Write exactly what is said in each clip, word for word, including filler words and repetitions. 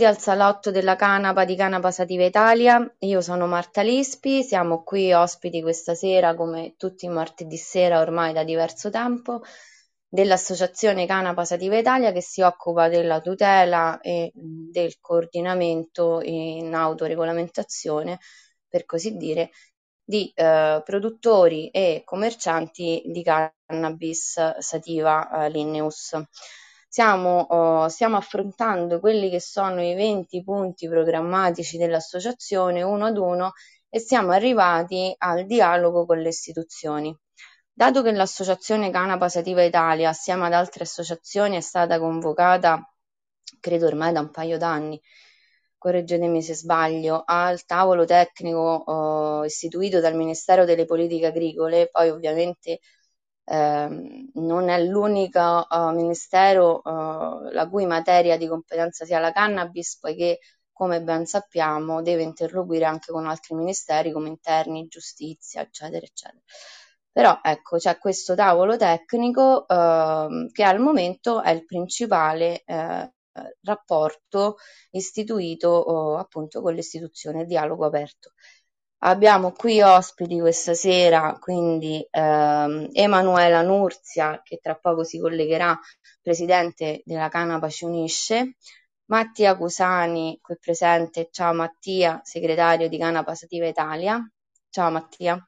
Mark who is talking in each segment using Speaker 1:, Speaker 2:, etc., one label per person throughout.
Speaker 1: Benvenuti al salotto della Canapa di Canapa Sativa Italia. Io sono Marta Lispi, siamo qui ospiti questa sera, come tutti i martedì sera ormai da diverso tempo, dell'Associazione Canapa Sativa Italia, che si occupa della tutela e del coordinamento in autoregolamentazione, per così dire, di eh, produttori e commercianti di cannabis sativa eh, Linneus. Siamo, oh, stiamo affrontando quelli che sono i venti punti programmatici dell'associazione uno ad uno e siamo arrivati al dialogo con le istituzioni. Dato che l'associazione Canapa Sativa Italia, assieme ad altre associazioni, è stata convocata, credo ormai da un paio d'anni, correggetemi se sbaglio, al tavolo tecnico eh, istituito dal Ministero delle Politiche Agricole, poi ovviamente eh, non è l'unico uh, ministero uh, la cui materia di competenza sia la cannabis, poiché, come ben sappiamo, deve interloquire anche con altri ministeri come interni, giustizia, eccetera, eccetera. Però ecco, c'è questo tavolo tecnico uh, che al momento è il principale uh, rapporto istituito uh, appunto con l'istituzione Dialogo Aperto. Abbiamo qui ospiti questa sera, quindi ehm, Emanuela Nurzia, che tra poco si collegherà, presidente della Canapa Ci Unisce, Mattia Cusani, qui presente, ciao Mattia, segretario di Canapa Sativa Italia. Ciao Mattia.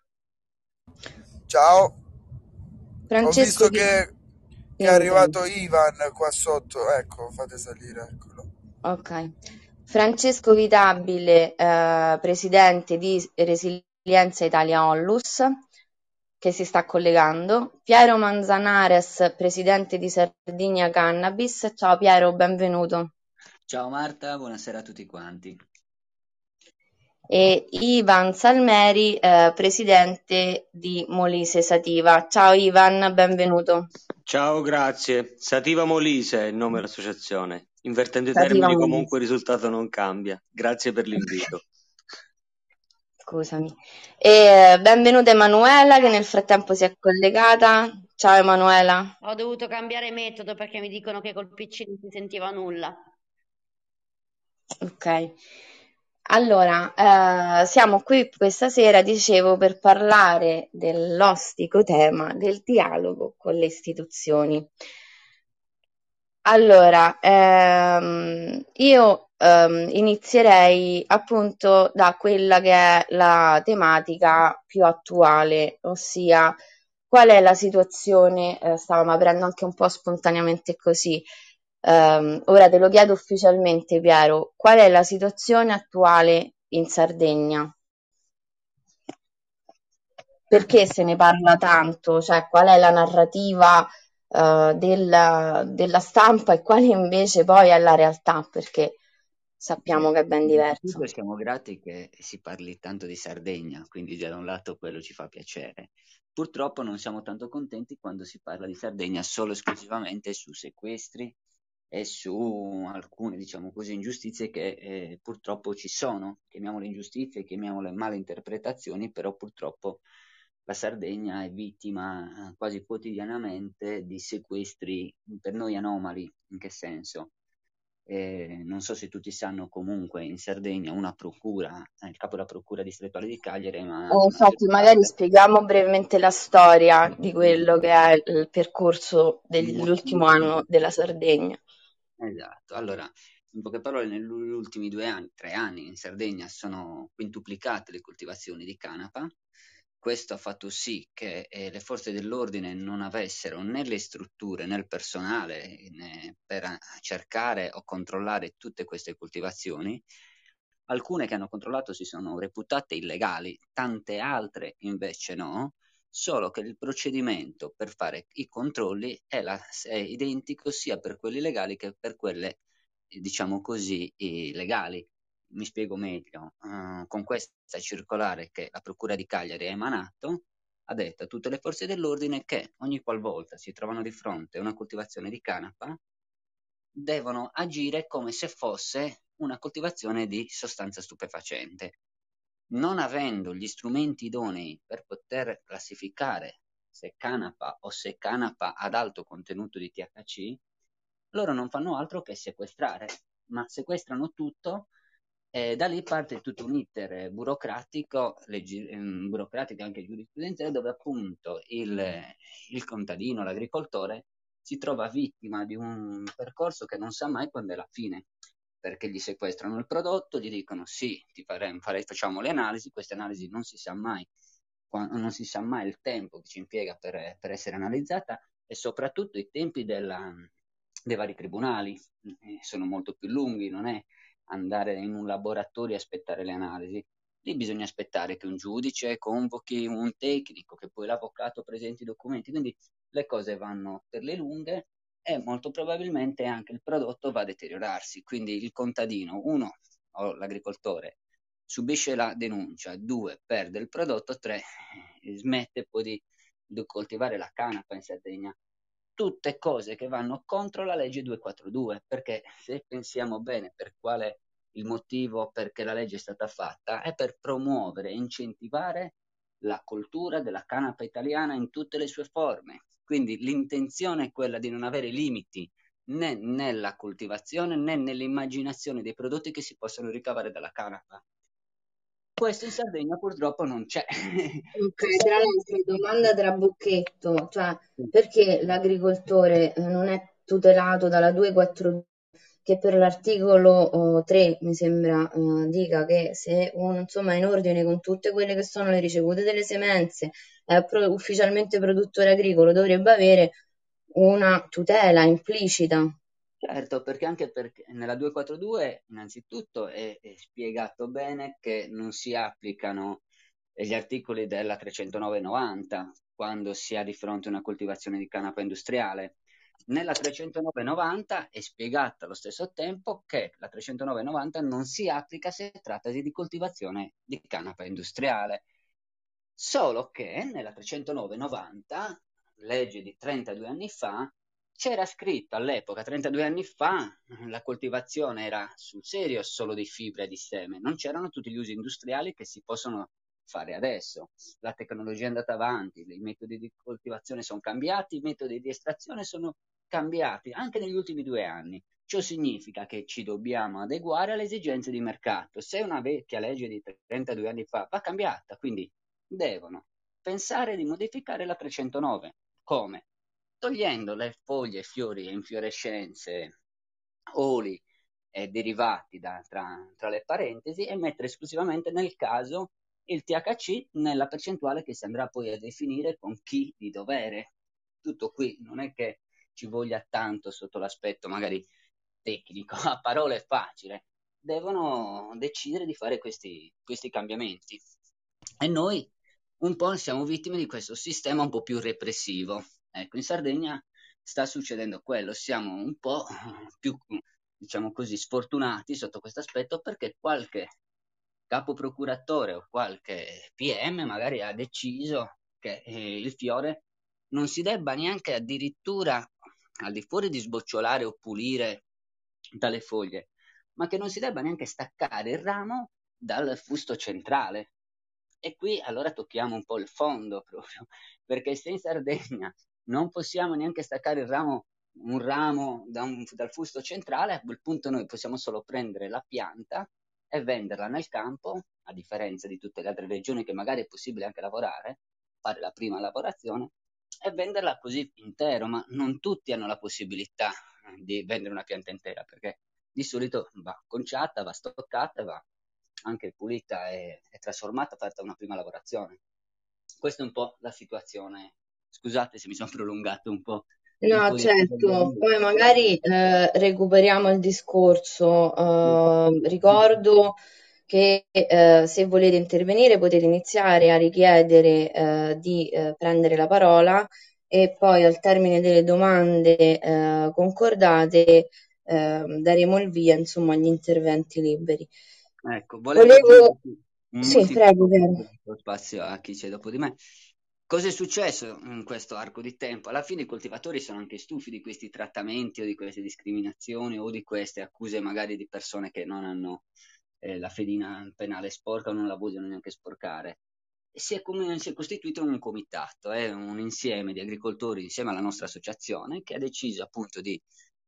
Speaker 2: Ciao,
Speaker 1: Francesco
Speaker 2: ho visto
Speaker 1: Di...
Speaker 2: che, che è
Speaker 1: Dimmi, dimmi.
Speaker 2: arrivato Ivan qua sotto, ecco, fate salire, eccolo.
Speaker 1: Ok. Francesco Vitabile, eh, presidente di Resilienza Italia Onlus, che si sta collegando. Piero Manzanares, presidente di Sardigna Cannabis. Ciao Piero, benvenuto.
Speaker 3: Ciao Marta, buonasera a tutti quanti.
Speaker 1: E Ivan Salmeri, eh, presidente di Molise Sativa. Ciao Ivan, benvenuto.
Speaker 4: Ciao, grazie. Sativa Molise è il nome dell'associazione. Invertendo i
Speaker 1: Sativa
Speaker 4: termini
Speaker 1: Molise.
Speaker 4: comunque il risultato non cambia. Grazie per l'invito.
Speaker 1: Scusami. E benvenuta Emanuela che nel frattempo si è collegata. Ciao Emanuela.
Speaker 5: Ho dovuto cambiare metodo perché mi dicono che col P C non si sentiva nulla.
Speaker 1: Ok. Allora, eh, siamo qui questa sera, dicevo, per parlare dell'ostico tema del dialogo con le istituzioni. Allora, ehm, io ehm, inizierei appunto da quella che è la tematica più attuale, ossia qual è la situazione, eh, stavamo aprendo anche un po' spontaneamente così. Ehm, ora te lo chiedo ufficialmente, Piero, qual è la situazione attuale in Sardegna? Perché se ne parla tanto? Cioè, qual è la narrativa eh, della, della stampa e quale invece poi è la realtà? Perché sappiamo che è ben diverso.
Speaker 3: Innanzitutto siamo grati che si parli tanto di Sardegna, quindi già da un lato quello ci fa piacere. Purtroppo non siamo tanto contenti quando si parla di Sardegna solo e esclusivamente su sequestri e su alcune, diciamo così, ingiustizie che eh, purtroppo ci sono. Chiamiamole ingiustizie, chiamiamole male interpretazioni, però purtroppo la Sardegna è vittima eh, quasi quotidianamente di sequestri per noi anomali. In che senso? Eh, non so se tutti sanno, comunque in Sardegna una procura, eh, il capo della procura distrettuale di Cagliari ha emanato
Speaker 1: Eh,
Speaker 3: una
Speaker 1: infatti, magari
Speaker 3: circolare.
Speaker 1: spieghiamo brevemente la storia di quello che è il percorso
Speaker 3: Il
Speaker 1: dell'ultimo
Speaker 3: motivo.
Speaker 1: anno della Sardegna.
Speaker 3: Esatto, allora, in poche parole, negli ultimi due anni, tre anni in Sardegna sono quintuplicate le coltivazioni di canapa. Questo ha fatto sì che eh, le forze dell'ordine non avessero né le strutture né il personale né per eh, cercare o controllare tutte queste coltivazioni. Alcune che hanno controllato si sono reputate illegali, tante altre invece no, solo che il procedimento per fare i controlli è, la, è identico sia per quelli legali che per quelle, eh, diciamo così, legali. Mi spiego meglio. Uh, con questa circolare che la Procura di Cagliari ha emanato, ha detto a tutte le forze dell'ordine che ogni qualvolta si trovano di fronte a una coltivazione di canapa, devono agire come se fosse una coltivazione di sostanza stupefacente. Non avendo gli strumenti idonei per poter classificare se canapa o se canapa ad alto contenuto di T H C, loro non fanno altro che sequestrare. ma sequestrano tutto e da lì parte tutto un iter burocratico, leggi, ehm, burocratico e anche giurisprudenziale, dove appunto il, il contadino, l'agricoltore, si trova vittima di un percorso che non sa mai quando è la fine, perché gli sequestrano il prodotto, gli dicono sì, ti faremo, farei, facciamo le analisi, queste analisi non si sa mai, non si sa mai il tempo che ci impiega per, per essere analizzata e soprattutto i tempi della, dei vari tribunali sono molto più lunghi, non è andare in un laboratorio e aspettare le analisi. Lì bisogna aspettare che un giudice convochi un tecnico, che poi l'avvocato presenti i documenti, quindi le cose vanno per le lunghe e molto probabilmente anche il prodotto va a deteriorarsi. Quindi il contadino, uno, o l'agricoltore, subisce la denuncia, due, perde il prodotto, tre, smette poi di, di coltivare la canapa in Sardegna. Tutte cose che vanno contro la legge duecentoquarantadue, perché se pensiamo bene per quale il motivo perché la legge è stata fatta, è per promuovere e incentivare la coltura della canapa italiana in tutte le sue forme. Quindi l'intenzione è quella di non avere limiti né nella coltivazione né nell'immaginazione dei prodotti che si possono ricavare dalla canapa. Questo in Sardegna purtroppo non c'è.
Speaker 1: Ok, tra l'altro, domanda tra bocchetto, cioè perché l'agricoltore eh, non è tutelato dalla duecentoquarantadue, che per l'articolo oh, tre mi sembra eh, dica che se uno insomma è in ordine con tutte quelle che sono le ricevute delle semenze, è pro- ufficialmente produttore agricolo, dovrebbe avere una tutela implicita.
Speaker 3: Certo, perché anche perché nella duecentoquarantadue innanzitutto è, è spiegato bene che non si applicano gli articoli della trecentonove novanta quando si ha di fronte una coltivazione di canapa industriale. Nella trecentonove novanta è spiegata allo stesso tempo che la trecentonove novanta non si applica se trattasi di coltivazione di canapa industriale. Solo che nella trecentonove novanta, legge di trentadue anni fa, c'era scritto all'epoca, trentadue anni fa, la coltivazione era sul serio solo di fibra e di seme, non c'erano tutti gli usi industriali che si possono fare adesso. La tecnologia è andata avanti, i metodi di coltivazione sono cambiati, i metodi di estrazione sono cambiati anche negli ultimi due anni. Ciò significa che ci dobbiamo adeguare alle esigenze di mercato. Se una vecchia legge di trentadue anni fa va cambiata, quindi devono pensare di modificare la trecentonove. Come? Togliendo le foglie, fiori e infiorescenze, oli e derivati da, tra, tra le parentesi e mettere esclusivamente nel caso il T H C nella percentuale che si andrà poi a definire con chi di dovere. Tutto qui, non è che ci voglia tanto sotto l'aspetto magari tecnico, a parole è facile, devono decidere di fare questi, questi cambiamenti. E noi un po' siamo vittime di questo sistema un po' più repressivo. Ecco, in Sardegna sta succedendo quello, siamo un po' più, diciamo così, sfortunati sotto questo aspetto perché qualche capo procuratore o qualche P M magari ha deciso che eh, il fiore non si debba neanche addirittura al di fuori di sbocciolare o pulire dalle foglie, ma che non si debba neanche staccare il ramo dal fusto centrale. E qui allora tocchiamo un po' il fondo proprio, perché se in Sardegna non possiamo neanche staccare il ramo, un ramo da un, dal fusto centrale, a quel punto noi possiamo solo prendere la pianta e venderla nel campo, a differenza di tutte le altre regioni che magari è possibile anche lavorare, fare la prima lavorazione e venderla così intero, ma non tutti hanno la possibilità di vendere una pianta intera, perché di solito va conciata, va stoccata, va anche pulita e, e trasformata, fatta una prima lavorazione. Questa è un po' la situazione. Scusate se mi sono prolungato un po', un
Speaker 1: No,
Speaker 3: po' di tempo.
Speaker 1: certo, poi magari eh, recuperiamo il discorso. Eh, ricordo che eh, se volete intervenire potete iniziare a richiedere eh, di eh, prendere la parola e poi al termine delle domande eh, concordate eh, daremo il via, insomma, agli interventi liberi.
Speaker 3: Ecco, volevo
Speaker 1: Volevo...
Speaker 3: aggiungere un
Speaker 1: Sì,
Speaker 3: ultimo
Speaker 1: prego, Piero.
Speaker 3: spazio a chi c'è dopo di me. Cosa è successo in questo arco di tempo? Alla fine i coltivatori sono anche stufi di questi trattamenti o di queste discriminazioni o di queste accuse magari di persone che non hanno eh, la fedina penale sporca o non la vogliono neanche sporcare. E si, è come, si è costituito un comitato, eh, un insieme di agricoltori insieme alla nostra associazione che ha deciso appunto di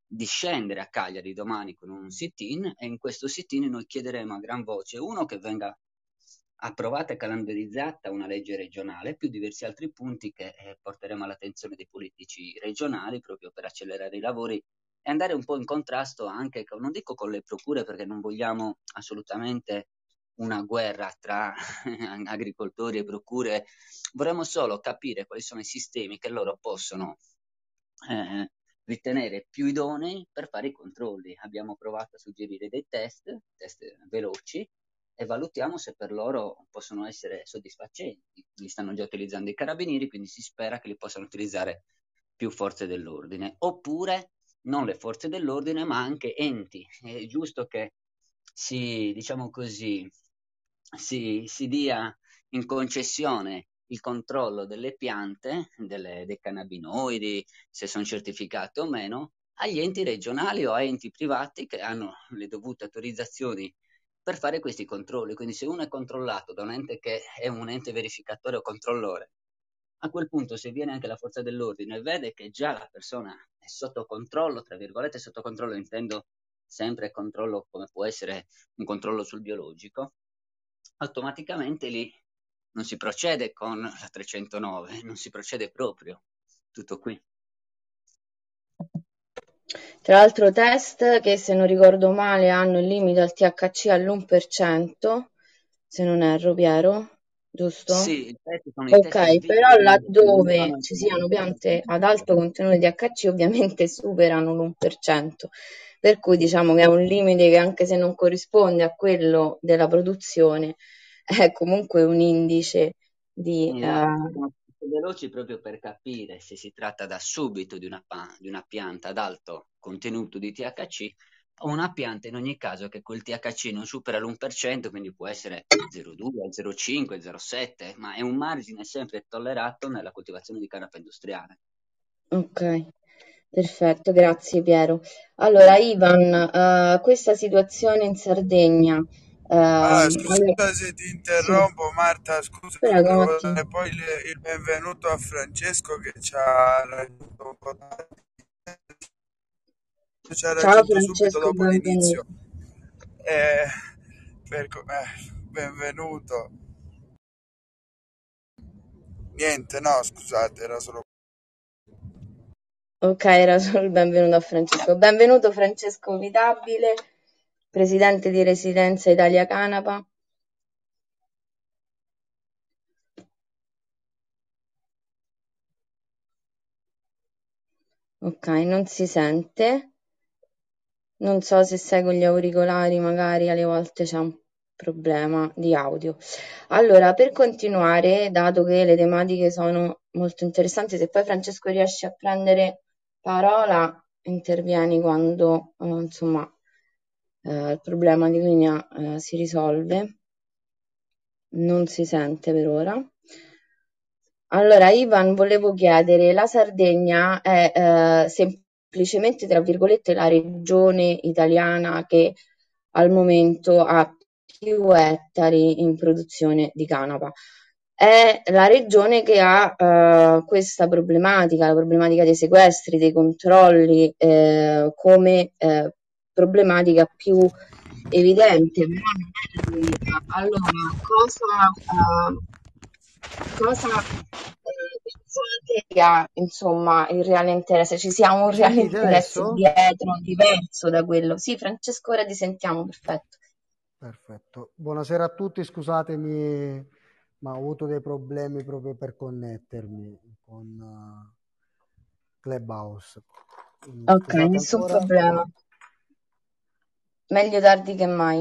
Speaker 3: di scendere a Cagliari domani con un sit-in, e in questo sit-in noi chiederemo a gran voce, uno, che venga approvata e calendarizzata una legge regionale, più diversi altri punti che eh, porteremo all'attenzione dei politici regionali proprio per accelerare i lavori e andare un po' in contrasto anche, con, non dico con le procure, perché non vogliamo assolutamente una guerra tra agricoltori e procure, vorremmo solo capire quali sono i sistemi che loro possono eh, ritenere più idonei per fare i controlli. Abbiamo provato a suggerire dei test, test veloci, e valutiamo se per loro possono essere soddisfacenti. Li stanno già utilizzando i carabinieri, quindi si spera che li possano utilizzare più forze dell'ordine, oppure non le forze dell'ordine, ma anche enti. È giusto che si, diciamo così, si, si dia in concessione il controllo delle piante, delle, dei cannabinoidi, se sono certificate o meno, agli enti regionali o a enti privati che hanno le dovute autorizzazioni per fare questi controlli. Quindi se uno è controllato da un ente che è un ente verificatore o controllore, a quel punto, se viene anche la forza dell'ordine e vede che già la persona è sotto controllo, tra virgolette sotto controllo, intendo sempre controllo come può essere un controllo sul biologico, automaticamente lì non si procede con la trecentonove, non si procede proprio. Tutto qui.
Speaker 1: Tra l'altro test che, se non ricordo male, hanno il limite al T H C all'uno per cento, se non erro, Piero, giusto?
Speaker 3: Sì, i test sono i test
Speaker 1: Ok, però
Speaker 3: piccoli,
Speaker 1: laddove
Speaker 3: non
Speaker 1: ci siano piante ad alto contenuto di T H C ovviamente superano l'uno per cento, per cui diciamo che è un limite che, anche se non corrisponde a quello della produzione, è comunque un indice di...
Speaker 3: Esatto,
Speaker 1: eh,
Speaker 3: sono veloci proprio per capire se si tratta da subito di una, pa- di una pianta ad alto contenuto di T H C o una pianta in ogni caso che quel T H C non supera l'uno per cento, quindi può essere zero virgola due, zero virgola cinque, zero virgola sette, ma è un margine sempre tollerato nella coltivazione di canapa industriale.
Speaker 1: Ok, perfetto, grazie Piero. Allora, Ivan, eh, questa situazione in Sardegna,
Speaker 2: Ah,
Speaker 1: ehm, allora,
Speaker 2: scusa se ti
Speaker 1: sì,
Speaker 2: interrompo, Marta, scusa,
Speaker 1: prego
Speaker 2: volevo
Speaker 1: Mattia.
Speaker 2: dare poi il, il benvenuto a Francesco che ci ha raggiunto un po' tardi. Ci ha
Speaker 1: Ciao
Speaker 2: raggiunto subito
Speaker 1: Francesco,
Speaker 2: dopo
Speaker 1: benvenuto.
Speaker 2: l'inizio. Eh, per co- eh, benvenuto. Niente, no, scusate, era solo...
Speaker 1: Ok, era solo il benvenuto a Francesco. Benvenuto Francesco Vitabile, presidente di Residenza Italia Canapa. Ok, non si sente. Non so se sei con gli auricolari, magari alle volte c'è un problema di audio. Allora, per continuare, dato che le tematiche sono molto interessanti, se poi Francesco riesce a prendere parola, intervieni quando, eh, insomma, eh, il problema di linea, eh, si risolve. Non si sente per ora. Allora, Ivan, volevo chiedere, la Sardegna è eh, semplicemente, tra virgolette, la regione italiana che al momento ha più ettari in produzione di canapa. È la regione che ha eh, questa problematica, la problematica dei sequestri, dei controlli, eh, come eh, problematica più evidente, però non è l'unica. Allora, cosa, eh, cosa eh, pensate sia, insomma, il reale interesse? Ci sia un
Speaker 6: Mi
Speaker 1: reale
Speaker 6: sentite
Speaker 1: interesse
Speaker 6: adesso?
Speaker 1: dietro, diverso da quello? Sì, Francesco, ora ti sentiamo, perfetto.
Speaker 6: Perfetto. Buonasera a tutti, scusatemi, ma ho avuto dei problemi proprio per connettermi con uh, Clubhouse. Quindi
Speaker 1: Ok,
Speaker 6: scusate
Speaker 1: nessun
Speaker 6: ancora.
Speaker 1: problema. Meglio tardi che mai.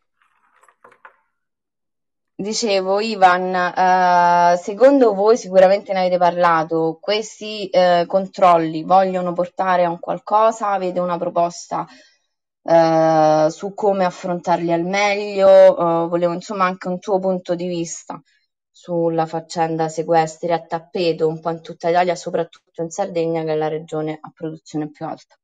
Speaker 1: Dicevo, Ivan, eh, secondo voi, sicuramente ne avete parlato, questi eh, controlli vogliono portare a un qualcosa? Avete una proposta eh, su come affrontarli al meglio? Eh, volevo insomma anche un tuo punto di vista sulla faccenda sequestri a tappeto un po' in tutta Italia, soprattutto in Sardegna, che è la regione a produzione più alta.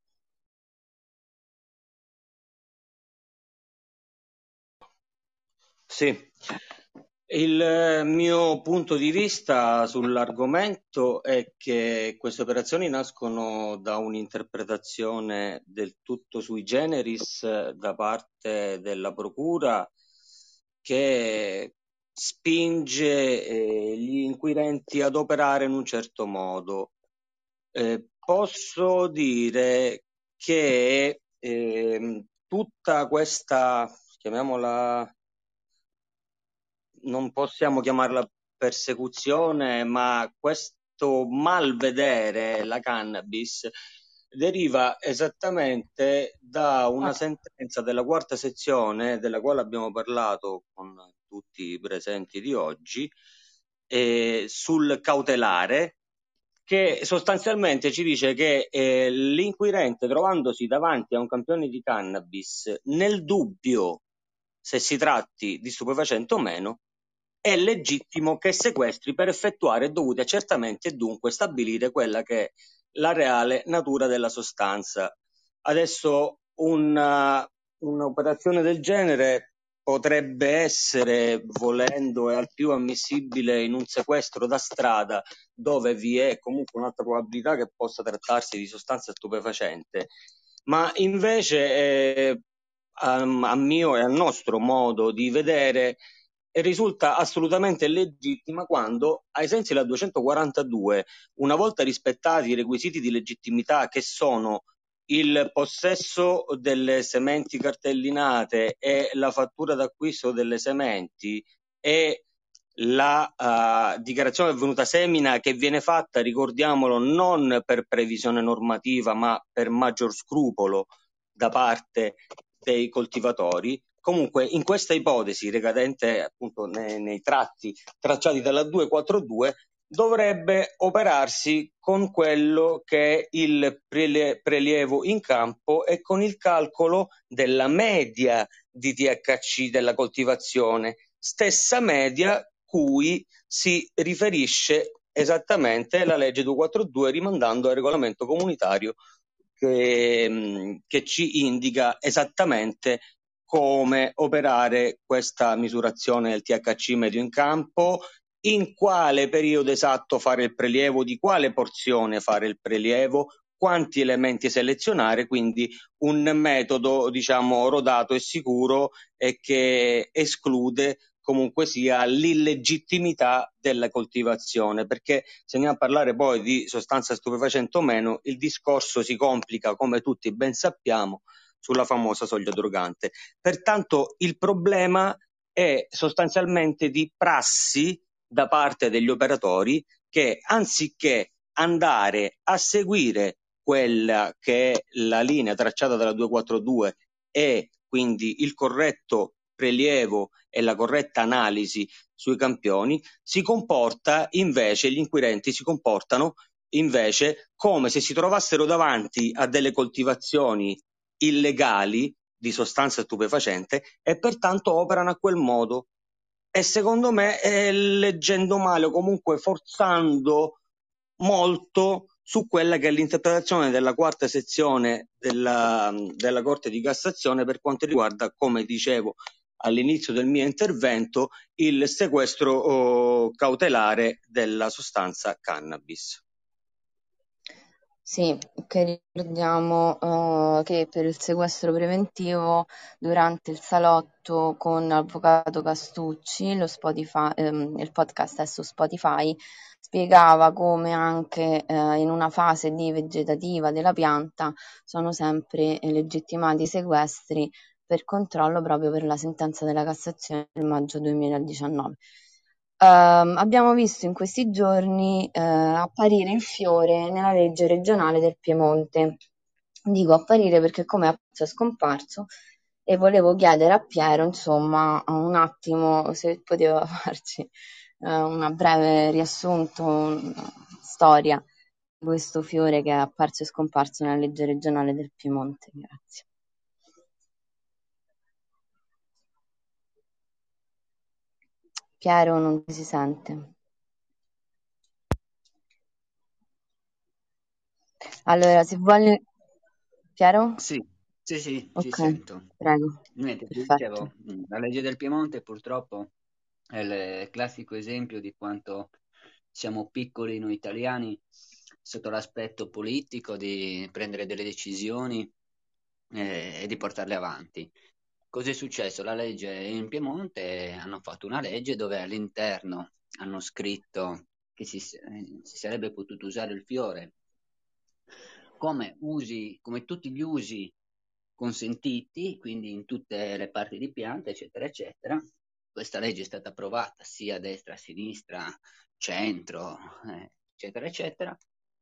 Speaker 4: Sì, Il mio punto di vista sull'argomento è che queste operazioni nascono da un'interpretazione del tutto sui generis eh, da parte della Procura, che spinge eh, gli inquirenti ad operare in un certo modo. Eh, posso dire che ehm, tutta questa, chiamiamola, non possiamo chiamarla persecuzione, ma questo malvedere la cannabis deriva esattamente da una sentenza della quarta sezione, della quale abbiamo parlato con tutti i presenti di oggi, eh, sul cautelare, che sostanzialmente ci dice che eh, l'inquirente, trovandosi davanti a un campione di cannabis, nel dubbio se si tratti di stupefacente o meno, è legittimo che sequestri per effettuare dovuti accertamenti e dunque stabilire quella che è la reale natura della sostanza. Adesso una, un'operazione del genere potrebbe essere, volendo, e al più ammissibile in un sequestro da strada, dove vi è comunque un'alta probabilità che possa trattarsi di sostanza stupefacente, ma invece eh, a, a mio e al nostro modo di vedere risulta assolutamente legittima quando, ai sensi della duecentoquarantadue, una volta rispettati i requisiti di legittimità, che sono il possesso delle sementi cartellinate e la fattura d'acquisto delle sementi e la uh, dichiarazione avvenuta semina, che viene fatta, ricordiamolo, non per previsione normativa ma per maggior scrupolo da parte dei coltivatori. Comunque, in questa ipotesi, ricadente appunto nei, nei tratti tracciati dalla duecentoquarantadue, dovrebbe operarsi con quello che è il prelie- prelievo in campo e con il calcolo della media di T H C della coltivazione, stessa media cui si riferisce esattamente la legge duecentoquarantadue, rimandando al regolamento comunitario che, che ci indica esattamente come operare questa misurazione del T H C medio in campo, in quale periodo esatto fare il prelievo, di quale porzione fare il prelievo, quanti elementi selezionare, quindi un metodo, diciamo, rodato e sicuro e che esclude comunque sia l'illegittimità della coltivazione, perché se andiamo a parlare poi di sostanza stupefacente o meno, il discorso si complica, come tutti ben sappiamo, sulla famosa soglia drogante. Pertanto il problema è sostanzialmente di prassi da parte degli operatori, che anziché andare a seguire quella che è la linea tracciata dalla duecentoquarantadue e quindi il corretto prelievo e la corretta analisi sui campioni, si comporta invece, gli inquirenti si comportano invece come se si trovassero davanti a delle coltivazioni illegali di sostanza stupefacente e pertanto operano a quel modo. E secondo me, eh, leggendo male o comunque forzando molto su quella che è l'interpretazione della quarta sezione della, della Corte di Cassazione per quanto riguarda, come dicevo all'inizio del mio intervento, il sequestro oh, cautelare della sostanza cannabis.
Speaker 1: Sì, che ricordiamo eh, che per il sequestro preventivo, durante il salotto con l'avvocato Castucci, lo Spotify, ehm, il podcast è su Spotify, spiegava come anche eh, in una fase di vegetativa della pianta sono sempre eh, legittimati i sequestri per controllo, proprio per la sentenza della Cassazione del maggio duemiladiciannove. Uh, abbiamo visto in questi giorni uh, apparire il fiore nella legge regionale del Piemonte. Dico apparire perché come è scomparso, e volevo chiedere a Piero, insomma, un attimo se poteva farci uh, una breve riassunto, una storia di questo fiore che è apparso e scomparso nella legge regionale del Piemonte. Grazie. Piero, non si sente. Allora, se vuole... Piero?
Speaker 3: Sì, sì, sì,
Speaker 1: Ok,
Speaker 3: ti sento.
Speaker 1: prego.
Speaker 3: Niente, ti
Speaker 1: Perfetto.
Speaker 3: dicevo, la legge del Piemonte purtroppo è il classico esempio di quanto siamo piccoli noi italiani sotto l'aspetto politico di prendere delle decisioni eh, e di portarle avanti. Cos'è successo? La legge in Piemonte hanno fatto una legge dove all'interno hanno scritto che si, eh, si sarebbe potuto usare il fiore come usi, come tutti gli usi consentiti, quindi in tutte le parti di pianta, eccetera, eccetera. Questa legge è stata approvata sia a destra, a sinistra, centro, eh, eccetera, eccetera.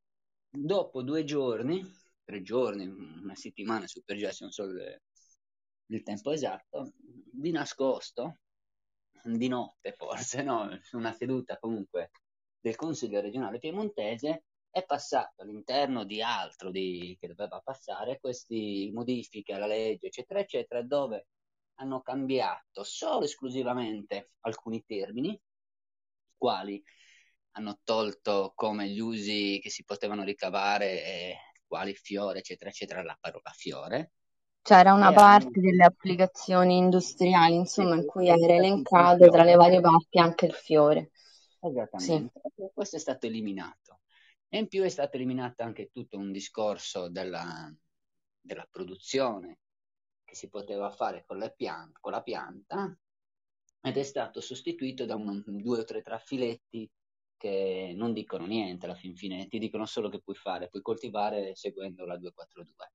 Speaker 3: Dopo due giorni, tre giorni, una settimana, super già, non so il, il tempo esatto, di nascosto, di notte forse, no? Su una seduta comunque del Consiglio regionale piemontese, è passato all'interno di altro di, che doveva passare, queste modifiche alla legge, eccetera, eccetera, dove hanno cambiato solo esclusivamente alcuni termini, quali hanno tolto come gli usi che si potevano ricavare, eh, quali fiore, eccetera, eccetera, la parola fiore.
Speaker 1: C'era una
Speaker 3: E hanno,
Speaker 1: parte delle applicazioni industriali,
Speaker 3: sì,
Speaker 1: insomma, in
Speaker 3: sì,
Speaker 1: cui
Speaker 3: questo è
Speaker 1: era
Speaker 3: stato il
Speaker 1: elencato tra le
Speaker 3: fiore.
Speaker 1: varie parti anche il fiore. Sì.
Speaker 3: Esattamente, questo è stato eliminato. E in più è stato eliminato anche tutto un discorso della, della produzione che si poteva fare con, le pian- con la pianta, ed è stato sostituito da un, due o tre traffiletti che non dicono niente alla fin fine, ti dicono solo che puoi fare, puoi coltivare seguendo la duecentoquarantadue.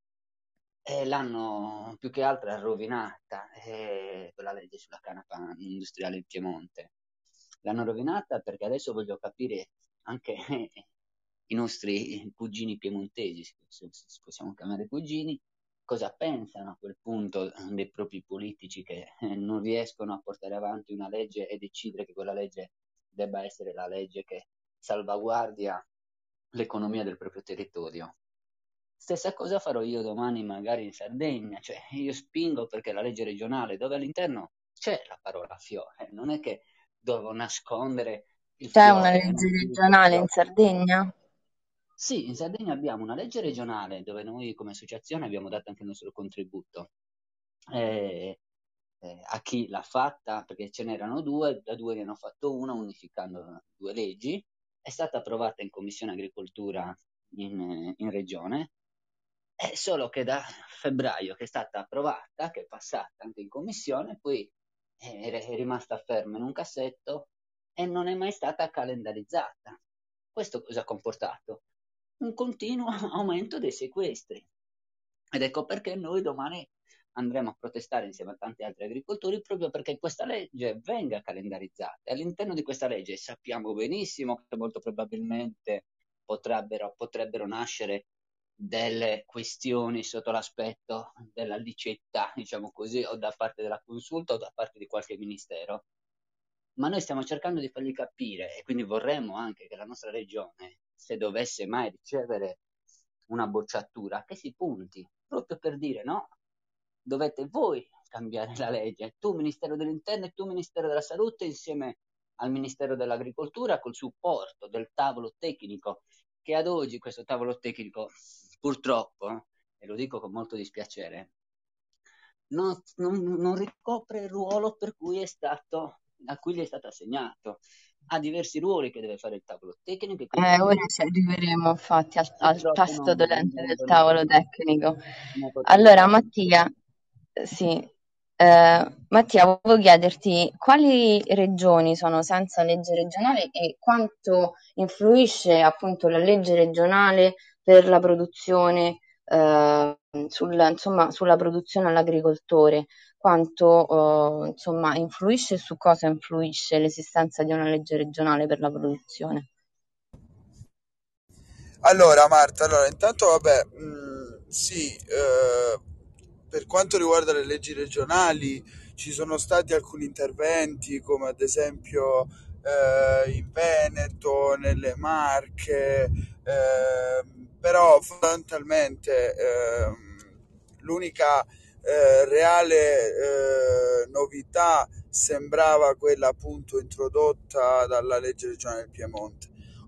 Speaker 3: E l'hanno più che altro rovinata, eh, quella legge sulla canapa industriale in Piemonte. L'hanno rovinata perché adesso voglio capire anche i nostri cugini piemontesi, se, se possiamo chiamare cugini, cosa pensano a quel punto dei propri politici che eh, non riescono a portare avanti una legge e decidere che quella legge debba essere la legge che salvaguardia l'economia del proprio territorio. Stessa cosa farò io domani magari in Sardegna, cioè io spingo perché la legge regionale dove all'interno c'è la parola fiore, non è che devo nascondere il
Speaker 1: C'è una
Speaker 3: fiore.
Speaker 1: legge regionale in Sardegna?
Speaker 3: Sì, in Sardegna abbiamo una legge regionale dove noi come associazione abbiamo dato anche il nostro contributo. Eh, eh, a chi l'ha fatta, perché ce n'erano due, da due ne hanno fatto una, unificando due leggi, è stata approvata in Commissione Agricoltura in, in Regione, è solo che da febbraio che è stata approvata, che è passata anche in Commissione, poi è, è rimasta ferma in un cassetto e non è mai stata calendarizzata. Questo cosa ha comportato? Un continuo aumento dei sequestri. Ed ecco perché noi domani andremo a protestare insieme a tanti altri agricoltori proprio perché questa legge venga calendarizzata. E all'interno di questa legge sappiamo benissimo che molto probabilmente potrebbero, potrebbero nascere delle questioni sotto l'aspetto della liceità, diciamo così, o da parte della consulta o da parte di qualche ministero. Ma noi stiamo cercando di fargli capire e quindi vorremmo anche che la nostra regione, se dovesse mai ricevere una bocciatura, che si punti proprio per dire no, dovete voi cambiare la legge, tu Ministero dell'Interno e tu Ministero della Salute insieme al Ministero dell'Agricoltura col supporto del tavolo tecnico, che ad oggi questo tavolo tecnico purtroppo, e lo dico con molto dispiacere, non, non, non ricopre il ruolo per cui è stato, a cui gli è stato assegnato. Ha diversi ruoli che deve fare il tavolo tecnico e quindi
Speaker 1: Eh, ora
Speaker 3: purtroppo,
Speaker 1: ci arriveremo infatti al, al
Speaker 3: purtroppo
Speaker 1: tasto
Speaker 3: non,
Speaker 1: dolente
Speaker 3: non
Speaker 1: del
Speaker 3: ve ne
Speaker 1: tavolo
Speaker 3: potete,
Speaker 1: tecnico.
Speaker 3: ne potete
Speaker 1: Allora,
Speaker 3: fare.
Speaker 1: Mattia, eh, sì, eh, Mattia, volevo chiederti quali regioni sono senza legge regionale e quanto influisce appunto la legge regionale per la produzione, eh, sul- insomma, sulla produzione all'agricoltore, quanto eh, insomma, influisce e su cosa influisce l'esistenza di una legge regionale per la produzione.
Speaker 2: Allora, Marta, allora, intanto, vabbè, mh, sì, eh, per quanto riguarda le leggi regionali, ci sono stati alcuni interventi, come ad esempio eh, in Veneto, nelle Marche, eh, però fondamentalmente ehm, l'unica eh, reale eh, novità sembrava quella appunto introdotta dalla legge regionale del Piemonte.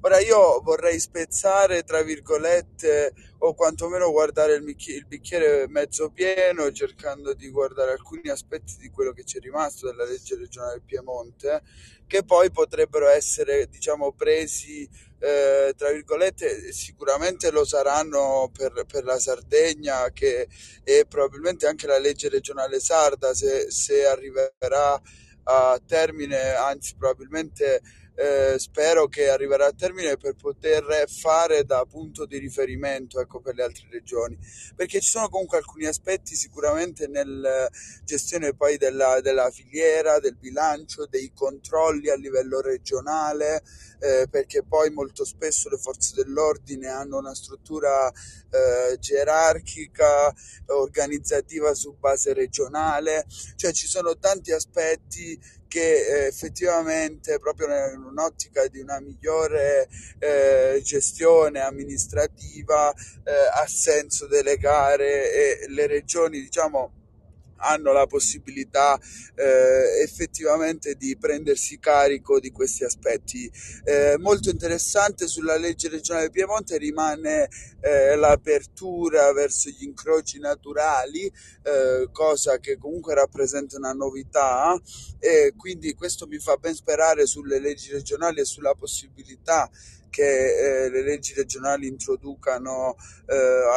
Speaker 2: Ora io vorrei spezzare, tra virgolette, o quantomeno guardare il bicchiere, il bicchiere mezzo pieno, cercando di guardare alcuni aspetti di quello che ci è rimasto della legge regionale del Piemonte, che poi potrebbero essere, diciamo, presi, eh, tra virgolette, sicuramente lo saranno per, per la Sardegna, che e probabilmente anche la legge regionale sarda, se, se arriverà a termine, anzi probabilmente eh, spero che arriverà a termine, per poter fare da punto di riferimento, ecco, per le altre regioni, perché ci sono comunque alcuni aspetti sicuramente nella gestione poi della, della filiera, del bilancio, dei controlli a livello regionale, eh, perché poi molto spesso le forze dell'ordine hanno una struttura eh, gerarchica, organizzativa su base regionale, cioè ci sono tanti aspetti che eh, effettivamente, proprio in un'ottica di una migliore eh, gestione amministrativa, eh, ha senso delegare, e le regioni, diciamo, hanno la possibilità eh, effettivamente di prendersi carico di questi aspetti. Eh, molto interessante sulla legge regionale del Piemonte rimane eh, l'apertura verso gli incroci naturali, eh, cosa che comunque rappresenta una novità, e quindi questo mi fa ben sperare sulle leggi regionali e sulla possibilità che eh, le leggi regionali introducano eh,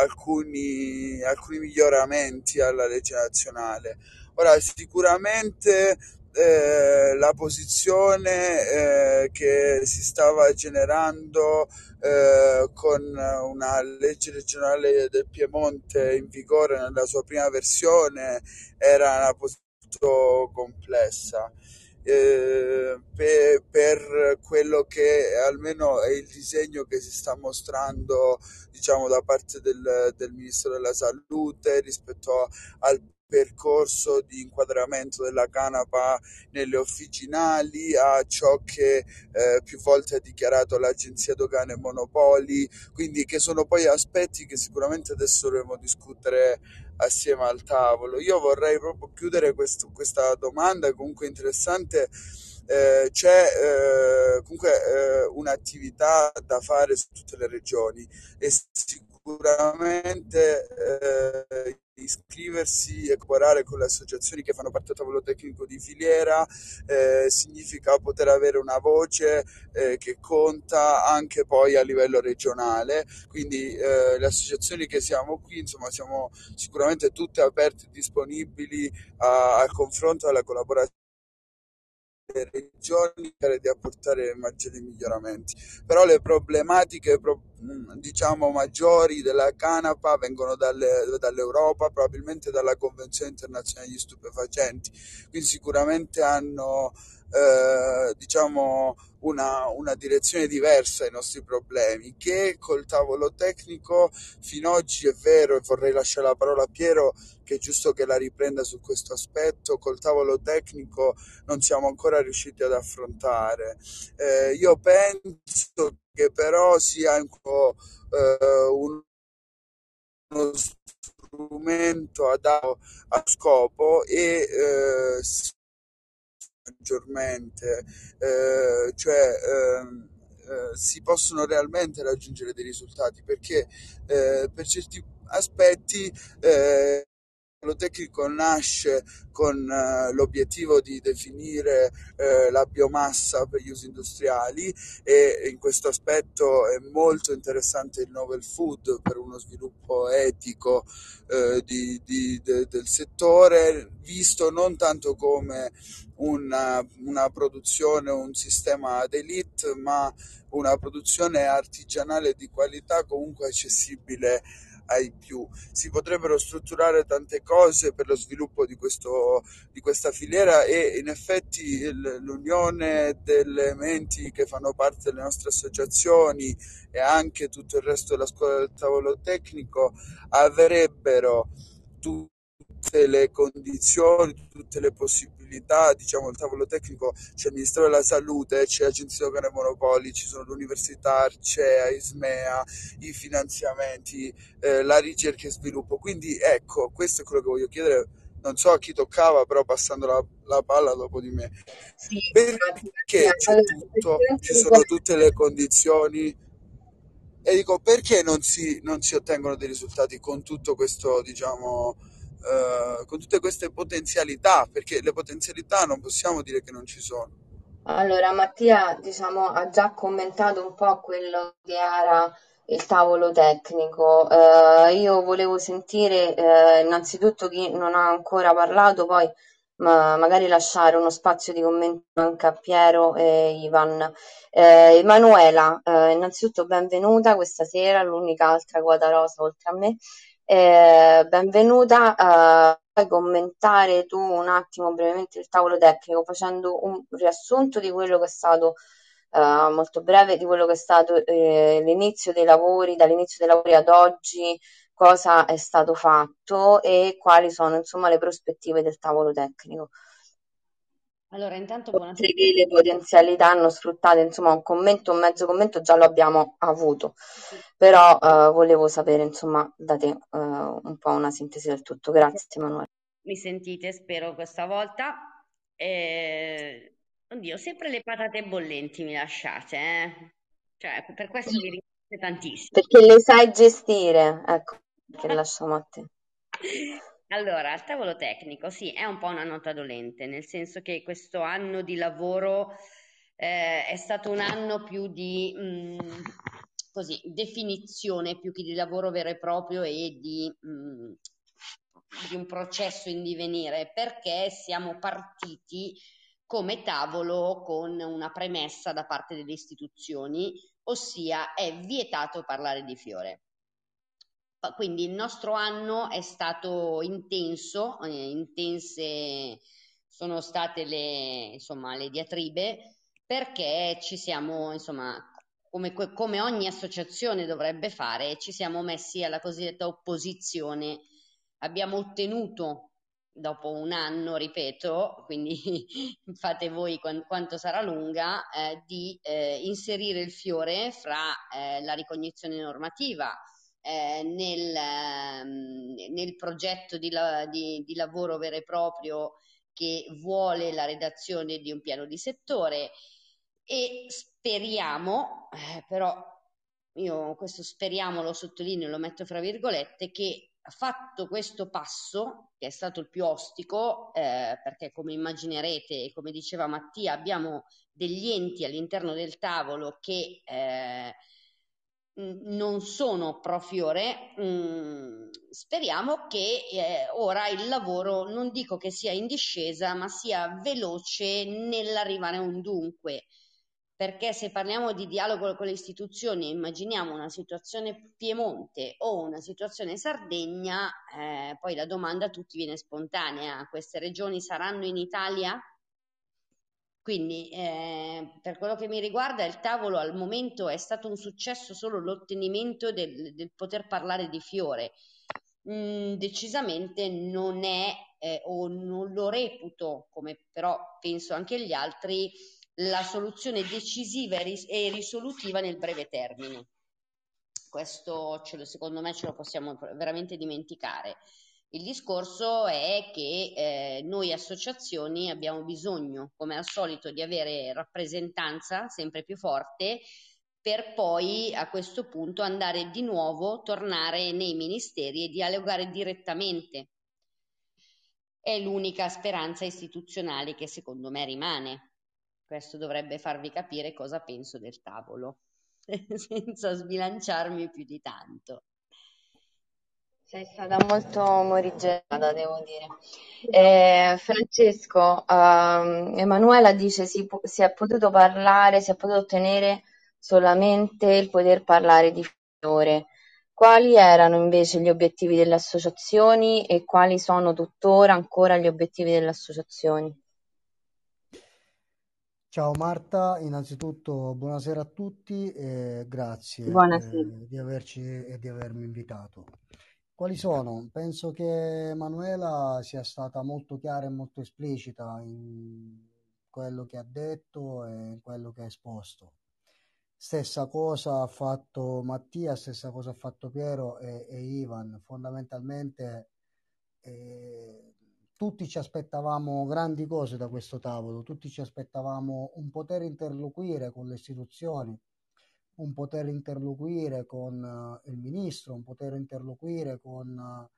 Speaker 2: alcuni, alcuni miglioramenti alla legge nazionale. Ora, sicuramente eh, la posizione eh, che si stava generando eh, con una legge regionale del Piemonte in vigore nella sua prima versione era una posizione molto complessa. Eh, per, per quello che almeno è il disegno che si sta mostrando, diciamo, da parte del, del Ministero della Salute rispetto al percorso di inquadramento della canapa nelle officinali, a ciò che eh, più volte ha dichiarato l'Agenzia Dogane e Monopoli, quindi che sono poi aspetti che sicuramente adesso dovremo discutere assieme al tavolo. Io vorrei proprio chiudere questo, questa domanda comunque interessante. Eh, c'è eh, comunque eh, un'attività da fare su tutte le regioni, e sicuramente eh, iscriversi e collaborare con le associazioni che fanno parte del tavolo tecnico di filiera eh, significa poter avere una voce eh, che conta anche poi a livello regionale, quindi eh, le associazioni che siamo qui, insomma, siamo sicuramente tutte aperte e disponibili a, al confronto e alla collaborazione le regioni, per di apportare maggiori miglioramenti. Però le problematiche pro, diciamo maggiori della canapa vengono dalle, dall'Europa, probabilmente dalla Convenzione internazionale degli stupefacenti, quindi sicuramente hanno eh, diciamo una, una direzione diversa ai nostri problemi, che col tavolo tecnico fino ad oggi, è vero, e vorrei lasciare la parola a Piero che è giusto che la riprenda su questo aspetto, col tavolo tecnico non siamo ancora riusciti ad affrontare. Eh, io penso che però sia un po' eh, un, uno strumento adatto a scopo, e eh, maggiormente, eh, cioè ehm, eh, si possono realmente raggiungere dei risultati, perché eh, per certi aspetti eh, lo tecnico nasce con uh, l'obiettivo di definire uh, la biomassa per gli usi industriali, e in questo aspetto è molto interessante il novel food per uno sviluppo etico uh, di, di, de, del settore, visto non tanto come una, una produzione, un sistema d'élite, ma una produzione artigianale di qualità, comunque accessibile ai più. Si potrebbero strutturare tante cose per lo sviluppo di, questo, di questa filiera, e in effetti il, l'unione delle menti che fanno parte delle nostre associazioni e anche tutto il resto della scuola del tavolo tecnico avrebbero tutte le condizioni, tutte le possibilità. Diciamo, il tavolo tecnico, c'è il Ministero della Salute, c'è l'Agenzia Dogane e Monopoli, ci sono l'Università, Arcea, Ismea, i finanziamenti, eh, la ricerca e sviluppo. Quindi ecco, questo è quello che voglio chiedere. non so a chi toccava, però passando la, la palla dopo di me.
Speaker 1: Sì, infatti,
Speaker 2: Perché c'è
Speaker 1: allora,
Speaker 2: tutto,
Speaker 1: Presidente
Speaker 2: ci
Speaker 1: di
Speaker 2: sono tutte le condizioni e dico perché non si, non si ottengono dei risultati con tutto questo, diciamo, eh, con tutte queste potenzialità, perché le potenzialità non possiamo dire che non ci sono.
Speaker 1: Allora, Mattia, diciamo, ha già commentato un po' quello che era il tavolo tecnico. Eh, io volevo sentire eh, innanzitutto chi non ha ancora parlato, poi ma magari lasciare uno spazio di commento anche a Piero e Ivan. Eh, Emanuela, eh, innanzitutto benvenuta questa sera, l'unica altra quota rosa oltre a me. Eh, benvenuta. Eh, puoi commentare tu un attimo brevemente il tavolo tecnico facendo un riassunto di quello che è stato eh, molto breve, di quello che è stato eh, l'inizio dei lavori, dall'inizio dei lavori ad oggi, cosa è stato fatto e quali sono insomma le prospettive del tavolo tecnico.
Speaker 5: Allora, intanto
Speaker 1: Oltre
Speaker 5: buonasera.
Speaker 1: che le potenzialità non sfruttate, insomma, un commento, un mezzo commento già lo abbiamo avuto, però eh, volevo sapere, insomma, da te eh, un po' una sintesi del tutto. Grazie, Emanuele.
Speaker 5: Mi sentite, spero questa volta. Eh, Oddio, sempre le patate bollenti mi lasciate, eh? Cioè, per questo vi ringrazio tantissimo.
Speaker 1: Perché le sai gestire, ecco, che lasciamo a te.
Speaker 5: Allora, il tavolo tecnico, sì, è un po' una nota dolente, nel senso che questo anno di lavoro eh, è stato un anno più di mh, così, definizione, più che di lavoro vero e proprio e di, mh, di un processo in divenire, perché siamo partiti come tavolo con una premessa da parte delle istituzioni, ossia è vietato parlare di fiore. Quindi il nostro anno è stato intenso, eh, intense sono state le, insomma, le diatribe, perché ci siamo, insomma, come, come ogni associazione dovrebbe fare, ci siamo messi alla cosiddetta opposizione. Abbiamo ottenuto, dopo un anno, ripeto, quindi fate voi quanto sarà lunga, eh, di eh, inserire il fiore fra eh, la ricognizione normativa, eh, nel, ehm, nel progetto di, la- di- di lavoro vero e proprio che vuole la redazione di un piano di settore e speriamo, eh, però io questo speriamo lo sottolineo, lo metto fra virgolette, che fatto questo passo, che è stato il più ostico, eh, perché come immaginerete e come diceva Mattia, abbiamo degli enti all'interno del tavolo che eh, non sono pro fiore, mh, speriamo che eh, ora il lavoro non dico che sia in discesa, ma sia veloce nell'arrivare a un dunque. Perché se parliamo di dialogo con le istituzioni, immaginiamo una situazione Piemonte o una situazione Sardegna, eh, poi la domanda a tutti viene spontanea: queste regioni saranno in Italia? Quindi eh, per quello che mi riguarda il tavolo al momento è stato un successo solo l'ottenimento del, del poter parlare di fiore. Mm, decisamente non è eh, o non lo reputo, come però penso anche gli altri, la soluzione decisiva e, ris- e risolutiva nel breve termine. Questo ce lo, secondo me ce lo possiamo veramente dimenticare. Il discorso è che eh, noi associazioni abbiamo bisogno, come al solito, di avere rappresentanza sempre più forte per poi a questo punto andare di nuovo, tornare nei ministeri e dialogare direttamente. È l'unica speranza istituzionale che secondo me rimane. Questo dovrebbe farvi capire cosa penso del tavolo, senza sbilanciarmi più di tanto.
Speaker 1: Sei stata molto morigerata, devo dire. Eh, Francesco, ehm, Emanuela dice si, pu- si è potuto parlare, si è potuto ottenere solamente il poter parlare di fiore. Quali erano invece gli obiettivi delle associazioni e quali sono tuttora ancora gli obiettivi delle associazioni?
Speaker 6: Ciao Marta, innanzitutto buonasera a tutti e grazie
Speaker 1: Buonasera.
Speaker 6: eh, di averci e di avermi invitato. Quali sono? Penso che Manuela sia stata molto chiara e molto esplicita in quello che ha detto e in quello che ha esposto. Stessa cosa ha fatto Mattia, stessa cosa ha fatto Piero e, e Ivan. Fondamentalmente eh, tutti ci aspettavamo grandi cose da questo tavolo, tutti ci aspettavamo un poter interloquire con le istituzioni, un poter interloquire con uh, il ministro, un poter interloquire con uh,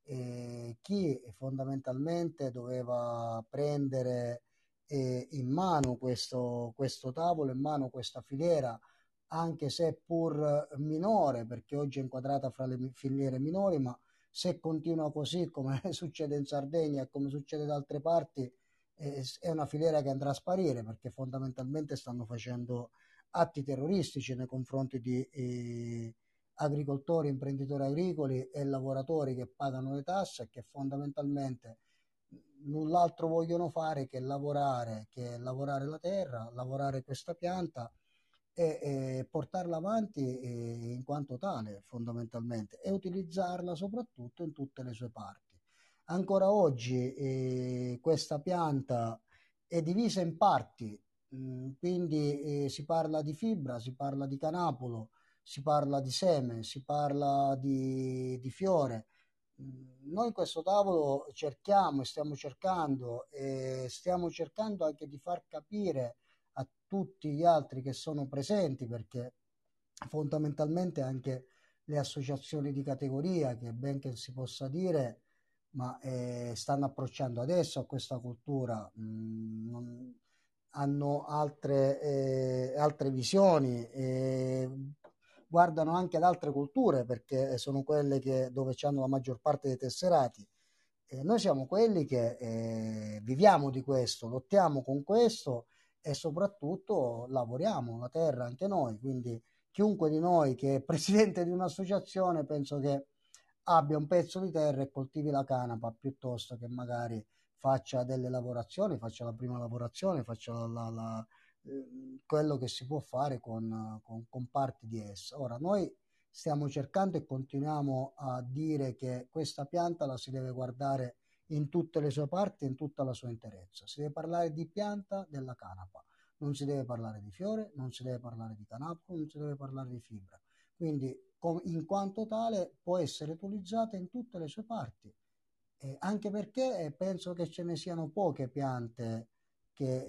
Speaker 6: eh, chi fondamentalmente doveva prendere eh, in mano questo, questo tavolo, in mano questa filiera, anche se pur minore, perché oggi è inquadrata fra le filiere minori, ma se continua così come succede in Sardegna e come succede da altre parti, eh, è una filiera che andrà a sparire, perché fondamentalmente stanno facendo atti terroristici nei confronti di eh, agricoltori, imprenditori agricoli e lavoratori che pagano le tasse e che fondamentalmente null'altro vogliono fare che lavorare, che lavorare la terra, lavorare questa pianta e, e portarla avanti eh, in quanto tale fondamentalmente e utilizzarla soprattutto in tutte le sue parti. Ancora oggi eh, questa pianta è divisa in parti, mh, quindi eh, si parla di fibra, si parla di canapolo, si parla di seme, si parla di, di fiore. Noi in questo tavolo cerchiamo e stiamo cercando e stiamo cercando anche di far capire a tutti gli altri che sono presenti, perché fondamentalmente anche le associazioni di categoria, che ben che si possa dire, ma eh, stanno approcciando adesso a questa cultura, mh, non, hanno altre, eh, altre visioni, eh, guardano anche ad altre culture, perché sono quelle che, dove hanno la maggior parte dei tesserati. Eh, noi siamo quelli che eh, viviamo di questo, lottiamo con questo e soprattutto lavoriamo la terra anche noi, quindi chiunque di noi che è presidente di un'associazione penso che abbia un pezzo di terra e coltivi la canapa piuttosto che magari faccia delle lavorazioni, faccia la prima lavorazione, faccia la, la, la, eh, quello che si può fare con, con, con parti di essa. Ora noi stiamo cercando e continuiamo a dire che questa pianta la si deve guardare in tutte le sue parti, in tutta la sua interezza. Si deve parlare di pianta della canapa, non si deve parlare di fiore, non si deve parlare di canapa, non si deve parlare di fibra. Quindi in quanto tale può essere utilizzata in tutte le sue parti, eh, anche perché eh, penso che ce ne siano poche piante che,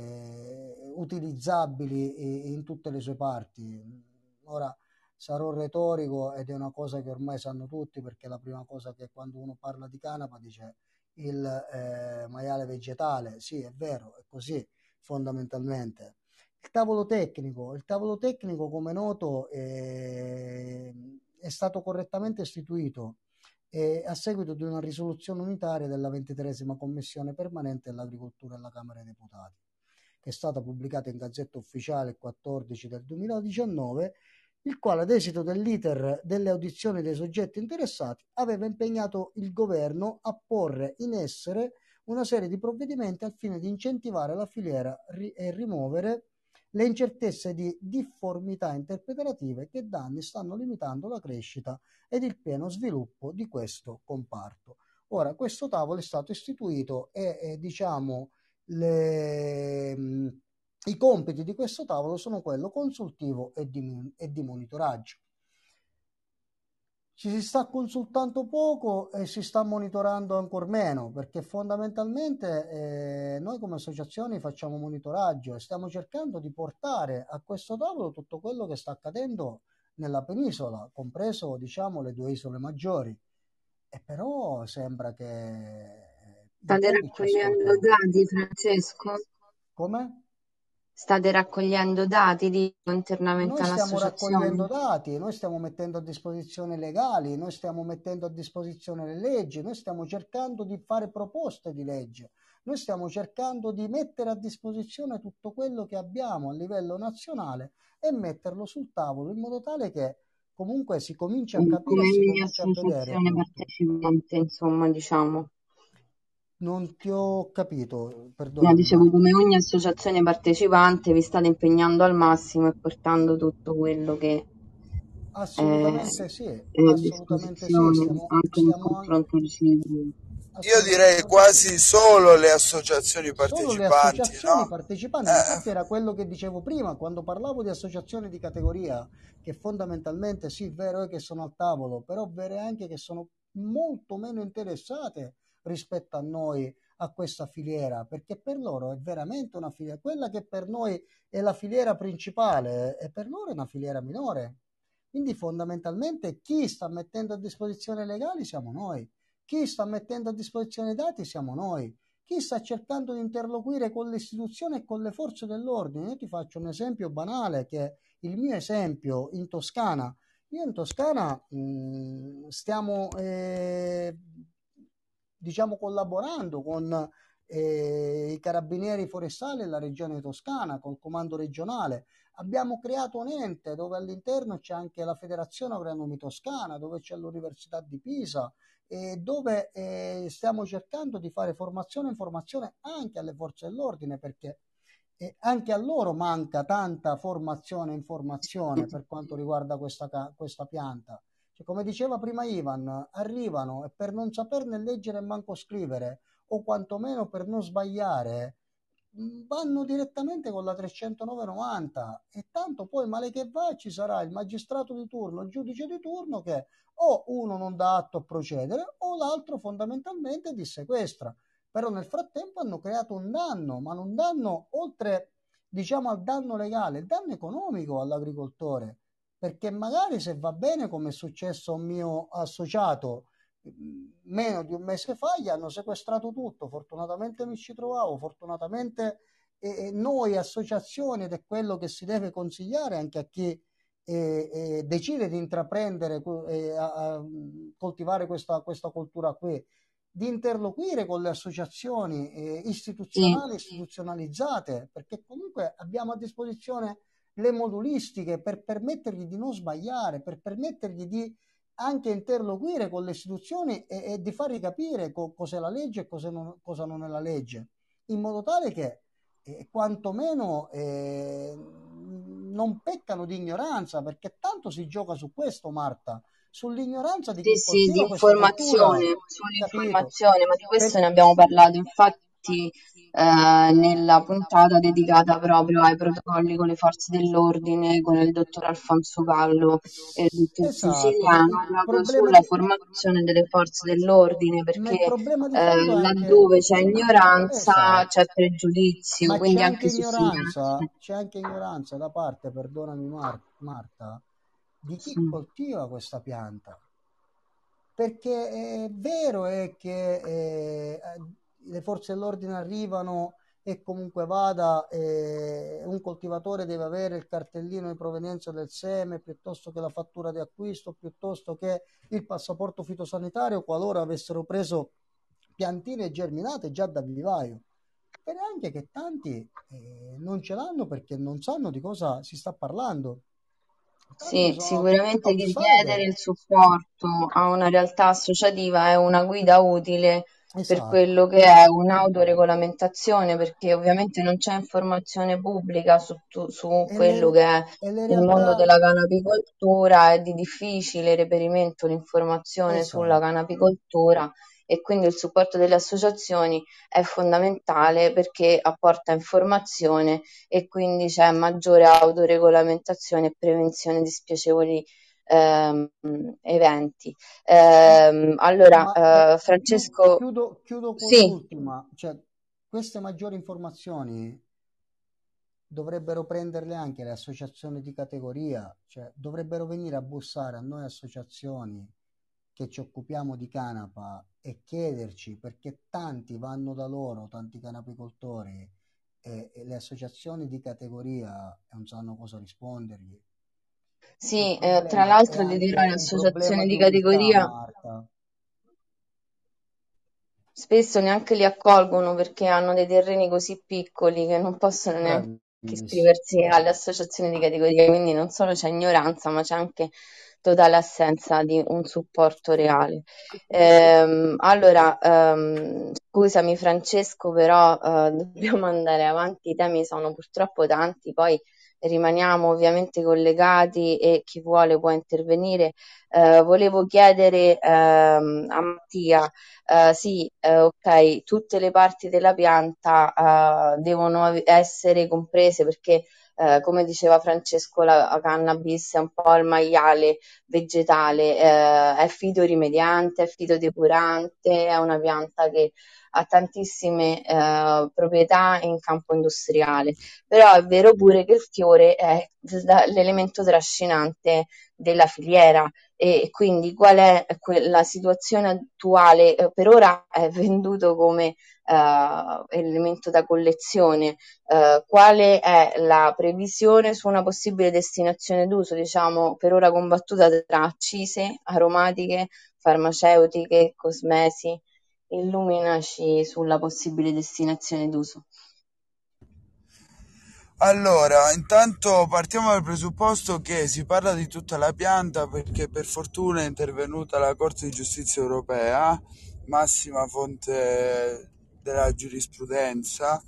Speaker 6: eh, utilizzabili eh, in tutte le sue parti. Ora sarò retorico ed è una cosa che ormai sanno tutti, perché la prima cosa che quando uno parla di canapa dice il eh, maiale vegetale. Sì, è vero, è così fondamentalmente. Il tavolo tecnico, il tavolo tecnico come noto eh, è stato correttamente istituito eh, a seguito di una risoluzione unitaria della ventitreesima Commissione permanente dell'agricoltura della Camera dei Deputati, che è stata pubblicata in Gazzetta Ufficiale quattordici del duemiladiciannove, il quale ad esito dell'iter delle audizioni dei soggetti interessati aveva impegnato il governo a porre in essere una serie di provvedimenti al fine di incentivare la filiera e rimuovere le incertezze di difformità interpretative che da anni stanno limitando la crescita ed il pieno sviluppo di questo comparto. Ora, questo tavolo è stato istituito e, e diciamo le, mh, i compiti di questo tavolo sono quello consultivo e di, e di monitoraggio. Ci si sta consultando poco e si sta monitorando ancora meno, perché fondamentalmente eh, noi come associazioni facciamo monitoraggio e stiamo cercando di portare a questo tavolo tutto quello che sta accadendo nella penisola, compreso diciamo le due isole maggiori. E però sembra che
Speaker 1: State raccogliendo dati, Francesco?
Speaker 6: Come?
Speaker 1: State raccogliendo dati di internamente
Speaker 6: Noi stiamo
Speaker 1: all'associazione?
Speaker 6: raccogliendo dati, noi stiamo mettendo a disposizione legali, noi stiamo mettendo a disposizione le leggi, noi stiamo cercando di fare proposte di legge, noi stiamo cercando di mettere a disposizione tutto quello che abbiamo a livello nazionale e metterlo sul tavolo in modo tale che comunque si cominci a capire
Speaker 1: Come
Speaker 6: e si
Speaker 1: ogni
Speaker 6: comincia a vedere
Speaker 1: associazione
Speaker 6: tutto.
Speaker 1: partecipante, insomma, diciamo.
Speaker 6: Non ti ho capito,
Speaker 1: No,
Speaker 6: perdonami.
Speaker 1: dicevo, come ogni associazione partecipante vi state impegnando al massimo e portando tutto quello che
Speaker 6: Assolutamente
Speaker 1: è,
Speaker 6: sì,
Speaker 1: è a
Speaker 6: assolutamente sì,
Speaker 1: disposizione,
Speaker 6: stiamo,
Speaker 1: anche nel
Speaker 6: stiamo
Speaker 1: confronto reciproco.
Speaker 2: Io direi quasi solo le associazioni
Speaker 6: Solo le
Speaker 2: partecipanti,
Speaker 6: associazioni
Speaker 2: no?
Speaker 6: partecipanti, infatti
Speaker 2: Eh,
Speaker 6: era quello che dicevo prima quando parlavo di associazioni di categoria, che fondamentalmente sì, vero è che sono al tavolo, però vero è anche che sono molto meno interessate rispetto a noi, a questa filiera, perché per loro è veramente una filiera, quella che per noi è la filiera principale e per loro è una filiera minore. Quindi fondamentalmente chi sta mettendo a disposizione legali siamo noi, chi sta mettendo a disposizione i dati siamo noi, chi sta cercando di interloquire con le istituzioni e con le forze dell'ordine. Io ti faccio un esempio banale, che è il mio esempio in Toscana. Io in Toscana mh, stiamo eh, diciamo collaborando con eh, i carabinieri forestali della regione toscana, col comando regionale. Abbiamo creato un ente dove all'interno c'è anche la Federazione Agronomi Toscana, dove c'è l'Università di Pisa, e dove eh, stiamo cercando di fare formazione e informazione anche alle forze dell'ordine, perché eh, anche a loro manca tanta formazione e informazione per quanto riguarda questa, questa pianta. Cioè, come diceva prima Ivan, arrivano e per non saperne leggere e manco scrivere, o quantomeno per non sbagliare, vanno direttamente con la trecentonove novanta, e tanto poi male che va ci sarà il magistrato di turno, il giudice di turno, che o uno non dà atto a procedere o l'altro fondamentalmente dissequestra. Però nel frattempo hanno creato un danno, ma un danno oltre, diciamo, al danno legale, il danno economico all'agricoltore, perché magari se va bene, come è successo a un mio associato meno di un mese fa, gli hanno sequestrato tutto. Fortunatamente mi ci trovavo, fortunatamente eh, noi associazioni, ed è quello che si deve consigliare anche a chi eh, eh, decide di intraprendere eh, a, a coltivare questa, questa cultura qui, di interloquire con le associazioni eh, istituzionali,
Speaker 1: Sì.
Speaker 6: istituzionalizzate, perché comunque abbiamo a disposizione le modulistiche per permettergli di non sbagliare, per permettergli di anche interloquire con le istituzioni e, e di fargli capire co- cos'è la legge e cosa non, cosa non è la legge, in modo tale che eh, quantomeno eh, non peccano di ignoranza, perché tanto si gioca su questo, Marta, sull'ignoranza di
Speaker 1: Sì,
Speaker 6: chi
Speaker 1: sì, di
Speaker 6: coltiva questa cultura,
Speaker 1: informazione,
Speaker 6: capito?
Speaker 1: sull'informazione, ma di questo
Speaker 6: Per...
Speaker 1: ne abbiamo parlato infatti eh, nella puntata dedicata proprio ai protocolli con le forze dell'ordine, con il dottor Alfonso Gallo e il dottor
Speaker 6: Esatto, che il
Speaker 1: Siciliano, proprio
Speaker 6: problema
Speaker 1: sulla
Speaker 6: di...
Speaker 1: formazione delle forze dell'ordine,
Speaker 6: Ma il
Speaker 1: perché
Speaker 6: problema di fondo
Speaker 1: eh,
Speaker 6: è anche...
Speaker 1: laddove c'è ignoranza
Speaker 6: Esatto.
Speaker 1: c'è pregiudizio,
Speaker 6: Ma c'è
Speaker 1: quindi
Speaker 6: anche
Speaker 1: anche su
Speaker 6: ignoranza,
Speaker 1: segnalazioni.
Speaker 6: c'è anche ignoranza da parte, perdonami Mar- Marta, di chi
Speaker 1: Sì.
Speaker 6: coltiva questa pianta. Perché è vero è che eh, le forze dell'ordine arrivano e comunque vada, eh, un coltivatore deve avere il cartellino di provenienza del seme, piuttosto che la fattura di acquisto, piuttosto che il passaporto fitosanitario, qualora avessero preso piantine germinate già da vivaio. Ed è anche che tanti eh, non ce l'hanno perché non sanno di cosa si sta parlando. Tante
Speaker 1: Sì,
Speaker 6: sono
Speaker 1: sicuramente richiedere
Speaker 6: outsider.
Speaker 1: il supporto a una realtà associativa è una guida utile per
Speaker 6: Esatto.
Speaker 1: quello che è un'autoregolamentazione, perché ovviamente non c'è informazione pubblica su, tu- su
Speaker 6: E le,
Speaker 1: quello che è
Speaker 6: e le
Speaker 1: il mondo
Speaker 6: realtà,
Speaker 1: della canapicoltura, è di difficile reperimento l'informazione sulla
Speaker 6: esatto,
Speaker 1: canapicoltura e quindi il supporto delle associazioni è fondamentale perché apporta informazione e quindi c'è maggiore autoregolamentazione e prevenzione di spiacevoli ehm, eventi. Ehm, allora,
Speaker 6: ma eh,
Speaker 1: eh,
Speaker 6: chiu-
Speaker 1: Francesco,
Speaker 6: chiudo, chiudo con
Speaker 1: sì,
Speaker 6: l'ultima, cioè queste maggiori informazioni dovrebbero prenderle anche le associazioni di categoria, cioè dovrebbero venire a bussare a noi associazioni che ci occupiamo di canapa e chiederci, perché tanti vanno da loro, tanti canapicoltori, e, e le associazioni di categoria non sanno cosa rispondergli. Il
Speaker 1: sì, eh, tra
Speaker 6: problema è
Speaker 1: l'altro ti dirò, le
Speaker 6: anche un problema
Speaker 1: associazioni
Speaker 6: di
Speaker 1: di
Speaker 6: umiltà,
Speaker 1: categoria
Speaker 6: Marta.
Speaker 1: spesso neanche li accolgono perché hanno dei terreni così piccoli che non possono neanche
Speaker 6: Bravissimo.
Speaker 1: iscriversi alle associazioni di categoria, quindi non solo c'è ignoranza, ma c'è anche totale assenza di un supporto reale. Ehm, allora, ehm, scusami Francesco, però eh, dobbiamo andare avanti, i temi sono purtroppo tanti, poi rimaniamo ovviamente collegati e chi vuole può intervenire. Eh, volevo chiedere ehm, a Mattia, eh, sì, eh, ok, tutte le parti della pianta eh, devono ave- essere comprese perché Eh, come diceva Francesco, la, la cannabis è un po' il maiale vegetale, eh, è fitorimediante, è fitodepurante, è una pianta che ha tantissime eh, proprietà in campo industriale, però è vero pure che il fiore è l- l'elemento trascinante della filiera e quindi qual è que- la situazione attuale? Eh, per ora è venduto come eh, elemento da collezione. Eh, quale è la previsione su una possibile destinazione d'uso? Diciamo per ora combattuta tra accise, aromatiche, farmaceutiche, cosmesi. Illuminaci sulla possibile destinazione d'uso.
Speaker 2: Allora, intanto partiamo dal presupposto che si parla di tutta la pianta perché per fortuna è intervenuta la Corte di Giustizia europea, massima fonte della giurisprudenza,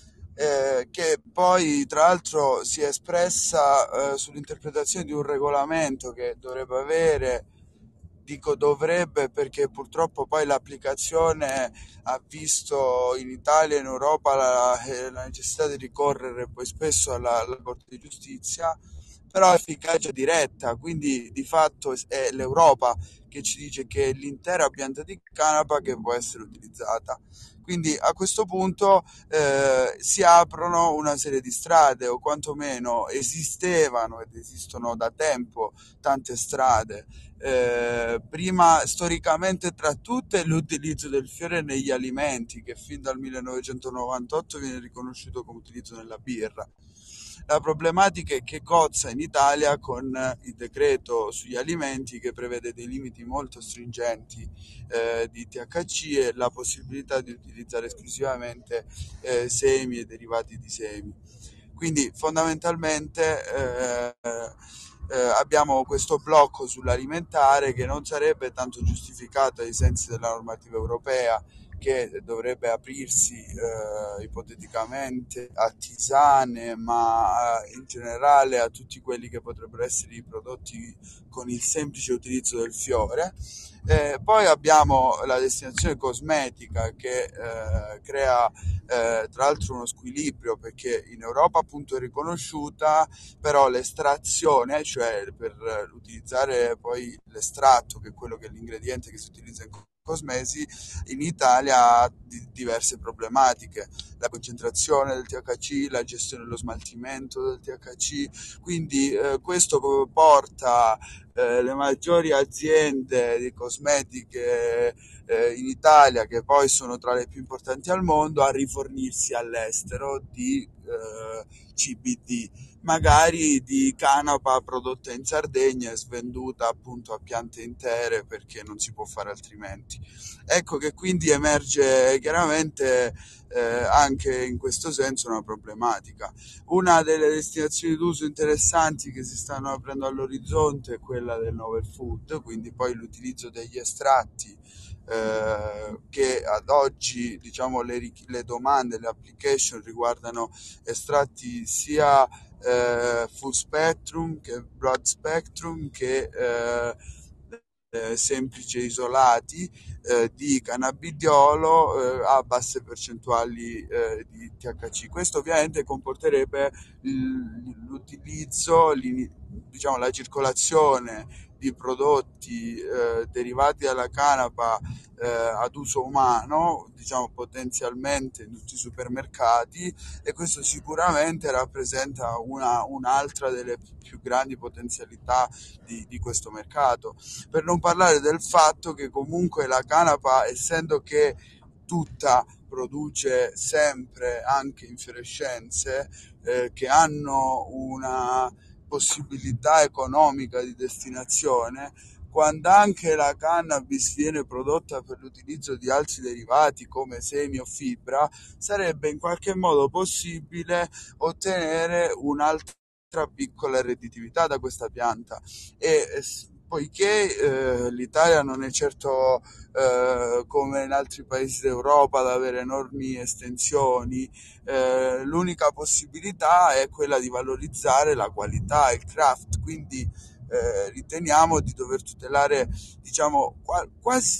Speaker 2: eh, che poi tra l'altro si è espressa eh, sull'interpretazione di un regolamento che dovrebbe avere, dico dovrebbe perché purtroppo poi l'applicazione ha visto in Italia e in Europa la, eh, la necessità di ricorrere poi spesso alla, alla Corte di Giustizia, però è efficacia diretta, quindi di fatto è l'Europa che ci dice che è l'intera pianta di canapa che può essere utilizzata. Quindi a questo punto eh, si aprono una serie di strade, o quantomeno esistevano ed esistono da tempo tante strade. Eh, prima storicamente tra tutte l'utilizzo del fiore negli alimenti, che fin dal millenovecentonovantotto viene riconosciuto come utilizzo nella birra. La problematica è che cozza in Italia con il decreto sugli alimenti che prevede dei limiti molto stringenti eh, di T H C e la possibilità di utilizzare esclusivamente eh, semi e derivati di semi. Quindi fondamentalmente eh, eh, abbiamo questo blocco sull'alimentare che non sarebbe tanto giustificato ai sensi della normativa europea, che dovrebbe aprirsi eh, ipoteticamente a tisane, ma eh, in generale a tutti quelli che potrebbero essere i prodotti con il semplice utilizzo del fiore. Eh, poi abbiamo la destinazione cosmetica che eh, crea eh, tra l'altro uno squilibrio perché in Europa appunto è riconosciuta, però l'estrazione, cioè per utilizzare poi l'estratto, che è quello che è l'ingrediente che si utilizza in cosmesi, in Italia ha di- diverse problematiche, la concentrazione del T H C, la gestione dello smaltimento del T H C, quindi eh, questo porta eh, le maggiori aziende di cosmetiche eh, in Italia, che poi sono tra le più importanti al mondo, a rifornirsi all'estero di eh, C B D, magari di canapa prodotta in Sardegna e svenduta appunto a piante intere perché non si può fare altrimenti. Ecco che quindi emerge chiaramente eh, anche in questo senso una problematica. Una delle destinazioni d'uso interessanti che si stanno aprendo all'orizzonte è quella del novel food, quindi poi l'utilizzo degli estratti eh, che ad oggi diciamo le, le domande, le application riguardano estratti sia eh, full spectrum che broad spectrum che eh, eh, semplici isolati eh, di cannabidiolo eh, a basse percentuali eh, di T H C. Questo ovviamente comporterebbe l'utilizzo, diciamo la circolazione di prodotti eh, derivati dalla canapa eh, ad uso umano, diciamo potenzialmente in tutti i supermercati, e questo sicuramente rappresenta una, un'altra delle più grandi potenzialità di, di questo mercato. Per non parlare del fatto che comunque la canapa, essendo che tutta produce sempre anche infiorescenze eh, che hanno una possibilità economica di destinazione, quando anche la cannabis viene prodotta per l'utilizzo di altri derivati come semi o fibra, sarebbe in qualche modo possibile ottenere un'altra piccola redditività da questa pianta. E poiché eh, l'Italia non è certo eh, come in altri paesi d'Europa ad avere enormi estensioni, eh, l'unica possibilità è quella di valorizzare la qualità, il craft, quindi eh, riteniamo di dover tutelare, diciamo, qua- quasi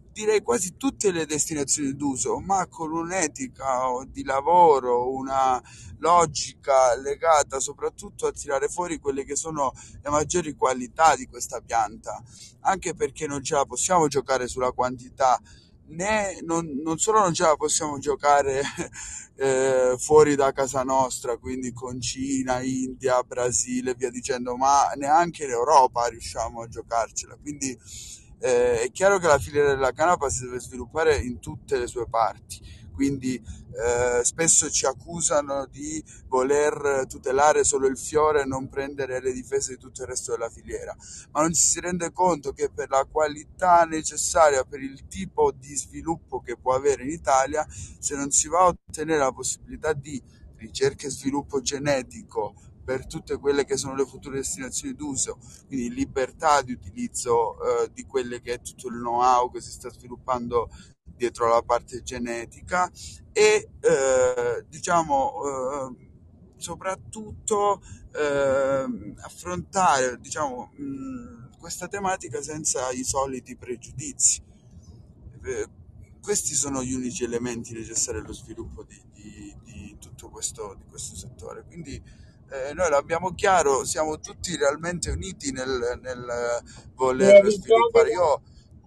Speaker 2: direi quasi tutte le destinazioni d'uso, ma con un'etica di lavoro, una logica legata soprattutto a tirare fuori quelle che sono le maggiori qualità di questa pianta, anche perché non ce la possiamo giocare sulla quantità, né non, non solo non ce la possiamo giocare eh, fuori da casa nostra, quindi con Cina, India, Brasile e via dicendo, ma neanche in Europa riusciamo a giocarcela. Quindi eh, è chiaro che la filiera della canapa si deve sviluppare in tutte le sue parti. Quindi eh, spesso ci accusano di voler tutelare solo il fiore e non prendere le difese di tutto il resto della filiera, ma non ci si rende conto che per la qualità necessaria, per il tipo di sviluppo che può avere in Italia, se non si va a ottenere la possibilità di ricerca e sviluppo genetico per tutte quelle che sono le future destinazioni d'uso, quindi libertà di utilizzo eh, di quelle che è tutto il know-how che si sta sviluppando dietro la parte genetica e eh, diciamo eh, soprattutto eh, affrontare diciamo mh, questa tematica senza i soliti pregiudizi. Eh, questi sono gli unici elementi necessari allo sviluppo di, di, di tutto questo, di questo settore. Quindi eh, noi l'abbiamo chiaro, siamo tutti realmente uniti nel, nel voler sviluppare. Io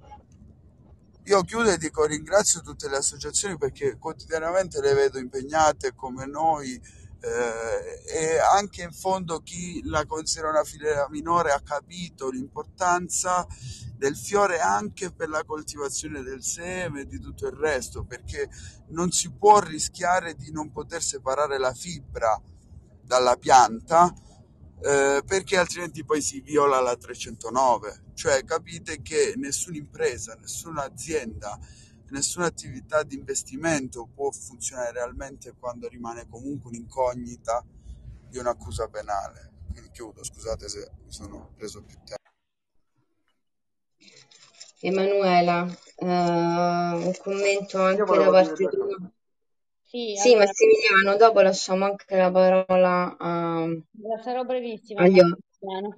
Speaker 2: io chiudo e dico ringrazio tutte le associazioni perché quotidianamente le vedo impegnate come noi eh, e anche in fondo chi la considera una filiera minore ha capito l'importanza del fiore anche per la coltivazione del seme e di tutto il resto, perché non si può rischiare di non poter separare la fibra dalla pianta eh, perché altrimenti poi si viola la trecentonove, cioè capite che nessuna impresa, nessuna azienda, nessuna attività di investimento può funzionare realmente quando rimane comunque un'incognita di un'accusa penale. Quindi chiudo, scusate se mi sono preso più tempo.
Speaker 1: Emanuela, eh, un commento
Speaker 7: Io
Speaker 1: anche da
Speaker 7: volevo
Speaker 1: parte
Speaker 7: dire due cose.
Speaker 1: tua.
Speaker 5: Sì,
Speaker 1: Sì,
Speaker 5: allora,
Speaker 1: Massimiliano, dopo lasciamo anche la parola a-
Speaker 5: sarò brevissima,
Speaker 1: agli altri.
Speaker 5: Massimiliano.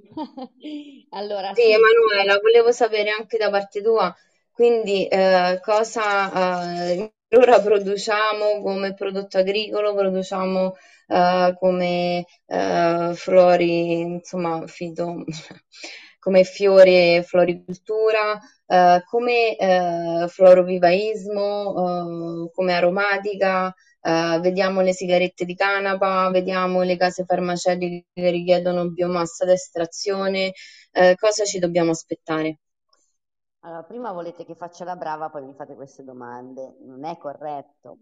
Speaker 5: Allora,
Speaker 1: Sì,
Speaker 5: sì,
Speaker 1: Emanuela, volevo sapere anche da parte tua, quindi eh, cosa eh, ora produciamo come prodotto agricolo, produciamo eh, come eh, flori, insomma, fito, come fiori e floricoltura, eh, come eh, florovivaismo, eh, come aromatica. Eh, vediamo le sigarette di canapa, vediamo le case farmaceutiche che richiedono biomassa d'estrazione. Eh, cosa ci dobbiamo aspettare?
Speaker 5: allora, prima volete che faccia la brava, poi mi fate queste domande. Non è corretto.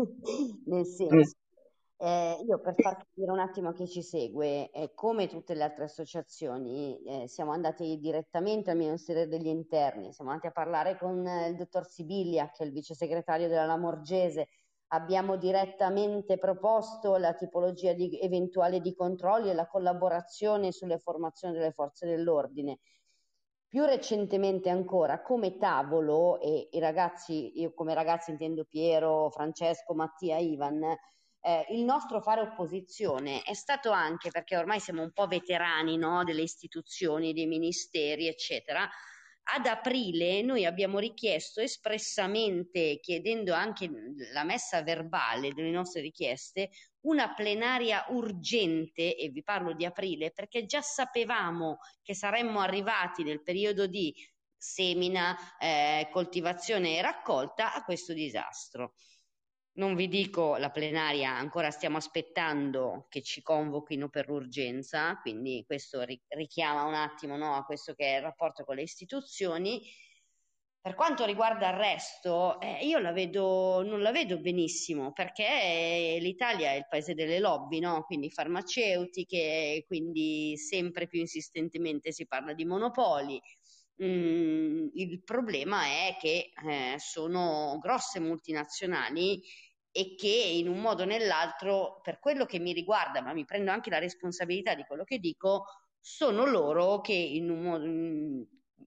Speaker 5: Nel
Speaker 1: Mm.
Speaker 5: senso, eh, io per far capire un attimo a chi ci segue, eh, come tutte le altre associazioni, eh, siamo andati direttamente al Ministero degli Interni, siamo andati a parlare con eh, il dottor Sibilia, che è il vice segretario della Lamorgese, abbiamo direttamente proposto la tipologia di, eventuale di controlli e la collaborazione sulle formazioni delle forze dell'ordine. Più recentemente ancora, come tavolo, e i ragazzi, io come ragazzi intendo Piero, Francesco, Mattia, Ivan, eh, il nostro fare opposizione è stato anche perché ormai siamo un po' veterani, no, delle istituzioni, dei ministeri, eccetera. Ad aprile noi abbiamo richiesto espressamente, chiedendo anche la messa verbale delle nostre richieste, una plenaria urgente, e vi parlo di aprile, perché già sapevamo che saremmo arrivati nel periodo di semina, eh, coltivazione e raccolta a questo disastro. Non vi dico la plenaria, ancora stiamo aspettando che ci convochino per l'urgenza, quindi questo ri- richiama un attimo, no, a questo che è il rapporto con le istituzioni. Per quanto riguarda il resto, eh, io la vedo, non la vedo benissimo perché l'Italia è il paese delle lobby, no? Quindi farmaceutiche, quindi sempre più insistentemente si parla di monopoli. Mm, il problema è che eh, sono grosse multinazionali e che in un modo o nell'altro, per quello che mi riguarda, ma mi prendo anche la responsabilità di quello che dico, sono loro che in un modo, mm,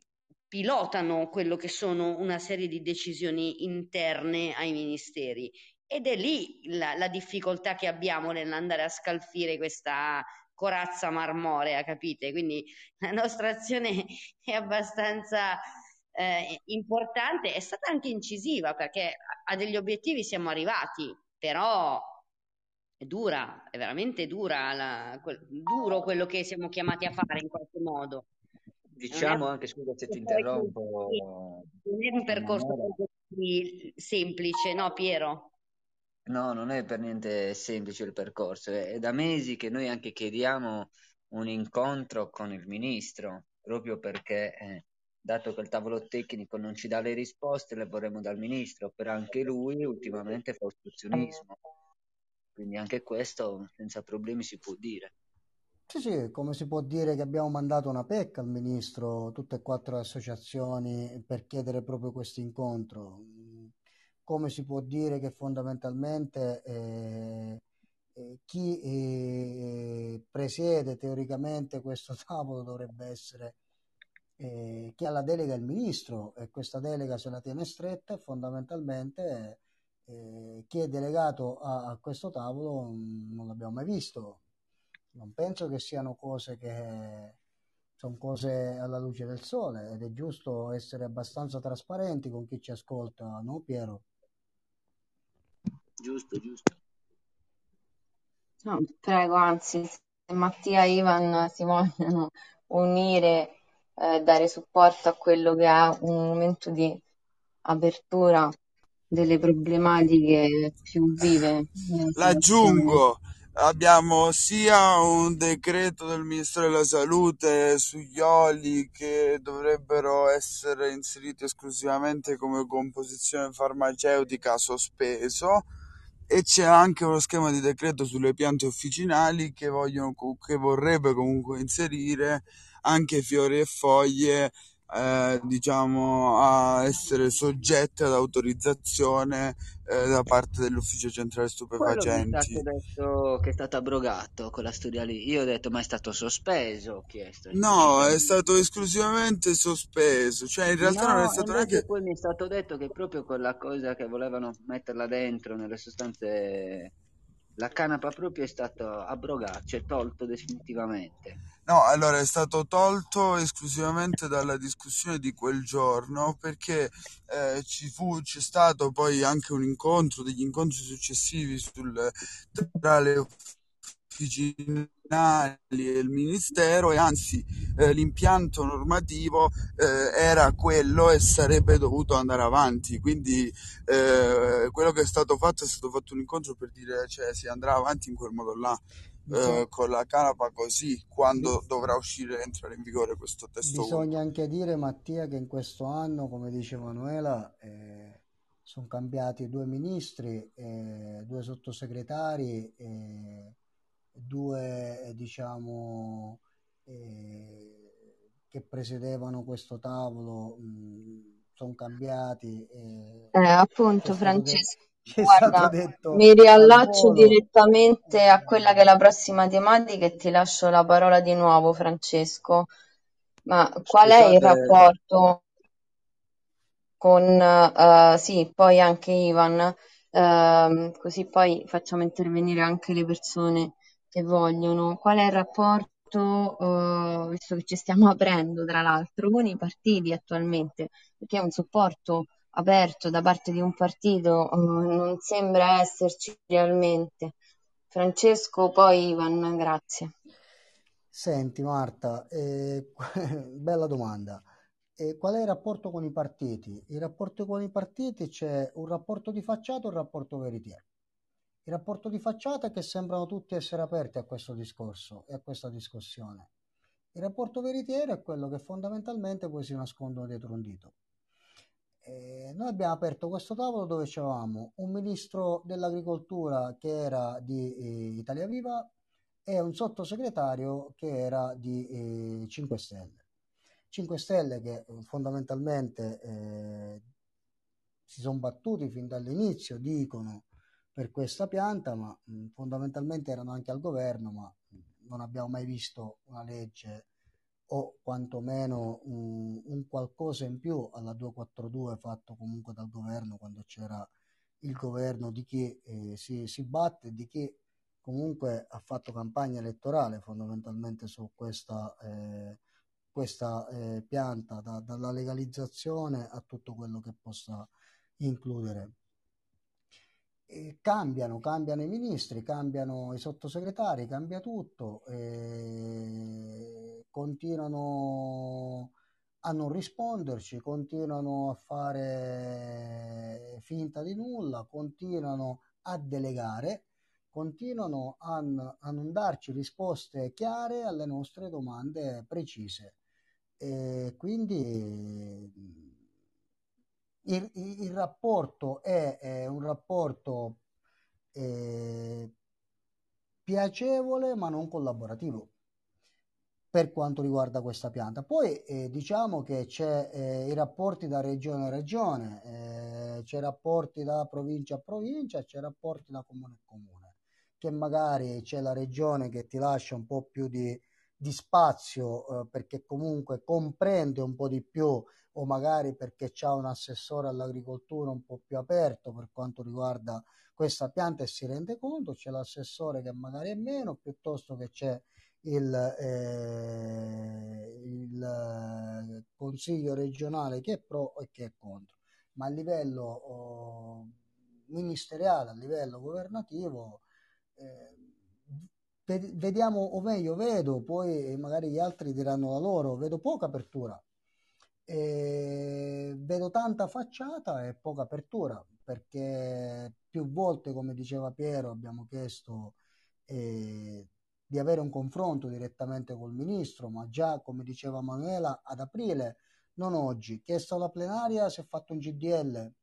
Speaker 5: pilotano quello che sono una serie di decisioni interne ai ministeri. Ed è lì la, la difficoltà che abbiamo nell'andare a scalfire questa corazza marmorea, capite? Quindi la nostra azione è abbastanza eh, importante, è stata anche incisiva perché a degli obiettivi siamo arrivati, però è dura, è veramente dura, la- quel- duro quello che siamo chiamati a fare in qualche modo. Non è
Speaker 3: Diciamo anche, scusa se ti
Speaker 5: un percorso così-
Speaker 3: interrompo,
Speaker 5: non è un percorso
Speaker 3: Emanuela.
Speaker 5: così semplice, no, Piero?
Speaker 3: No, non è per niente semplice il percorso. È, è da mesi che noi anche chiediamo un incontro con il ministro, proprio perché, eh, dato che il tavolo tecnico non ci dà le risposte, le vorremmo dal ministro, però anche lui ultimamente fa ostruzionismo. Quindi anche questo senza problemi si può dire.
Speaker 6: Sì, sì, come si può dire che abbiamo mandato una P E C al ministro, tutte e quattro le associazioni, per chiedere proprio questo incontro. Mm, Come si può dire che fondamentalmente eh, eh, chi eh, presiede teoricamente questo tavolo dovrebbe essere eh, chi ha la delega è il ministro e questa delega se la tiene stretta e fondamentalmente eh, chi è delegato a, a questo tavolo mm, non l'abbiamo mai visto. Non penso che siano cose che sono cose alla luce del sole ed è giusto essere abbastanza trasparenti con chi ci ascolta, no Piero?
Speaker 3: Giusto, giusto.
Speaker 1: No, prego, anzi, se Mattia e Ivan si vogliono unire, eh, dare supporto a quello che è un momento di apertura delle problematiche più vive nella situazione.
Speaker 2: L'aggiungo, abbiamo sia un decreto del Ministero della Salute sugli oli che dovrebbero essere inseriti esclusivamente come composizione farmaceutica sospeso, e c'è anche uno schema di decreto sulle piante officinali che, vogliono, che vorrebbe comunque inserire anche fiori e foglie, eh, diciamo, a essere soggette ad autorizzazione eh, da parte dell'Ufficio Centrale
Speaker 3: Quello mi è stato
Speaker 2: Stupefacenti.
Speaker 3: detto che è stato abrogato con la storia lì. Io ho detto, ma è stato sospeso? Ho chiesto
Speaker 2: No, è stato
Speaker 3: esplicitamente.
Speaker 2: esclusivamente sospeso, cioè in realtà non è
Speaker 3: No, e
Speaker 2: stato
Speaker 3: invece
Speaker 2: neanche...
Speaker 3: poi mi è stato detto che proprio quella cosa che volevano metterla dentro, nelle sostanze, la canapa proprio è stato abrogato, cioè tolto definitivamente.
Speaker 2: No, allora è stato tolto esclusivamente dalla discussione di quel giorno perché eh, ci fu, c'è stato poi anche un incontro, degli incontri successivi sul, tra le officinali e il ministero, e anzi eh, l'impianto normativo eh, era quello e sarebbe dovuto andare avanti, quindi eh, quello che è stato fatto è stato fatto un incontro per dire, cioè, si andrà avanti in quel modo là.
Speaker 6: Biso-
Speaker 2: Eh, con la canapa così,
Speaker 6: bi-
Speaker 2: quando dovrà uscire e entrare in vigore questo testo
Speaker 6: Bisogna
Speaker 2: unico.
Speaker 6: anche dire, Mattia, che in questo anno, come dice Manuela, eh, sono cambiati due ministri, eh, due sottosegretari, eh, due, eh, diciamo, eh, che presiedevano questo tavolo, sono cambiati. Eh,
Speaker 1: Eh,
Speaker 6: ci è
Speaker 1: appunto,
Speaker 6: stato, de-
Speaker 1: Francesco,
Speaker 6: ci è stato
Speaker 1: guarda,
Speaker 6: detto
Speaker 1: mi
Speaker 6: al
Speaker 1: riallaccio
Speaker 6: volo.
Speaker 1: direttamente a quella che è la prossima tematica e ti lascio la parola di nuovo, Francesco. Ma qual è il
Speaker 3: Scusate,
Speaker 1: rapporto con, eh, sì, poi anche Ivan, ehm, così poi facciamo intervenire anche le persone che vogliono. Qual è il rapporto, eh, visto che ci stiamo aprendo, tra l'altro, con i partiti attualmente? Perché un supporto aperto da parte di un partito, eh, non sembra esserci realmente. Francesco, poi Ivan, grazie.
Speaker 6: Senti Marta, eh, bella domanda. E qual è il rapporto con i partiti? Il rapporto con i partiti c'è un rapporto di facciata e un rapporto veritiero. Il rapporto di facciata è che sembrano tutti essere aperti a questo discorso e a questa discussione. Il rapporto veritiero è quello che fondamentalmente poi si nascondono dietro un dito. E noi abbiamo aperto questo tavolo dove c'avevamo un ministro dell'agricoltura che era di eh, Italia Viva e un sottosegretario che era di eh, cinque Stelle. cinque Stelle che eh, fondamentalmente eh, si sono battuti fin dall'inizio, dicono, per questa pianta, ma mh, fondamentalmente erano anche al governo, ma mh, non abbiamo mai visto una legge o quantomeno un, un qualcosa in più alla duecentoquarantadue fatto comunque dal governo quando c'era il governo di chi eh, si, si batte, di chi comunque ha fatto campagna elettorale fondamentalmente su questa, eh, questa eh, pianta, da- dalla legalizzazione a tutto quello che possa includere. E cambiano, cambiano i ministri, cambiano i sottosegretari, cambia tutto, e continuano a non risponderci, continuano a fare finta di nulla, continuano a delegare, continuano a, a non darci risposte chiare alle nostre domande precise. E quindi il, il, il rapporto è, è un rapporto eh, piacevole ma non collaborativo per quanto riguarda questa pianta. Poi eh, diciamo che c'è eh, i rapporti da regione a regione, eh, c'è rapporti da provincia a provincia, c'è rapporti da comune a comune, che magari c'è la regione che ti lascia un po' più di, di spazio eh, perché comunque comprende un po' di più, o magari perché c'ha un assessore all'agricoltura un po' più aperto per quanto riguarda questa pianta e si rende conto, c'è l'assessore che magari è meno, piuttosto che c'è il, eh, il consiglio regionale che è pro e che è contro, ma a livello oh, ministeriale, a livello governativo, eh, vediamo, o meglio vedo, poi magari gli altri diranno la loro, vedo poca apertura. E vedo tanta facciata e poca apertura, perché più volte, come diceva Piero, abbiamo chiesto eh, di avere un confronto direttamente col ministro, ma già, come diceva Manuela, ad aprile, non oggi, chiesto alla plenaria, si è fatto un G D L,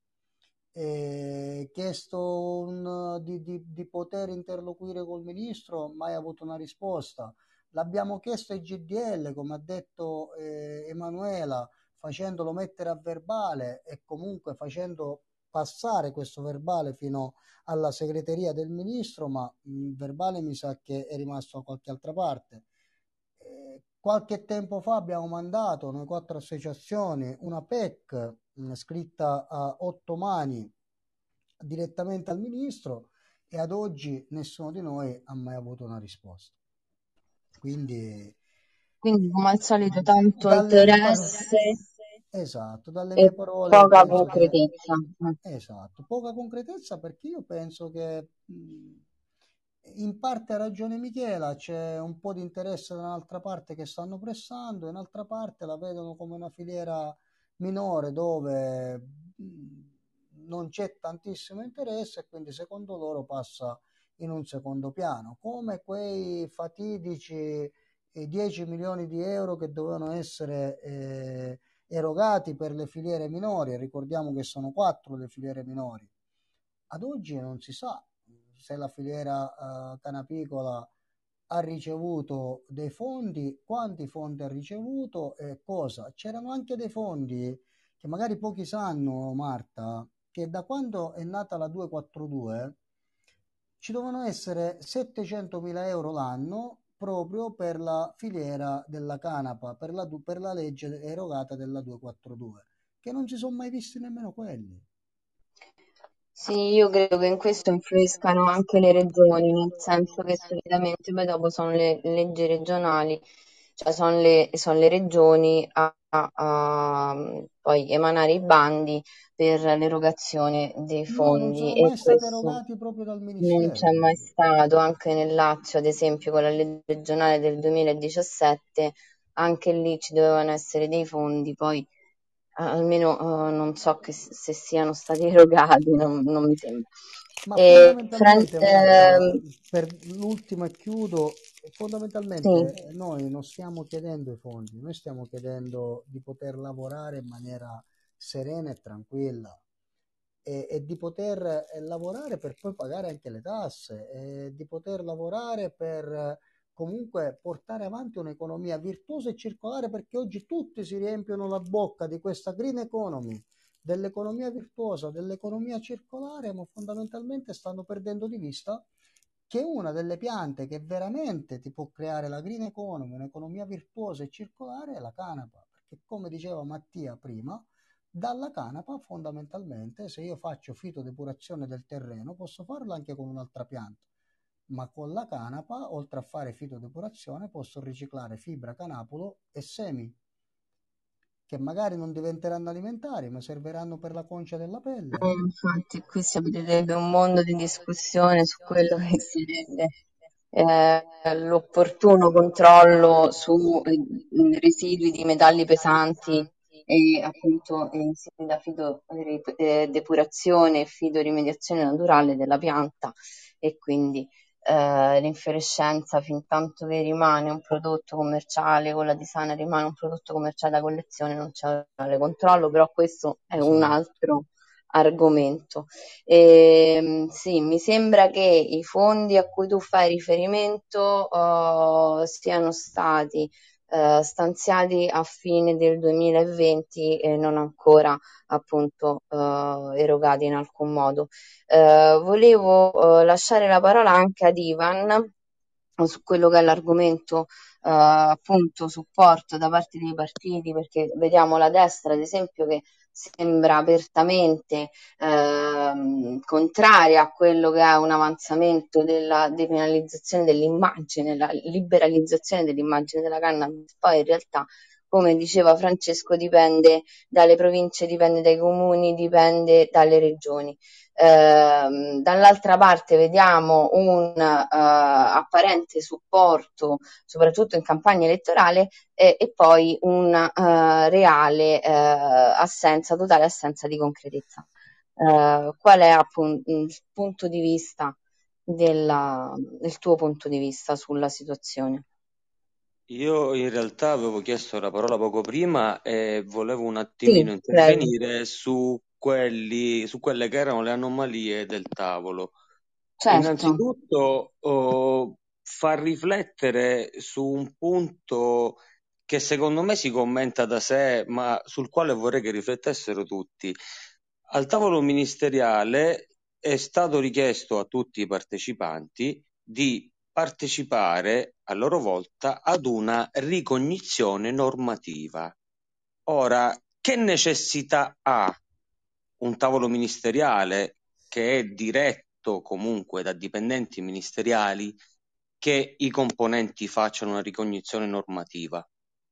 Speaker 6: eh, chiesto un, di, di, di poter interloquire col ministro, mai avuto una risposta. L'abbiamo chiesto ai G D L, come ha detto eh, Emanuela, facendolo mettere a verbale e comunque facendo passare questo verbale fino alla segreteria del ministro, ma il verbale mi sa che è rimasto da qualche altra parte. Eh, qualche tempo fa abbiamo mandato, noi quattro associazioni, una P E C mh, scritta a otto mani direttamente al ministro, e ad oggi nessuno di noi ha mai avuto una risposta. Quindi,
Speaker 1: Quindi, come al solito, tanto
Speaker 6: dalle mie parole,
Speaker 1: interesse
Speaker 6: esatto, dalle
Speaker 1: e
Speaker 6: mie parole
Speaker 1: poca
Speaker 6: penso che
Speaker 1: concretezza.
Speaker 6: esatto, poca concretezza, perché io penso che mh, in parte ha ragione Michela, c'è un po' di interesse da un'altra parte che stanno pressando, in un'altra parte la vedono come una filiera minore dove mh, non c'è tantissimo interesse e quindi secondo loro passa in un secondo piano, come quei fatidici eh, dieci milioni di euro che dovevano essere eh, erogati per le filiere minori, e ricordiamo che sono quattro le filiere minori. Ad oggi non si sa se la filiera eh, canapicola ha ricevuto dei fondi, quanti fondi ha ricevuto e cosa. C'erano anche dei fondi che magari pochi sanno, Marta, che da quando è nata la duecentoquarantadue ci dovevano essere settecentomila euro l'anno proprio per la filiera della canapa, per la, per la legge erogata della duecentoquarantadue, che non ci sono mai visti nemmeno quelli.
Speaker 1: Sì, io credo che in questo influiscano anche le regioni, nel senso che solitamente poi dopo sono le leggi regionali, cioè sono le, sono le regioni a, a- a, poi emanare i bandi per l'erogazione dei
Speaker 6: No, non
Speaker 1: fondi,
Speaker 6: sono
Speaker 1: e
Speaker 6: mai stati
Speaker 1: questo
Speaker 6: erogati proprio dal
Speaker 1: non c'è
Speaker 6: Ministero.
Speaker 1: mai stato. Anche nel Lazio, ad esempio, con la legge regionale del duemiladiciassette, anche lì ci dovevano essere dei fondi, poi almeno eh, non so che s- se siano stati erogati, non, non mi sembra.
Speaker 6: Ma
Speaker 1: E, Fran-
Speaker 6: fondamentalmente, Marta,
Speaker 1: ehm,
Speaker 6: per l'ultima e chiudo,
Speaker 1: sì,
Speaker 6: fondamentalmente noi non stiamo chiedendo i fondi, noi stiamo chiedendo di poter lavorare in maniera serena e tranquilla, e, e di poter eh, lavorare per poi pagare anche le tasse, e di poter lavorare per eh, comunque portare avanti un'economia virtuosa e circolare, perché oggi tutti si riempiono la bocca di questa green economy, dell'economia virtuosa, dell'economia circolare, ma fondamentalmente stanno perdendo di vista che una delle piante che veramente ti può creare la green economy, un'economia virtuosa e circolare, è la canapa, perché come diceva Mattia prima, dalla canapa fondamentalmente, se io faccio fitodepurazione del terreno, posso farlo anche con un'altra pianta, ma con la canapa, oltre a fare fitodepurazione, posso riciclare fibra, canapulo e semi, che magari non diventeranno alimentari, ma serviranno per la concia della pelle.
Speaker 1: Eh, infatti, qui si aprirebbe un mondo di discussione su quello che sarebbe eh, l'opportuno controllo su eh, residui di metalli pesanti e appunto eh, insieme da fitodepurazione e fitorimediazione naturale della pianta e quindi eh, l'infiorescenza fin tanto che rimane un prodotto commerciale con la tisana rimane un prodotto commerciale da collezione non c'è tale controllo, però questo è un
Speaker 6: Esatto.
Speaker 1: altro argomento. E, sì, mi sembra che i fondi a cui tu fai riferimento uh, siano stati uh, stanziati a fine del duemilaventi e non ancora appunto uh, erogati in alcun modo. Uh, volevo uh, lasciare la parola anche ad Ivan su quello che è l'argomento eh, appunto supporto da parte dei partiti, perché vediamo la destra ad esempio che sembra apertamente ehm, contraria a quello che è un avanzamento della depenalizzazione dell'immagine, la liberalizzazione dell'immagine della cannabis, poi in realtà come diceva Francesco dipende dalle province, dipende dai comuni, dipende dalle regioni. Eh, dall'altra parte vediamo un eh, apparente supporto, soprattutto in campagna elettorale, eh, e poi una eh, reale eh, assenza, totale assenza di concretezza. Eh, qual è appunto il punto di vista della, il tuo punto di vista sulla situazione?
Speaker 4: Io in realtà avevo chiesto la parola poco prima e volevo un
Speaker 1: Sì,
Speaker 4: attimino
Speaker 1: prego.
Speaker 4: intervenire su quelli, su quelle che erano le anomalie del tavolo.
Speaker 1: Certo.
Speaker 4: Innanzitutto, oh, far riflettere su un punto che secondo me si commenta da sé, ma sul quale vorrei che riflettessero tutti. Al tavolo ministeriale è stato richiesto a tutti i partecipanti di partecipare a loro volta ad una ricognizione normativa. Ora, che necessità ha un tavolo ministeriale che è diretto comunque da dipendenti ministeriali che i componenti facciano una ricognizione normativa?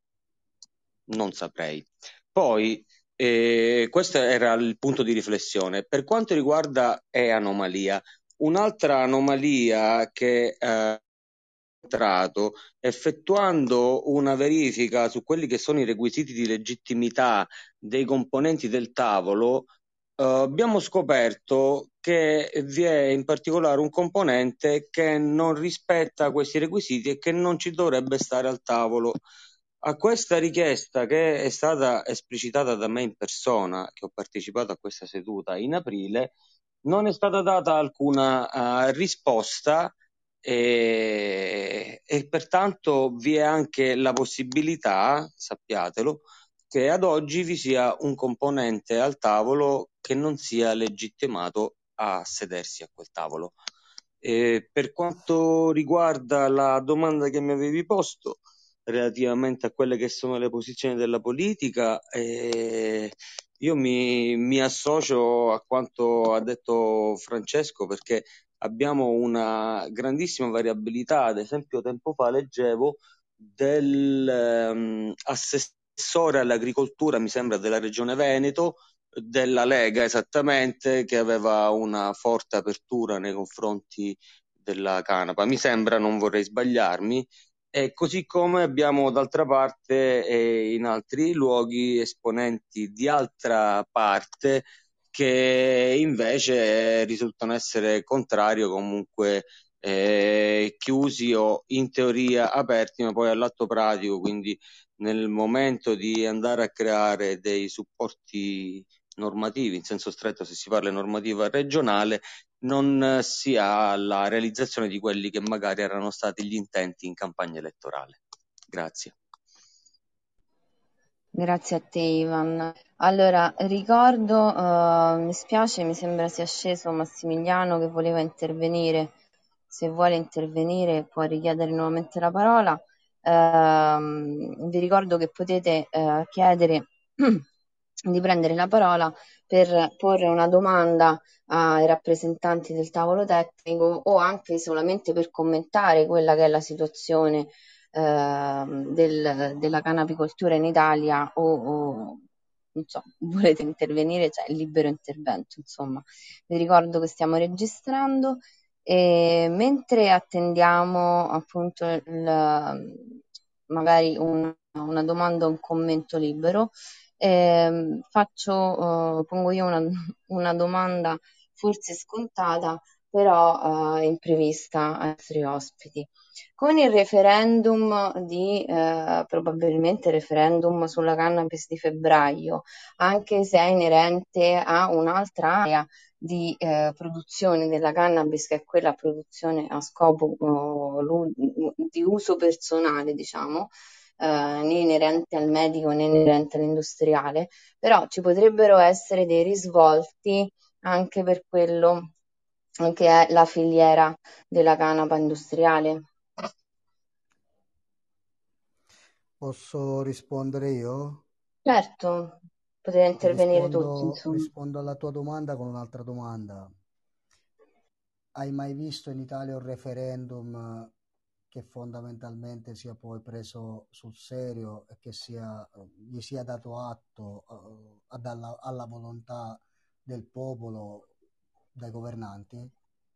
Speaker 4: Non saprei. Poi, eh, questo era il punto di riflessione. Per quanto riguarda è anomalia, un'altra anomalia che eh, entrato effettuando una verifica su quelli che sono i requisiti di legittimità dei componenti del tavolo, eh, abbiamo scoperto che vi è in particolare un componente che non rispetta questi requisiti e che non ci dovrebbe stare al tavolo. A questa richiesta, che è stata esplicitata da me in persona, che ho partecipato a questa seduta in aprile, non è stata data alcuna uh, risposta e, e pertanto vi è anche la possibilità, sappiatelo, che ad oggi vi sia un componente al tavolo che non sia legittimato a sedersi a quel tavolo. E per quanto riguarda la domanda che mi avevi posto relativamente a quelle che sono le posizioni della politica, eh, io mi, mi associo a quanto ha detto Francesco, perché abbiamo una grandissima variabilità. Ad esempio, tempo fa leggevo dell'assessore um, all'agricoltura, mi sembra della regione Veneto, della Lega esattamente, che aveva una forte apertura nei confronti della canapa. Mi sembra, non vorrei sbagliarmi, e così come abbiamo d'altra parte eh, in altri luoghi esponenti di altra parte che invece risultano essere contrari o comunque eh, chiusi o in teoria aperti, ma poi all'atto pratico, quindi nel momento di andare a creare dei supporti normativi, in senso stretto se si parla di normativa regionale, non si ha la realizzazione di quelli che magari erano stati gli intenti in campagna elettorale. Grazie.
Speaker 1: Grazie a te Ivan. Allora, ricordo, uh, mi spiace, mi sembra sia sceso Massimiliano che voleva intervenire. Se vuole intervenire può richiedere nuovamente la parola. Uh, vi ricordo che potete uh, chiedere di prendere la parola per porre una domanda ai rappresentanti del tavolo tecnico o anche solamente per commentare quella che è la situazione eh, del- della canapicoltura in Italia o, o, non so, volete intervenire, c'è il libero intervento, insomma. Vi ricordo che stiamo registrando e mentre attendiamo appunto il, magari un- una domanda o un commento libero, ehm, faccio, eh, pongo io una, una domanda forse scontata, però eh, imprevista ai nostri ospiti. Con il referendum di, eh, probabilmente referendum sulla cannabis di febbraio, anche se è inerente a un'altra area di eh, produzione della cannabis, che è quella produzione a scopo oh, lu- di uso personale, diciamo, eh, né inerente al medico né inerente all'industriale, però ci potrebbero essere dei risvolti anche per quello che è la filiera della canapa industriale.
Speaker 6: Posso rispondere io?
Speaker 1: Certo, potete
Speaker 6: E
Speaker 1: intervenire tutti,
Speaker 6: rispondo,
Speaker 1: insomma.
Speaker 6: rispondo alla tua domanda con un'altra domanda. Hai mai visto in Italia un referendum che fondamentalmente sia poi preso sul serio e che sia, gli sia dato atto eh, ad alla, alla volontà del popolo dai governanti?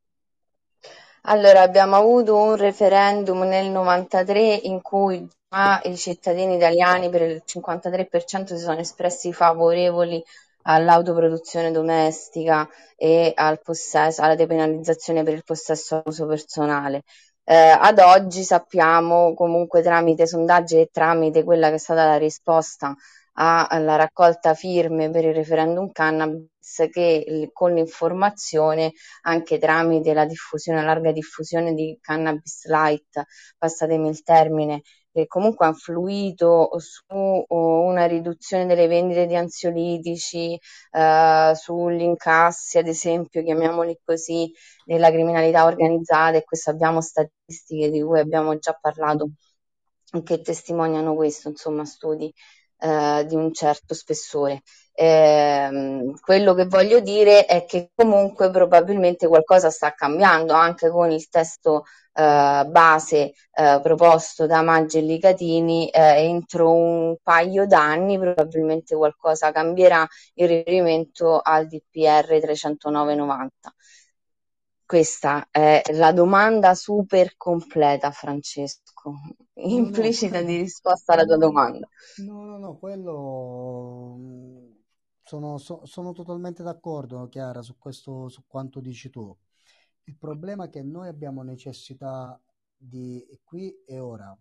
Speaker 1: Allora, abbiamo avuto un referendum nel novantatré in cui già i cittadini italiani per il cinquantatré per cento si sono espressi favorevoli all'autoproduzione domestica e al possesso, alla depenalizzazione per il possesso a uso personale. Eh, ad oggi sappiamo comunque tramite sondaggi e tramite quella che è stata la risposta alla raccolta firme per il referendum cannabis che con l'informazione anche tramite la diffusione, la larga diffusione di cannabis light, passatemi il termine, che comunque ha influito su oh, una riduzione delle vendite di ansiolitici, eh, sugli incassi, ad esempio, chiamiamoli così, della criminalità organizzata, e questo abbiamo statistiche di cui abbiamo già parlato che testimoniano questo, insomma, studi eh, di un certo spessore. Eh, quello che voglio dire è che comunque probabilmente qualcosa sta cambiando anche con il testo eh, base eh, proposto da Maggi e Licatini. Eh, entro un paio d'anni probabilmente qualcosa cambierà in riferimento al D P R trecentonove novanta. Questa è la domanda super completa, Francesco,
Speaker 6: No, no,
Speaker 1: implicita di risposta alla tua
Speaker 6: no,
Speaker 1: domanda.
Speaker 6: no, no, no, quello mm, sono, so- sono totalmente d'accordo, Chiara, su questo, su quanto dici tu. Il problema è che noi abbiamo necessità di qui e ora,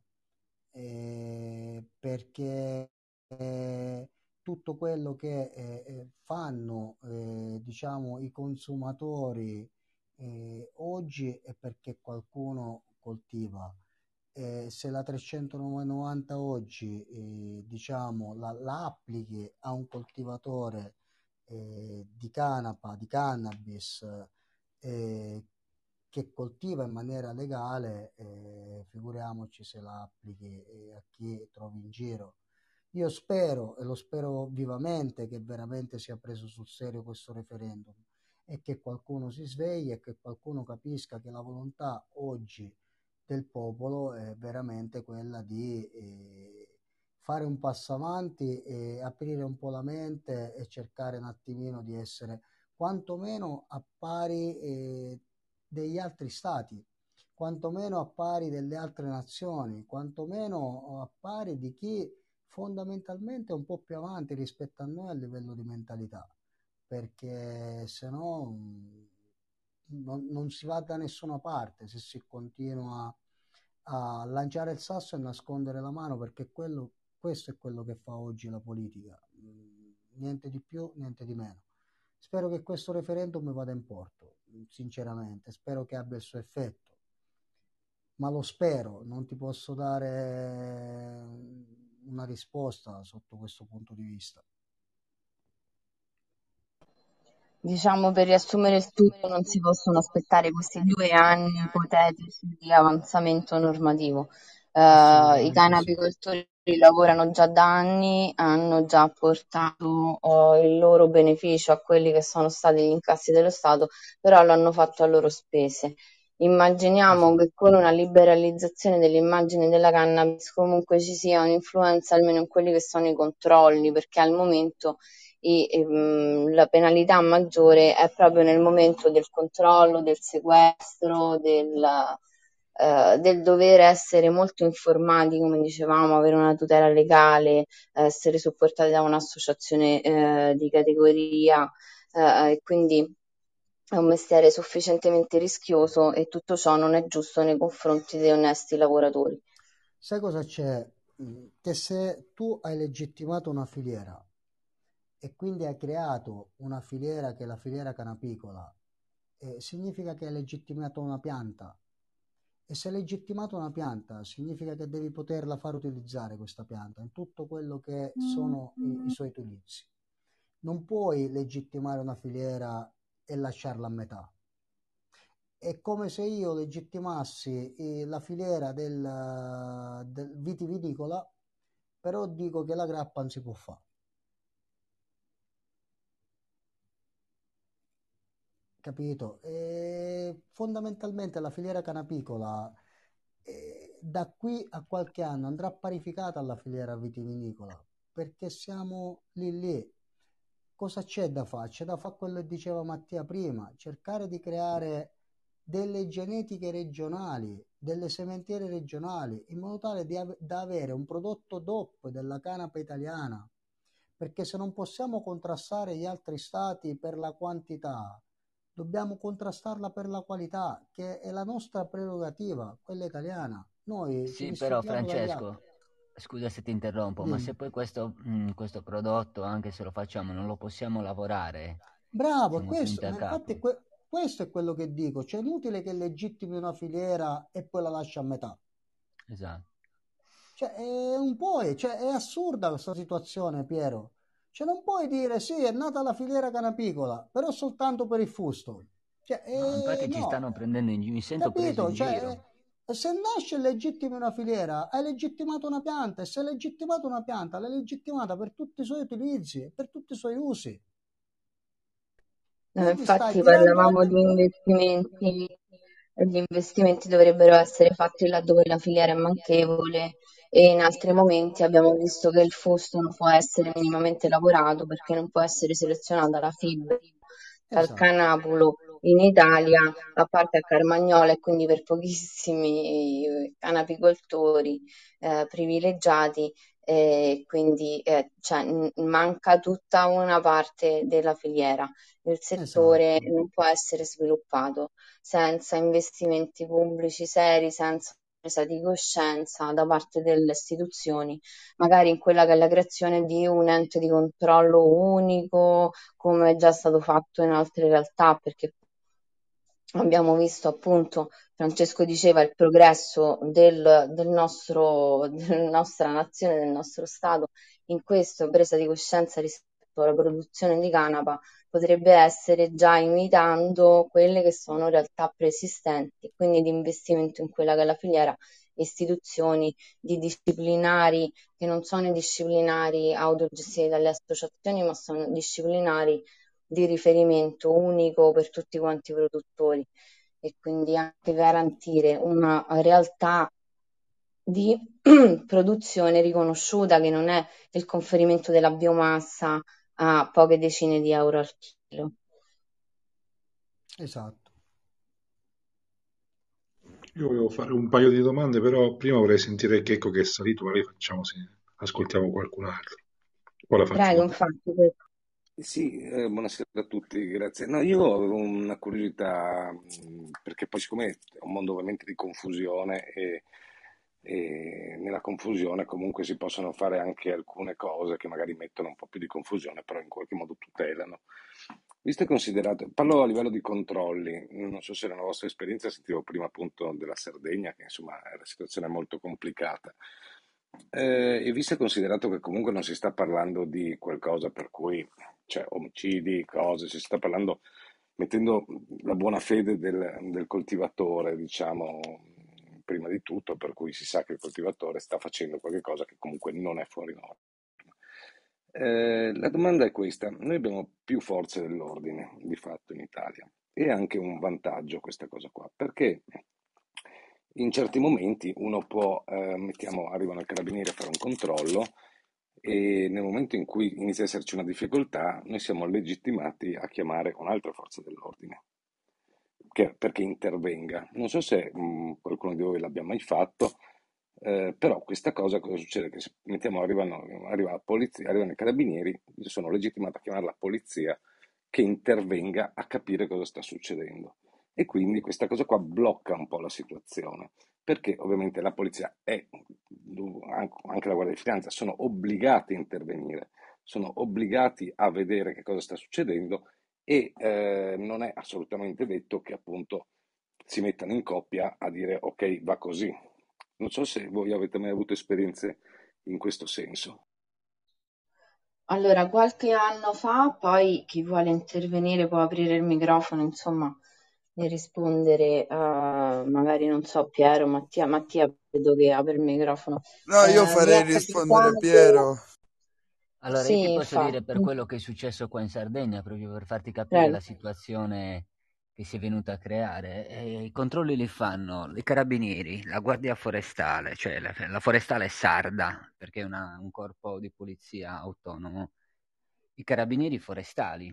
Speaker 6: eh, perché eh, tutto quello che eh, eh, fanno, eh, diciamo, i consumatori eh, oggi è perché qualcuno coltiva. Eh, se la trecentonovanta oggi eh, diciamo la, la applichi a un coltivatore eh, di canapa, di cannabis eh, che coltiva in maniera legale, eh, figuriamoci se la applichi eh, a chi trovi in giro. Io spero, e lo spero vivamente, che veramente sia preso sul serio questo referendum e che qualcuno si svegli e che qualcuno capisca che la volontà oggi del popolo è veramente quella di eh, fare un passo avanti e aprire un po' la mente e cercare un attimino di essere quantomeno a pari eh, degli altri stati, quantomeno a pari delle altre nazioni, quantomeno a pari di chi fondamentalmente è un po' più avanti rispetto a noi a livello di mentalità, perché se no mh, non, non si va da nessuna parte se si continua a lanciare il sasso e nascondere la mano, perché quello, questo è quello che fa oggi la politica, mm, niente di più, niente di meno. Spero che questo referendum vada in porto, sinceramente, spero che abbia il suo effetto, ma lo spero, non ti posso dare una risposta sotto questo punto di vista.
Speaker 1: Diciamo, per riassumere il tutto, non si possono aspettare questi due anni ipotetici di avanzamento normativo. Eh, i
Speaker 6: Assolutamente sì.
Speaker 1: canapicoltori lavorano già da anni, hanno già portato eh, il loro beneficio a quelli che sono stati gli incassi dello Stato, però lo hanno fatto a loro spese. Immaginiamo
Speaker 6: Esatto.
Speaker 1: che con una liberalizzazione dell'immagine della cannabis comunque ci sia un'influenza almeno in quelli che sono i controlli, perché al momento i- ehm, la penalità maggiore è proprio nel momento del controllo, del sequestro, del, eh, del dover essere molto informati, come dicevamo, avere una tutela legale, essere supportati da un'associazione eh, di categoria eh, e quindi è un mestiere sufficientemente rischioso e tutto ciò non è giusto nei confronti dei onesti lavoratori.
Speaker 6: Sai cosa c'è? Mm, Che se tu hai legittimato una filiera e quindi hai creato una filiera che è la filiera canapicola, eh, significa che hai legittimato una pianta. E se hai legittimato una pianta, significa che devi poterla far utilizzare questa pianta in tutto quello che sono i, i suoi utilizzi. Non puoi legittimare una filiera e lasciarla a metà. È come se io legittimassi eh, la filiera del, del vitivinicola, però dico che la grappa non si può fare. Capito? E fondamentalmente la filiera canapicola eh, da qui a qualche anno andrà parificata alla filiera vitivinicola perché siamo lì lì. Cosa c'è da fare? C'è da fare quello che diceva Mattia prima, cercare di creare delle genetiche regionali, delle sementiere regionali, in modo tale di ave- da avere un prodotto D O P della canapa italiana, perché se non possiamo contrastare gli altri stati per la quantità, dobbiamo contrastarla per la qualità, che è la nostra prerogativa, quella italiana. Noi ci
Speaker 7: Sì, però
Speaker 6: distinguiamo dagli altri.
Speaker 7: Francesco, scusa se ti interrompo, ma
Speaker 6: Dimmi.
Speaker 7: se poi questo, mm, questo prodotto, anche se lo facciamo, non lo possiamo lavorare,
Speaker 6: Bravo, è
Speaker 7: siamo
Speaker 6: questo,
Speaker 7: punti a
Speaker 6: ma infatti è
Speaker 7: capo.
Speaker 6: que- questo è quello che dico, cioè è inutile che legittimi una filiera e poi la lasci a metà.
Speaker 7: Esatto.
Speaker 6: Cioè, è un puoi, cioè, è assurda questa situazione, Piero. Cioè, non puoi dire sì, è nata la filiera canapicola, però soltanto per il fusto. Cioè,
Speaker 7: No,
Speaker 6: eh,
Speaker 7: infatti ci
Speaker 6: no,
Speaker 7: stanno prendendo in giro, mi sento preso
Speaker 6: capito?
Speaker 7: in
Speaker 6: Cioè,
Speaker 7: giro.
Speaker 6: eh, se nasce e legittimi una filiera, hai legittimato una pianta, e se hai legittimato una pianta, l'hai legittimata per tutti i suoi utilizzi, e per tutti i suoi usi.
Speaker 1: No,
Speaker 6: Quindi stai
Speaker 1: infatti
Speaker 6: tirando...
Speaker 1: parlavamo di investimenti e gli investimenti dovrebbero essere fatti laddove la filiera è manchevole e in altri momenti abbiamo visto che il fusto non può essere minimamente lavorato perché non può essere selezionata la fibra dal
Speaker 6: Esatto,
Speaker 1: canapulo in Italia, a parte a Carmagnola e quindi per pochissimi eh, canapicoltori eh, privilegiati e quindi eh, cioè, n- manca tutta una parte della filiera. Il settore
Speaker 6: esatto.
Speaker 1: non può essere sviluppato senza investimenti pubblici seri, senza presa di coscienza da parte delle istituzioni, magari in quella che è la creazione di un ente di controllo unico, come è già stato fatto in altre realtà, perché abbiamo visto appunto, Francesco diceva, il progresso del, del nostro, della nostra nazione, del nostro Stato in questo, presa di coscienza rispetto alla produzione di canapa, potrebbe essere già imitando quelle che sono realtà preesistenti, quindi di investimento in quella che è la filiera, istituzioni di disciplinari che non sono i disciplinari autogestiti dalle associazioni, ma sono disciplinari di riferimento unico per tutti quanti i produttori e quindi anche garantire una realtà di produzione riconosciuta che non è il conferimento della biomassa a poche decine di euro al chilo.
Speaker 6: Esatto.
Speaker 8: Io volevo fare un paio di domande, però prima vorrei sentire Checco che è salito, magari facciamo se ascoltiamo qualcun altro. Poi la faccio
Speaker 1: Prego,
Speaker 8: dopo.
Speaker 1: infatti,
Speaker 9: Sì, eh, buonasera a tutti, grazie. No, io avevo una curiosità, mh, perché poi siccome è un mondo ovviamente di confusione e, e nella confusione comunque si possono fare anche alcune cose che magari mettono un po' più di confusione, però in qualche modo tutelano. Visto e considerato, parlo a livello di controlli, non so se nella vostra esperienza, sentivo prima appunto della Sardegna, che insomma la situazione è molto complicata. Eh, e visto e considerato che comunque non si sta parlando di qualcosa per cui, cioè omicidi, cose, si sta parlando mettendo la buona fede del, del coltivatore, diciamo, prima di tutto, per cui si sa che il coltivatore sta facendo qualcosa che comunque non è fuori norma. Eh, la domanda è questa: noi abbiamo più forze dell'ordine di fatto in Italia, e anche un vantaggio questa cosa qua, perché in certi momenti uno può, eh, mettiamo, arrivano i carabinieri a fare un controllo, e nel momento in cui inizia ad esserci una difficoltà, noi siamo legittimati a chiamare un'altra forza dell'ordine che- perché intervenga. Non so se mh, qualcuno di voi l'abbia mai fatto, eh, però questa cosa cosa succede? Che se, mettiamo, arrivano, arriva la polizia, arrivano i carabinieri, io sono legittimato a chiamare la polizia che intervenga a capire cosa sta succedendo. E quindi questa cosa qua blocca un po' la situazione, perché ovviamente la polizia e anche la Guardia di Finanza sono obbligati a intervenire, sono obbligati a vedere che cosa sta succedendo, e eh, non è assolutamente detto che appunto si mettano in coppia a dire ok, va così. Non so se voi avete mai avuto esperienze in questo senso.
Speaker 1: Allora, qualche anno fa, poi chi vuole intervenire può aprire il microfono, insomma, e rispondere a magari non so, Piero, Mattia, Mattia vedo che apre il microfono.
Speaker 2: No, io
Speaker 1: Eh, mi
Speaker 2: farei
Speaker 1: è
Speaker 2: rispondere
Speaker 1: capitato,
Speaker 2: Piero.
Speaker 7: Allora, io ti
Speaker 1: sì,
Speaker 7: posso dire
Speaker 1: infatti,
Speaker 7: per quello che è successo qua in Sardegna, proprio per farti capire la
Speaker 1: prego.
Speaker 7: situazione che si è venuta a creare. Eh, I controlli li fanno i carabinieri, la Guardia Forestale, cioè la, la Forestale sarda, perché è una- un corpo di polizia autonomo, i carabinieri forestali,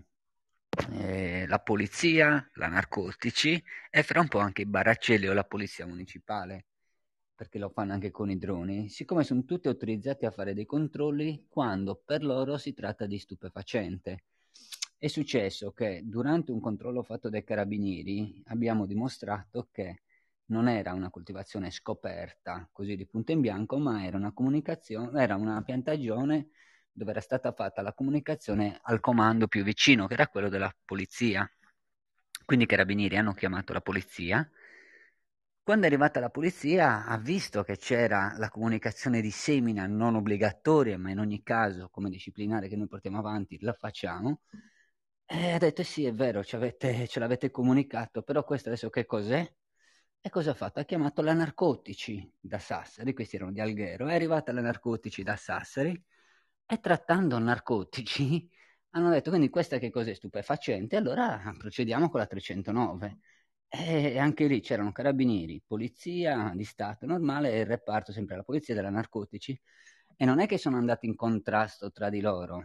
Speaker 7: eh, la polizia, la narcotici e fra un po' anche i baraccelli o la polizia municipale, perché lo fanno anche con i droni, siccome sono tutti autorizzati a fare dei controlli quando per loro si tratta di stupefacente. È successo che durante un controllo fatto dai carabinieri abbiamo dimostrato che non era una coltivazione scoperta così di punto in bianco, ma era una comunicazione, era una piantagione dove era stata fatta la comunicazione al comando più vicino, che era quello della polizia. Quindi i carabinieri hanno chiamato la polizia. Quando è arrivata la polizia ha visto che c'era la comunicazione di semina non obbligatoria, ma in ogni caso come disciplinare che noi portiamo avanti la facciamo, e ha detto sì, è vero, ci avete- ce l'avete comunicato, però questo adesso che cos'è? E cosa ha fatto? Ha chiamato la narcotici da Sassari, questi erano di Alghero, è arrivata la narcotici da Sassari e trattando narcotici hanno detto quindi questa che cos'è, stupefacente, allora procediamo con la trecentonove. E anche lì c'erano carabinieri, polizia di Stato normale e il reparto sempre la polizia della narcotici, e non è che sono andati in contrasto tra di loro.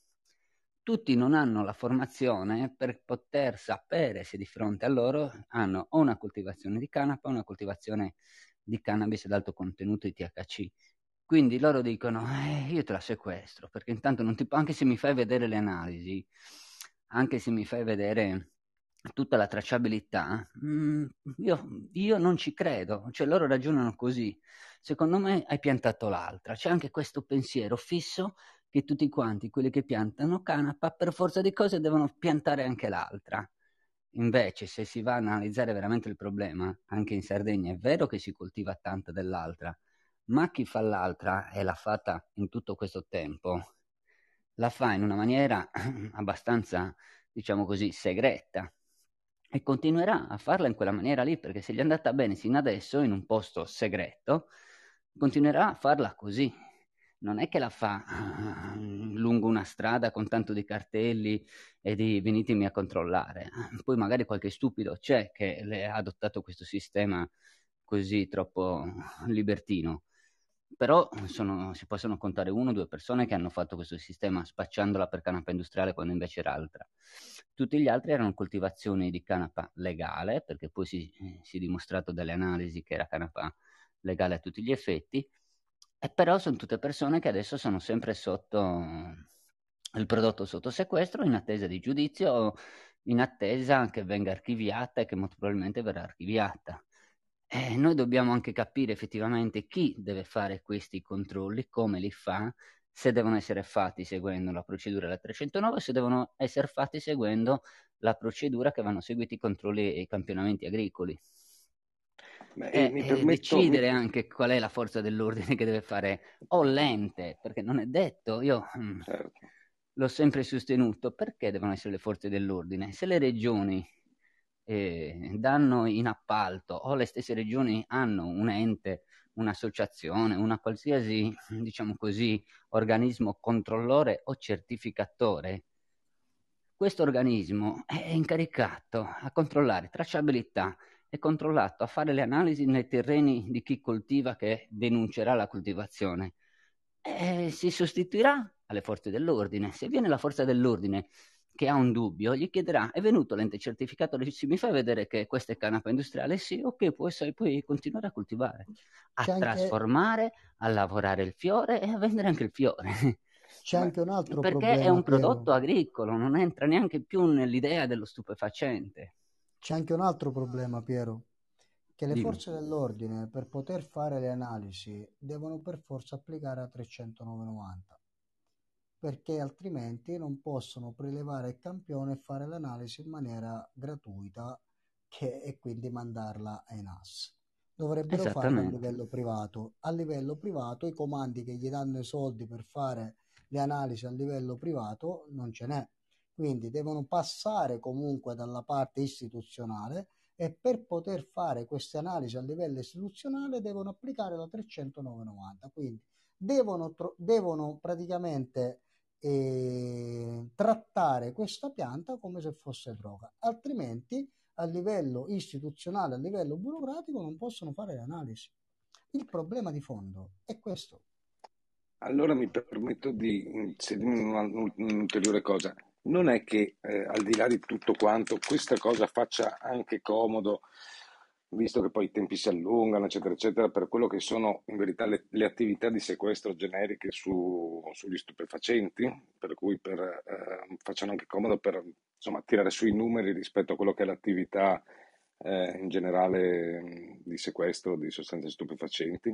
Speaker 7: Tutti non hanno la formazione per poter sapere se di fronte a loro hanno o una coltivazione di canapa o una coltivazione di cannabis ad alto contenuto di T H C. Quindi loro dicono, eh, io te la sequestro, perché intanto non ti, anche se mi fai vedere le analisi, anche se mi fai vedere tutta la tracciabilità, mm, io, io non ci credo, cioè loro ragionano così. Secondo me hai piantato l'altra, c'è anche questo pensiero fisso che tutti quanti, quelli che piantano canapa, per forza di cose devono piantare anche l'altra. Invece, se si va a analizzare veramente il problema, anche in Sardegna è vero che si coltiva tanta dell'altra, ma chi fa l'altra e l'ha fatta in tutto questo tempo, la fa in una maniera abbastanza, diciamo così, segreta. E continuerà a farla in quella maniera lì, perché se gli è andata bene sino adesso in un posto segreto, continuerà a farla così. Non è che la fa ah, lungo una strada con tanto di cartelli e di venitemi a controllare. Poi magari qualche stupido c'è che le ha adottato questo sistema così troppo libertino. Però sono, si possono contare uno o due persone che hanno fatto questo sistema spacciandola per canapa industriale quando invece era altra. Tutti gli altri erano coltivazioni di canapa legale, perché poi si, si è dimostrato dalle analisi che era canapa legale a tutti gli effetti, e però sono tutte persone che adesso sono sempre sotto il prodotto sotto sequestro in attesa di giudizio o in attesa che venga archiviata e che molto probabilmente verrà archiviata. Eh, noi dobbiamo anche capire effettivamente chi deve fare questi controlli, come li fa, se devono essere fatti seguendo la procedura della trecentonove o se devono essere fatti seguendo la procedura che vanno seguiti i controlli e i campionamenti agricoli.
Speaker 9: Beh, e
Speaker 1: Eh,
Speaker 7: E,
Speaker 9: mi
Speaker 7: e
Speaker 9: permetto, mi-
Speaker 7: decidere anche qual è la forza dell'ordine che deve fare o l'ente, perché non è detto, io mm,
Speaker 9: certo.
Speaker 7: l'ho sempre sostenuto, perché devono essere le forze dell'ordine? Se le regioni eh, danno in appalto o le stesse regioni hanno un ente, un'associazione, una qualsiasi, diciamo così, organismo controllore o certificatore, questo organismo è incaricato a controllare tracciabilità, è controllato a fare le analisi nei terreni di chi coltiva, che denuncerà la coltivazione, e si sostituirà alle forze dell'ordine. Se viene la forza dell'ordine che ha un dubbio, gli chiederà: è venuto l'ente certificatore, si mi fa vedere che questa è canapa industriale? Sì, ok, puoi, puoi continuare a coltivare, a
Speaker 6: C'è anche,
Speaker 7: trasformare, a lavorare il fiore e a vendere anche il fiore.
Speaker 6: c'è
Speaker 2: Ma
Speaker 6: anche un altro
Speaker 7: Perché è
Speaker 6: problema,
Speaker 7: un
Speaker 6: Piero.
Speaker 7: prodotto agricolo, non entra neanche più nell'idea dello stupefacente.
Speaker 6: C'è anche un altro problema, Piero, che le
Speaker 7: Dimmi.
Speaker 6: forze dell'ordine, per poter fare le analisi, devono per forza applicare la trecentonovantanovanta, perché altrimenti non possono prelevare il campione e fare l'analisi in maniera gratuita che, e quindi mandarla ai N A S. Dovrebbero farlo a
Speaker 7: Esattamente.
Speaker 6: livello privato. A livello privato i comandi che gli danno i soldi per fare le analisi a livello privato non ce n'è. Quindi devono passare comunque dalla parte istituzionale, e per poter fare queste analisi a livello istituzionale devono applicare la trecentonovantanovanta. Quindi devono, devono praticamente eh, trattare questa pianta come se fosse droga, altrimenti a livello istituzionale, a livello burocratico non possono fare le analisi. Il problema di fondo è questo.
Speaker 9: Allora mi permetto di inserire una- un'ulteriore cosa. Non è che eh, al di là di tutto quanto questa cosa faccia anche comodo, visto che poi i tempi si allungano, eccetera, eccetera, per quello che sono in verità le, le attività di sequestro generiche su- sugli stupefacenti, per cui per, eh, facciano anche comodo per insomma, tirare sui numeri rispetto a quello che è l'attività eh, in generale mh, di sequestro di sostanze stupefacenti.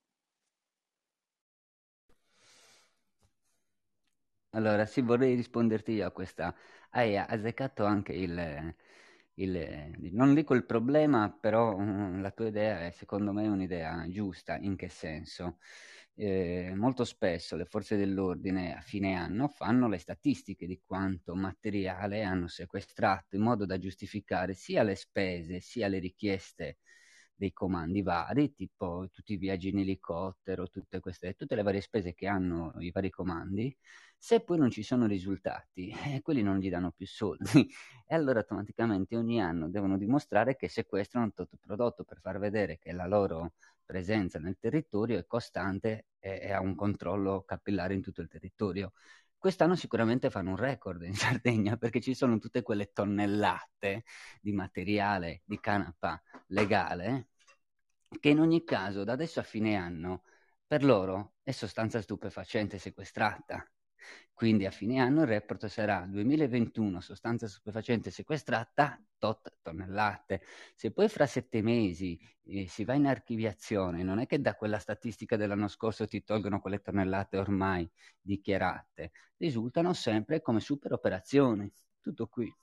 Speaker 7: Allora, sì, vorrei risponderti io a questa. Hai azzeccato anche il, il- non dico il problema, però mm, la tua idea è secondo me un'idea giusta. In che senso? Eh, molto spesso le forze dell'ordine a fine anno fanno le statistiche di quanto materiale hanno sequestrato, in modo da giustificare sia le spese sia le richieste dei comandi vari, tipo tutti i viaggi in elicottero, tutte queste, tutte le varie spese che hanno i vari comandi. Se poi non ci sono risultati, eh, quelli non gli danno più soldi e allora automaticamente ogni anno devono dimostrare che sequestrano tutto il prodotto, per far vedere che la loro presenza nel territorio è costante e, e ha un controllo capillare in tutto il territorio. Quest'anno sicuramente fanno un record in Sardegna, perché ci sono tutte quelle tonnellate di materiale di canapa legale che in ogni caso da adesso a fine anno per loro è sostanza stupefacente sequestrata. Quindi a fine anno il report sarà duemilaventuno sostanza stupefacente sequestrata tot tonnellate. Se poi fra sette mesi eh, si va in archiviazione, non è che da quella statistica dell'anno scorso ti tolgono quelle tonnellate ormai dichiarate, risultano sempre come super operazioni. Tutto qui.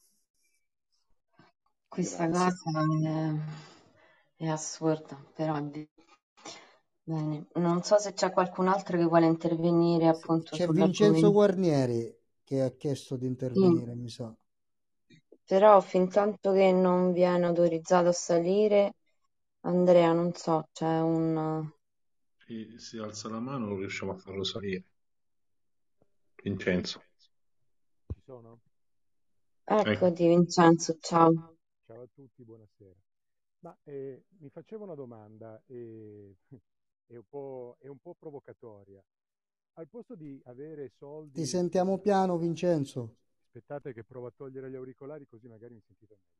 Speaker 1: Questa
Speaker 9: Grazie.
Speaker 1: cosa è, è assurda, però è ve- bene. Non so se c'è qualcun altro che vuole intervenire appunto
Speaker 6: C'è Vincenzo
Speaker 1: sull'argomento.
Speaker 6: Guarnieri che ha chiesto di
Speaker 1: Sì,
Speaker 6: intervenire, mi sa.
Speaker 1: però fin tanto che non viene autorizzato a salire, Andrea, non so, c'è un...
Speaker 8: Se si alza la mano non riusciamo a farlo salire. Vincenzo.
Speaker 10: Ci sono?
Speaker 8: Ecco.
Speaker 1: Eccoti Vincenzo, ciao.
Speaker 10: Ciao a tutti, buonasera. Ma eh, mi facevo una domanda e è un po', è un po' provocatoria. Al posto di avere
Speaker 6: Ti
Speaker 10: soldi,
Speaker 6: sentiamo piano, Vincenzo.
Speaker 10: aspettate che provo a togliere gli auricolari così magari mi sentite meglio.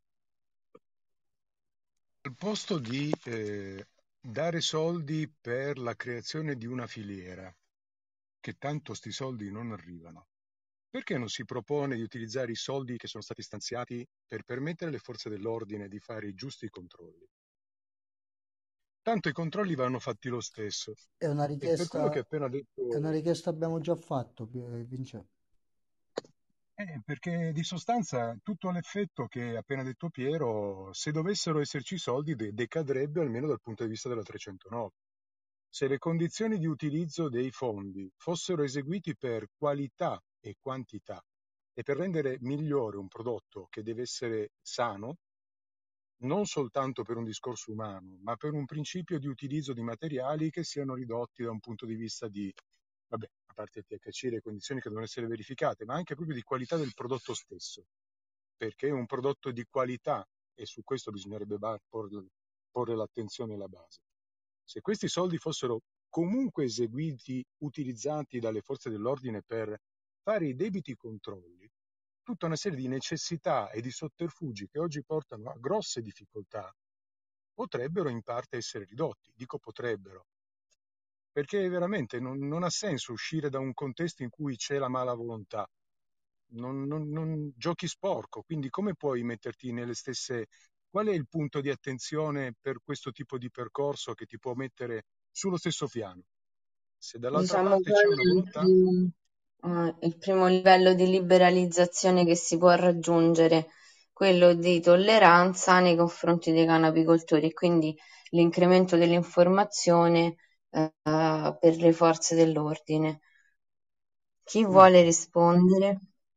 Speaker 10: Al posto di eh, dare soldi per la creazione di una filiera, che tanto sti soldi non arrivano, perché non si propone di utilizzare i soldi che sono stati stanziati per permettere alle forze dell'ordine di fare i giusti controlli? Tanto i controlli vanno fatti lo stesso.
Speaker 6: È una
Speaker 10: E per quello che
Speaker 6: richiesta,
Speaker 10: ho appena detto,
Speaker 6: è una richiesta abbiamo già fatto, eh, Vincenzo.
Speaker 10: eh, perché di sostanza tutto l'effetto che ha appena detto Piero, se dovessero esserci i soldi, de- decadrebbe almeno dal punto di vista della trecentonove. Se le condizioni di utilizzo dei fondi fossero eseguiti per qualità e quantità e per rendere migliore un prodotto che deve essere sano, non soltanto per un discorso umano, ma per un principio di utilizzo di materiali che siano ridotti da un punto di vista di, vabbè, a parte il T H C, le condizioni che devono essere verificate, ma anche proprio di qualità del prodotto stesso, perché un prodotto di qualità, e su questo bisognerebbe porre, porre l'attenzione alla base. Se questi soldi fossero comunque eseguiti, utilizzati dalle forze dell'ordine per fare i debiti controlli, tutta una serie di necessità e di sotterfugi che oggi portano a grosse difficoltà potrebbero in parte essere ridotti. Dico potrebbero, perché veramente non, non ha senso uscire da un contesto in cui c'è la mala volontà. Non, non, non giochi sporco, quindi come puoi metterti nelle stesse... Qual è il punto di attenzione per questo tipo di percorso che ti può mettere sullo stesso piano? Se dall'altra
Speaker 1: Diciamo
Speaker 10: parte c'è
Speaker 1: poi
Speaker 10: una
Speaker 1: il
Speaker 10: volontà,
Speaker 1: primo, eh, il primo livello di liberalizzazione che si può raggiungere, quello di tolleranza nei confronti dei canapicoltori e quindi l'incremento dell'informazione eh, per le forze dell'ordine. Chi
Speaker 10: mm,
Speaker 1: vuole rispondere?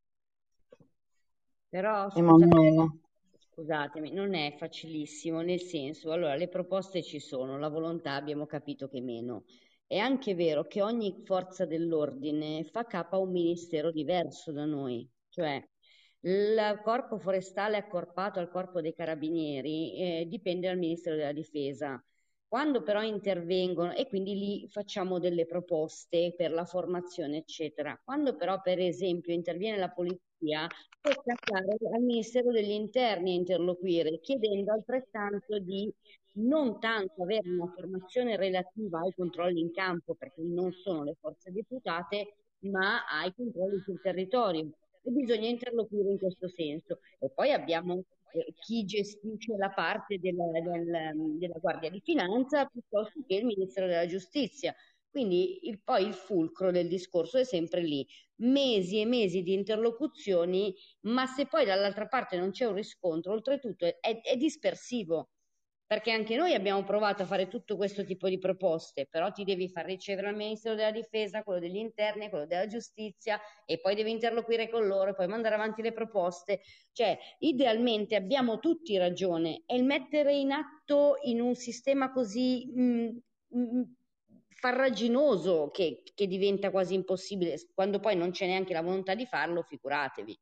Speaker 5: Però scusate,
Speaker 1: Emanuela.
Speaker 5: scusatemi, non è facilissimo, nel senso, allora le proposte ci sono, la volontà abbiamo capito che meno. È anche vero che ogni forza dell'ordine fa capo a un ministero diverso da noi, cioè il corpo forestale accorpato al corpo dei carabinieri eh, dipende dal Ministero della Difesa. Quando però intervengono, e quindi lì facciamo delle proposte per la formazione, eccetera. Quando però, per esempio, interviene la polizia, tocca andare al Ministero degli Interni a interloquire, chiedendo altrettanto di non tanto avere una formazione relativa ai controlli in campo, perché non sono le forze deputate, ma ai controlli sul territorio. E bisogna interloquire in questo senso. E poi abbiamo eh, chi gestisce la parte della, del- della Guardia di Finanza piuttosto che il Ministero della Giustizia. Quindi il- poi il fulcro del discorso è sempre lì, mesi e mesi di interlocuzioni, ma se poi dall'altra parte non c'è un riscontro, oltretutto è, è- è dispersivo, perché anche noi abbiamo provato a fare tutto questo tipo di proposte, però ti devi far ricevere al Ministero della Difesa, quello degli Interni, quello della Giustizia, e poi devi interloquire con loro, e poi mandare avanti le proposte. Cioè, idealmente abbiamo tutti ragione, è il mettere in atto in un sistema così mh, mh, farraginoso che, che diventa quasi impossibile. Quando poi non c'è neanche la volontà di farlo, figuratevi.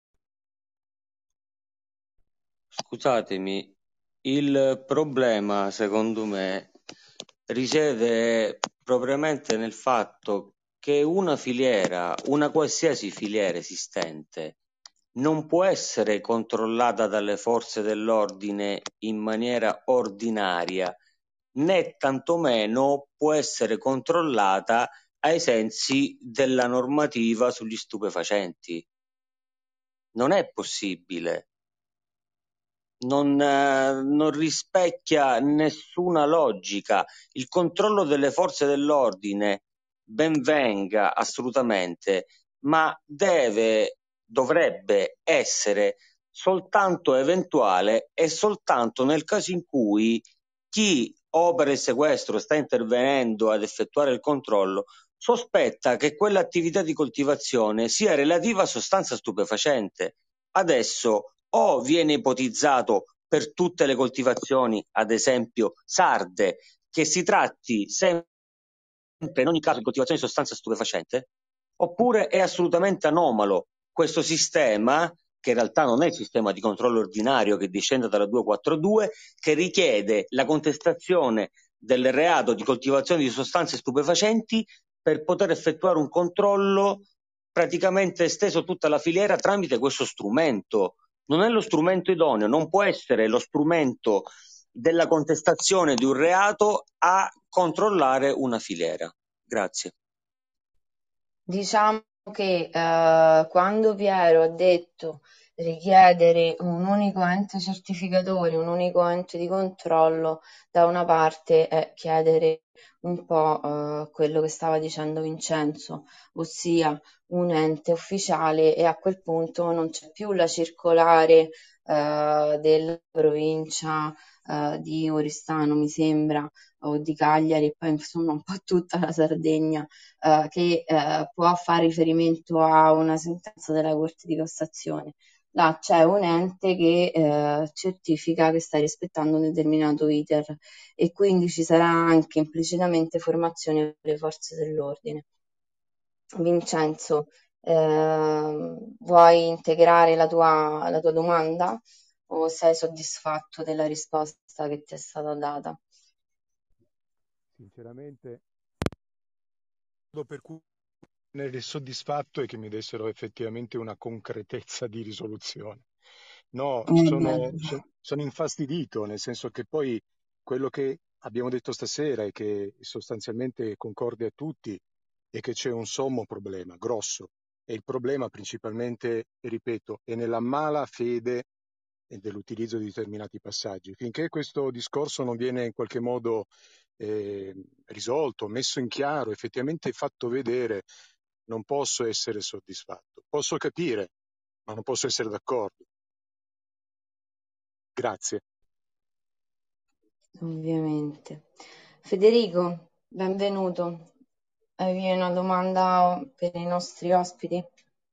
Speaker 4: Scusatemi, il problema, secondo me, risiede propriamente nel fatto che una filiera, una qualsiasi filiera esistente, non può essere controllata dalle forze dell'ordine in maniera ordinaria, né tantomeno può essere controllata ai sensi della normativa sugli stupefacenti. Non è possibile. Non, eh, non rispecchia nessuna logica. Il controllo delle forze dell'ordine ben venga assolutamente, ma deve, dovrebbe essere soltanto eventuale e soltanto nel caso in cui chi opera il sequestro, sta intervenendo ad effettuare il controllo, sospetta che quell'attività di coltivazione sia relativa a sostanza stupefacente. Adesso o viene ipotizzato per tutte le coltivazioni, ad esempio sarde, che si tratti sempre in ogni caso di coltivazione di sostanza stupefacente, oppure è assolutamente anomalo questo sistema, che in realtà non è il sistema di controllo ordinario che discende dalla duecentoquarantadue, che richiede la contestazione del reato di coltivazione di sostanze stupefacenti per poter effettuare un controllo praticamente esteso a tutta la filiera tramite questo strumento. Non è lo strumento idoneo, non può essere lo strumento della contestazione di un reato a controllare una filiera. Grazie.
Speaker 1: Diciamo che eh, quando Piero ha detto richiedere un unico ente certificatore, un unico ente di controllo, da una parte è chiedere un po' eh, quello che stava dicendo Vincenzo, ossia un ente ufficiale, e a quel punto non c'è più la circolare eh, della provincia eh, di Oristano, mi sembra, o di Cagliari, e poi insomma un po' tutta la Sardegna, eh, che eh, può fare riferimento a una sentenza della Corte di Cassazione. là c'è un ente che eh, certifica che stai rispettando un determinato iter e quindi ci sarà anche implicitamente formazione per le forze dell'ordine. Vincenzo, ehm, vuoi integrare la tua, la tua domanda o sei soddisfatto della risposta che ti è stata data?
Speaker 10: Sinceramente, il modo per cui essere soddisfatto è che mi dessero effettivamente una concretezza di risoluzione. No,
Speaker 1: Eh,
Speaker 10: sono,
Speaker 1: beh,
Speaker 10: so- sono infastidito, nel senso che poi quello che abbiamo detto stasera e che sostanzialmente concorde a tutti è che c'è un sommo problema, grosso, e il problema principalmente, ripeto, è nella mala fede dell'utilizzo di determinati passaggi. Finché questo discorso non viene in qualche modo eh, risolto, messo in chiaro, effettivamente fatto vedere, non posso essere soddisfatto. Posso capire, ma non posso essere d'accordo. Grazie.
Speaker 1: ovviamente. Federico, benvenuto. Hai una domanda per i nostri ospiti?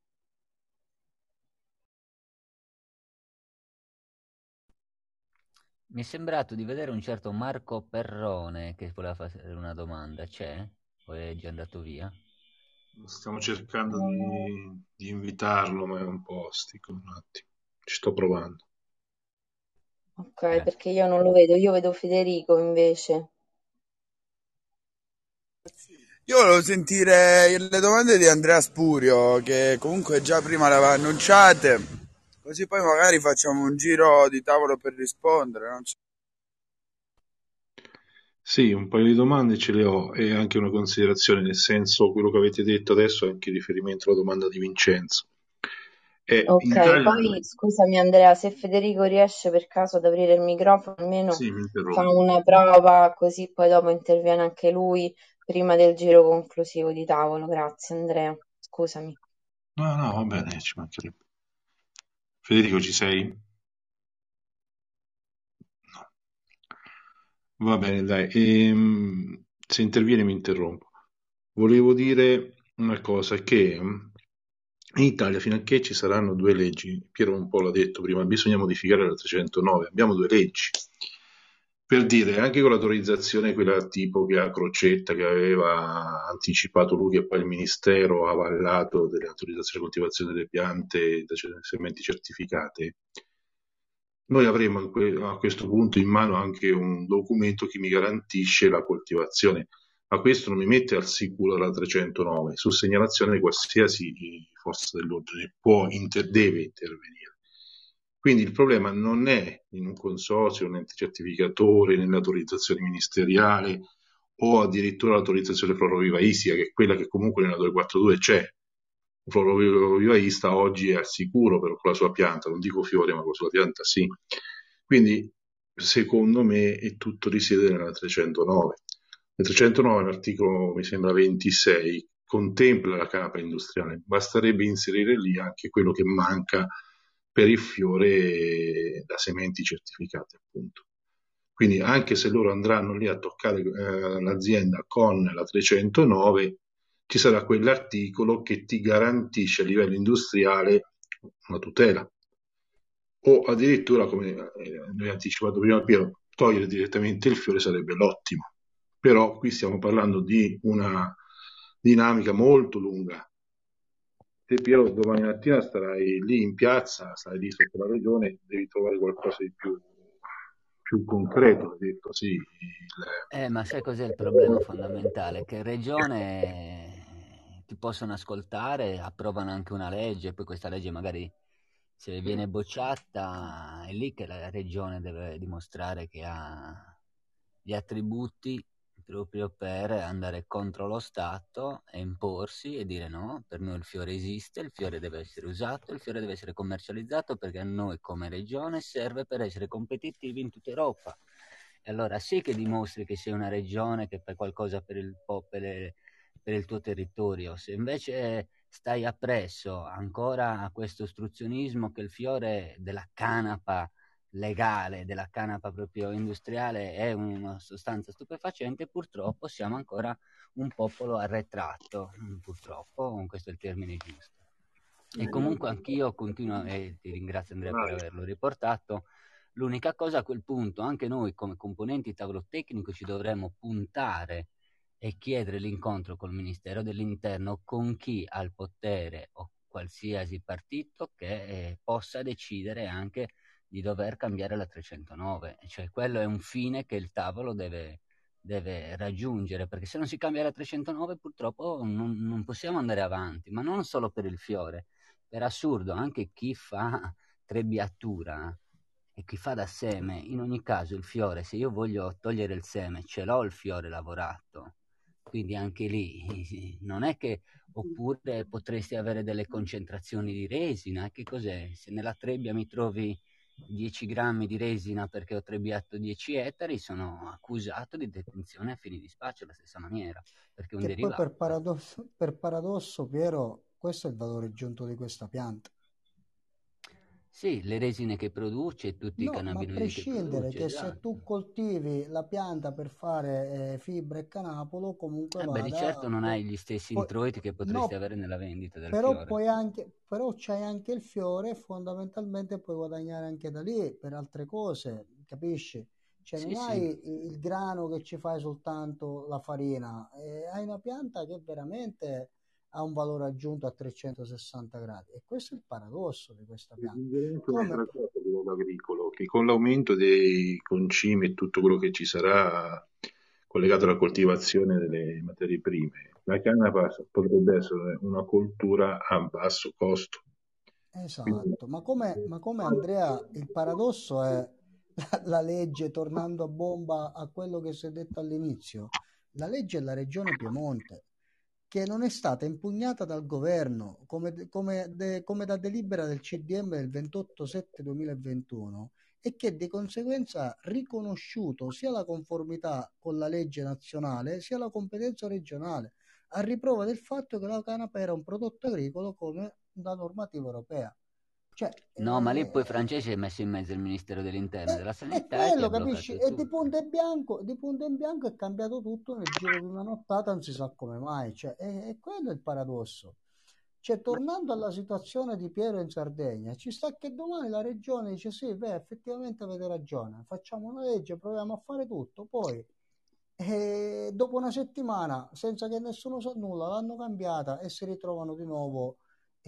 Speaker 7: Mi è sembrato di vedere un certo Marco Perrone che voleva fare una domanda. C'è? O è già andato via?
Speaker 8: Stiamo cercando di, di invitarlo, ma è un po' ostico un attimo. Ci sto provando.
Speaker 1: Ok,
Speaker 7: Grazie.
Speaker 1: perché io non lo vedo, io vedo Federico invece.
Speaker 2: Io volevo sentire le domande di Andrea Spurio, che comunque già prima le aveva annunciate, così poi magari facciamo un giro di tavolo per rispondere. Non so.
Speaker 8: Sì, un paio di domande ce le ho e anche una considerazione, nel senso quello che avete detto adesso è anche riferimento alla domanda di Vincenzo. E in
Speaker 1: Ok,
Speaker 8: Italia,
Speaker 1: poi scusami Andrea, se Federico riesce per caso ad aprire il microfono, almeno
Speaker 8: sì, mi
Speaker 1: fa
Speaker 8: interrompo.
Speaker 1: una prova, così poi dopo interviene anche lui prima del giro conclusivo di tavolo. Grazie Andrea, scusami.
Speaker 8: No, no, va bene, ci mancherebbe. Federico, ci sei? No. Va bene, dai. Ehm, se interviene mi interrompo. Volevo dire una cosa, che mm, in Italia, fino a che ci saranno due leggi, Piero un po' l'ha detto prima, bisogna modificare la trecentonove, abbiamo due leggi. Per dire, anche con l'autorizzazione, quella tipo che a Crocetta, che aveva anticipato lui e poi il Ministero ha avallato delle autorizzazioni di coltivazione delle piante da sementi certificate, noi avremo in que- a questo punto in mano anche un documento che mi garantisce la coltivazione, ma questo non mi mette al sicuro la trecentonove, su segnalazione di qualsiasi forza dell'ordine può, inter- deve intervenire. Quindi il problema non è in un consorzio, un ente certificatore, nell'autorizzazione ministeriale o addirittura l'autorizzazione florovivaistica, che è quella che comunque nella duecentoquarantadue c'è. Un florovivaista oggi è al sicuro per, con la sua pianta, non dico fiore, ma con la sua pianta sì. Quindi secondo me è tutto risiede nella trecentonove. Nel trecentonove, l'articolo mi sembra ventisei, contempla la canapa industriale, basterebbe inserire lì anche quello che manca per il fiore da sementi certificate, appunto. Quindi anche se loro andranno lì a toccare eh, l'azienda con la trecentonove, ci sarà quell'articolo che ti garantisce a livello industriale una tutela. O addirittura, come eh, noi ha anticipato prima Piero, togliere direttamente il fiore sarebbe l'ottimo. Però qui stiamo parlando di una dinamica molto lunga. Te Piero domani mattina starai lì in piazza, starai lì sotto la regione, devi trovare qualcosa di più, più concreto, hai detto sì. Il...
Speaker 7: Eh, ma sai cos'è il problema fondamentale? Che in regione ti possono ascoltare, approvano anche una legge, poi questa legge magari se viene bocciata è lì che la regione deve dimostrare che ha gli attributi proprio per andare contro lo Stato e imporsi e dire no, per noi il fiore esiste, il fiore deve essere usato, il fiore deve essere commercializzato perché a noi come regione serve per essere competitivi in tutta Europa. E allora sì che dimostri che sei una regione che fa qualcosa per il, po- per le- per il tuo territorio. Se invece stai appresso ancora a questo ostruzionismo che il fiore della canapa legale, della canapa proprio industriale è una sostanza stupefacente, purtroppo siamo ancora un popolo arretrato, purtroppo, questo è il termine giusto. E comunque anch'io continuo, e ti ringrazio Andrea per averlo riportato, l'unica cosa a quel punto, anche noi come componenti tavolo tecnico ci dovremmo puntare e chiedere l'incontro col Ministero dell'Interno con chi ha il potere o qualsiasi partito che eh, possa decidere anche di dover cambiare la trecentonove, cioè quello è un fine che il tavolo deve, deve raggiungere, perché se non si cambia la trecentonove purtroppo non, non possiamo andare avanti, ma non solo per il fiore, per assurdo anche chi fa trebbiatura e chi fa da seme, in ogni caso il fiore, se io voglio togliere il seme, ce l'ho il fiore lavorato, quindi anche lì non è che, oppure potresti avere delle concentrazioni di resina, che cos'è? Se nella trebbia mi trovi dieci grammi di resina perché ho trebbiato dieci ettari, sono accusato di detenzione a fini di spaccio alla stessa maniera, perché è un
Speaker 6: Che poi per
Speaker 7: derivato.
Speaker 6: paradosso, per paradosso, Piero, questo è il valore aggiunto di questa pianta.
Speaker 7: Sì, le resine che produce, tutti i
Speaker 6: No, ma a
Speaker 7: cannabinoidi che
Speaker 6: prescindere
Speaker 7: produce,
Speaker 6: che se tu
Speaker 7: esatto.
Speaker 6: coltivi la pianta per fare eh, fibra e canapolo, comunque
Speaker 7: Eh beh, di certo
Speaker 6: vada...
Speaker 7: non hai
Speaker 6: po-
Speaker 7: gli stessi
Speaker 6: poi-
Speaker 7: introiti che potresti
Speaker 6: no,
Speaker 7: avere nella vendita del
Speaker 6: però
Speaker 7: fiore.
Speaker 6: puoi anche, però c'hai anche il fiore e fondamentalmente puoi guadagnare anche da lì per altre cose, capisci? Cioè
Speaker 7: Sì,
Speaker 6: non
Speaker 7: sì.
Speaker 6: hai il il grano che ci fai soltanto la farina, eh, hai una pianta che veramente ha un valore aggiunto a trecentosessanta gradi e questo è il paradosso di questa pianta.
Speaker 8: Aggiungerei anche
Speaker 6: Come,
Speaker 8: un'altra cosa a livello agricolo, che con l'aumento dei concimi e tutto quello che ci sarà collegato alla coltivazione delle materie prime, la canapa potrebbe essere una coltura a basso costo. Quindi,
Speaker 6: esatto, ma come, ma come Andrea, il paradosso è la, la legge, tornando a bomba a quello che si è detto all'inizio, la legge della regione Piemonte, che non è stata impugnata dal governo come, come, de- come da delibera del C D M del ventotto sette duemilaventuno e che di conseguenza ha riconosciuto sia la conformità con la legge nazionale sia la competenza regionale, a riprova del fatto che la canapa era un prodotto agricolo come da normativa europea. Cioè,
Speaker 7: No, ma lì poi
Speaker 6: eh,
Speaker 7: Francesci è messo in mezzo il Ministero dell'Interno e
Speaker 6: è,
Speaker 7: della
Speaker 6: è
Speaker 7: Sanità e ti
Speaker 6: quello,
Speaker 7: ha
Speaker 6: capisci?
Speaker 7: bloccato
Speaker 6: E di
Speaker 7: tutto.
Speaker 6: punto in bianco, di punto in bianco è cambiato tutto nel giro di una nottata, non si sa come mai. Cioè, è, è quello il paradosso. Cioè, tornando alla situazione di Piero in Sardegna, ci sta che domani la regione dice sì, beh, effettivamente avete ragione, facciamo una legge, proviamo a fare tutto, poi eh, dopo una settimana, senza che nessuno sa nulla, l'hanno cambiata e si ritrovano di nuovo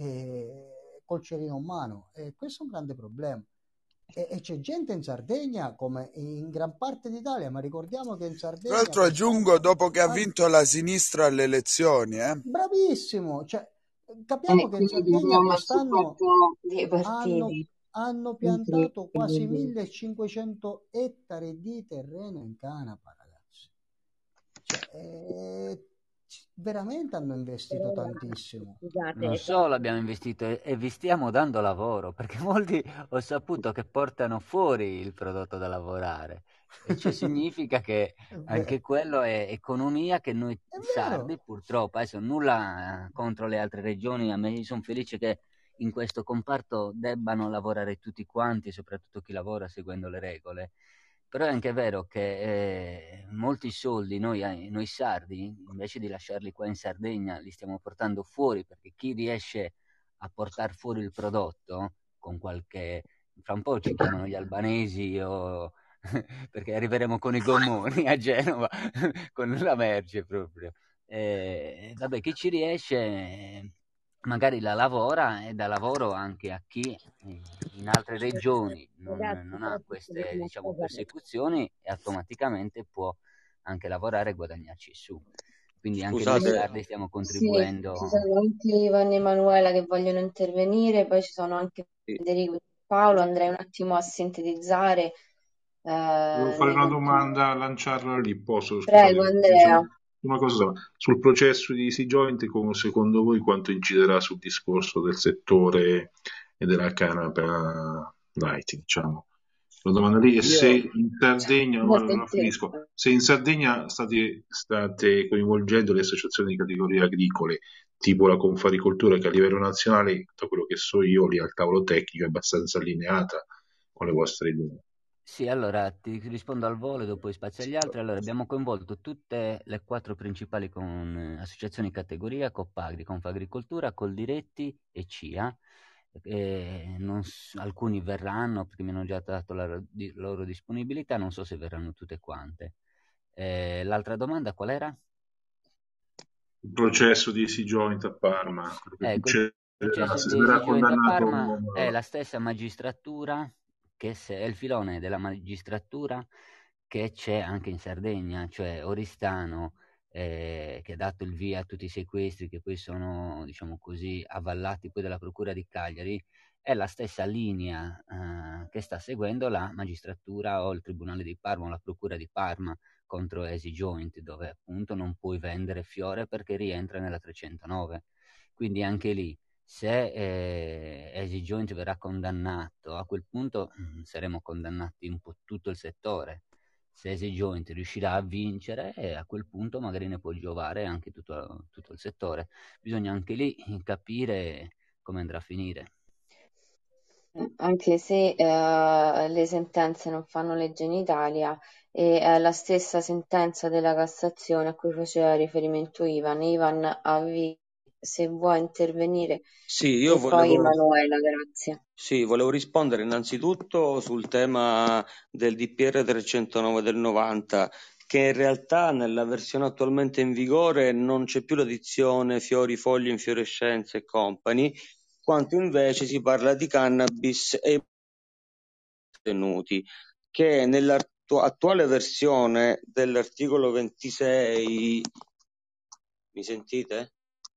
Speaker 6: eh, col cerino in mano. E questo è un grande problema. E, e c'è gente in Sardegna come in gran parte d'Italia, ma ricordiamo che in
Speaker 2: Tra
Speaker 6: Sardegna
Speaker 2: l'altro aggiungo,
Speaker 6: quest'anno
Speaker 2: dopo che ha
Speaker 6: han-
Speaker 2: vinto la sinistra alle elezioni, eh.
Speaker 6: bravissimo, cioè, capiamo
Speaker 1: E
Speaker 6: che in
Speaker 1: quindi
Speaker 6: Sardegna
Speaker 1: torniamo al
Speaker 6: quest'anno
Speaker 1: supporto dei
Speaker 6: hanno,
Speaker 1: partiti.
Speaker 6: hanno piantato quasi
Speaker 1: Incredibile.
Speaker 6: millecinquecento ettari di terreno in canapa, ragazzi. Cioè, eh, veramente hanno investito tantissimo.
Speaker 7: Non
Speaker 5: Scusate,
Speaker 7: solo abbiamo investito e, e vi stiamo dando lavoro, perché molti ho saputo che portano fuori il prodotto da lavorare. E ciò significa che
Speaker 6: È vero,
Speaker 7: anche quello è economia che noi
Speaker 6: è
Speaker 7: sardi,
Speaker 6: vero.
Speaker 7: purtroppo, adesso nulla eh, contro le altre regioni, a me sono felice che in questo comparto debbano lavorare tutti quanti, soprattutto chi lavora seguendo le regole. Però è anche vero che eh, molti soldi noi, eh, noi sardi, invece di lasciarli qua in Sardegna, li stiamo portando fuori, perché chi riesce a portare fuori il prodotto con qualche... Fra un po' ci chiamano gli albanesi o... perché arriveremo con i gommoni a Genova, con la merce proprio. Eh, vabbè, chi ci riesce eh, magari la lavora e dà lavoro anche a chi eh, in altre regioni non,
Speaker 5: ragazzi,
Speaker 7: non
Speaker 5: però
Speaker 7: ha
Speaker 5: posso dire
Speaker 7: queste,
Speaker 5: una
Speaker 7: diciamo,
Speaker 5: cosa.
Speaker 7: persecuzioni e automaticamente può anche lavorare e guadagnarci su. Quindi anche noi
Speaker 4: Scusate,
Speaker 7: sardi stiamo
Speaker 1: Sì,
Speaker 7: contribuendo.
Speaker 1: ci sono anche Ivan e Emanuela che vogliono intervenire, poi ci sono anche Federico e Paolo. Andrei un attimo a sintetizzare
Speaker 8: volevo
Speaker 1: eh,
Speaker 8: fare
Speaker 1: nei
Speaker 8: una
Speaker 1: confronti.
Speaker 8: domanda, lanciarla lì, posso,
Speaker 1: Prego,
Speaker 8: scusate,
Speaker 1: Andrea.
Speaker 8: una cosa sola. Sul processo di Easy Joint, come secondo voi quanto inciderà sul discorso del settore e della canapa light, diciamo? La domanda lì è se
Speaker 4: io
Speaker 8: in Sardegna, ma
Speaker 1: Molto
Speaker 8: non finisco,
Speaker 1: interessante.
Speaker 8: se in Sardegna state, state coinvolgendo le associazioni di categorie agricole, tipo la Confagricoltura, che a livello nazionale, da quello che so io, lì al tavolo tecnico è abbastanza allineata con le vostre idee.
Speaker 7: Sì, allora ti rispondo al volo e dopo spazio agli altri. Allora, abbiamo coinvolto tutte le quattro principali con, eh, associazioni di categoria, Coppagri, Confagricoltura, Coldiretti e C I A. Eh, non s- alcuni verranno perché mi hanno già dato la ro- di- loro disponibilità, non so se verranno tutte quante. Eh, l'altra domanda qual era?
Speaker 8: Il processo di Easy Joint a Parma, quello che
Speaker 7: Ecco, il
Speaker 8: succederà,
Speaker 7: processo
Speaker 8: se
Speaker 7: di
Speaker 8: verrà
Speaker 7: Easyjoint a
Speaker 8: condannato.
Speaker 7: Parma è la stessa magistratura, che se, è il filone della magistratura che c'è anche in Sardegna, cioè Oristano, eh, che ha dato il via a tutti i sequestri che poi sono, diciamo così, avvallati poi dalla Procura di Cagliari, è la stessa linea eh, che sta seguendo la magistratura o il Tribunale di Parma o la Procura di Parma contro Easyjoint, dove appunto non puoi vendere fiore perché rientra nella trecentonove. Quindi anche lì, se eh, Easyjoint verrà condannato, a quel punto mh, saremo condannati un po' tutto il settore. Se Easyjoint riuscirà a vincere, eh, a quel punto magari ne può giovare anche tutto, tutto il settore. Bisogna anche lì capire come andrà a finire.
Speaker 1: Anche se eh, le sentenze non fanno legge in Italia e è la stessa sentenza della Cassazione a cui faceva riferimento Ivan. Ivan, avvi, se vuoi intervenire,
Speaker 4: Sì, io
Speaker 1: e poi
Speaker 4: volevo,
Speaker 1: Manuela, grazie.
Speaker 4: sì, volevo rispondere innanzitutto sul tema del D P R trecentonove del novanta, che in realtà nella versione attualmente in vigore non c'è più la dizione fiori, foglie, infiorescenze e company, quanto invece si parla di cannabis e tenuti, che nell'attuale versione dell'articolo ventisei, mi sentite?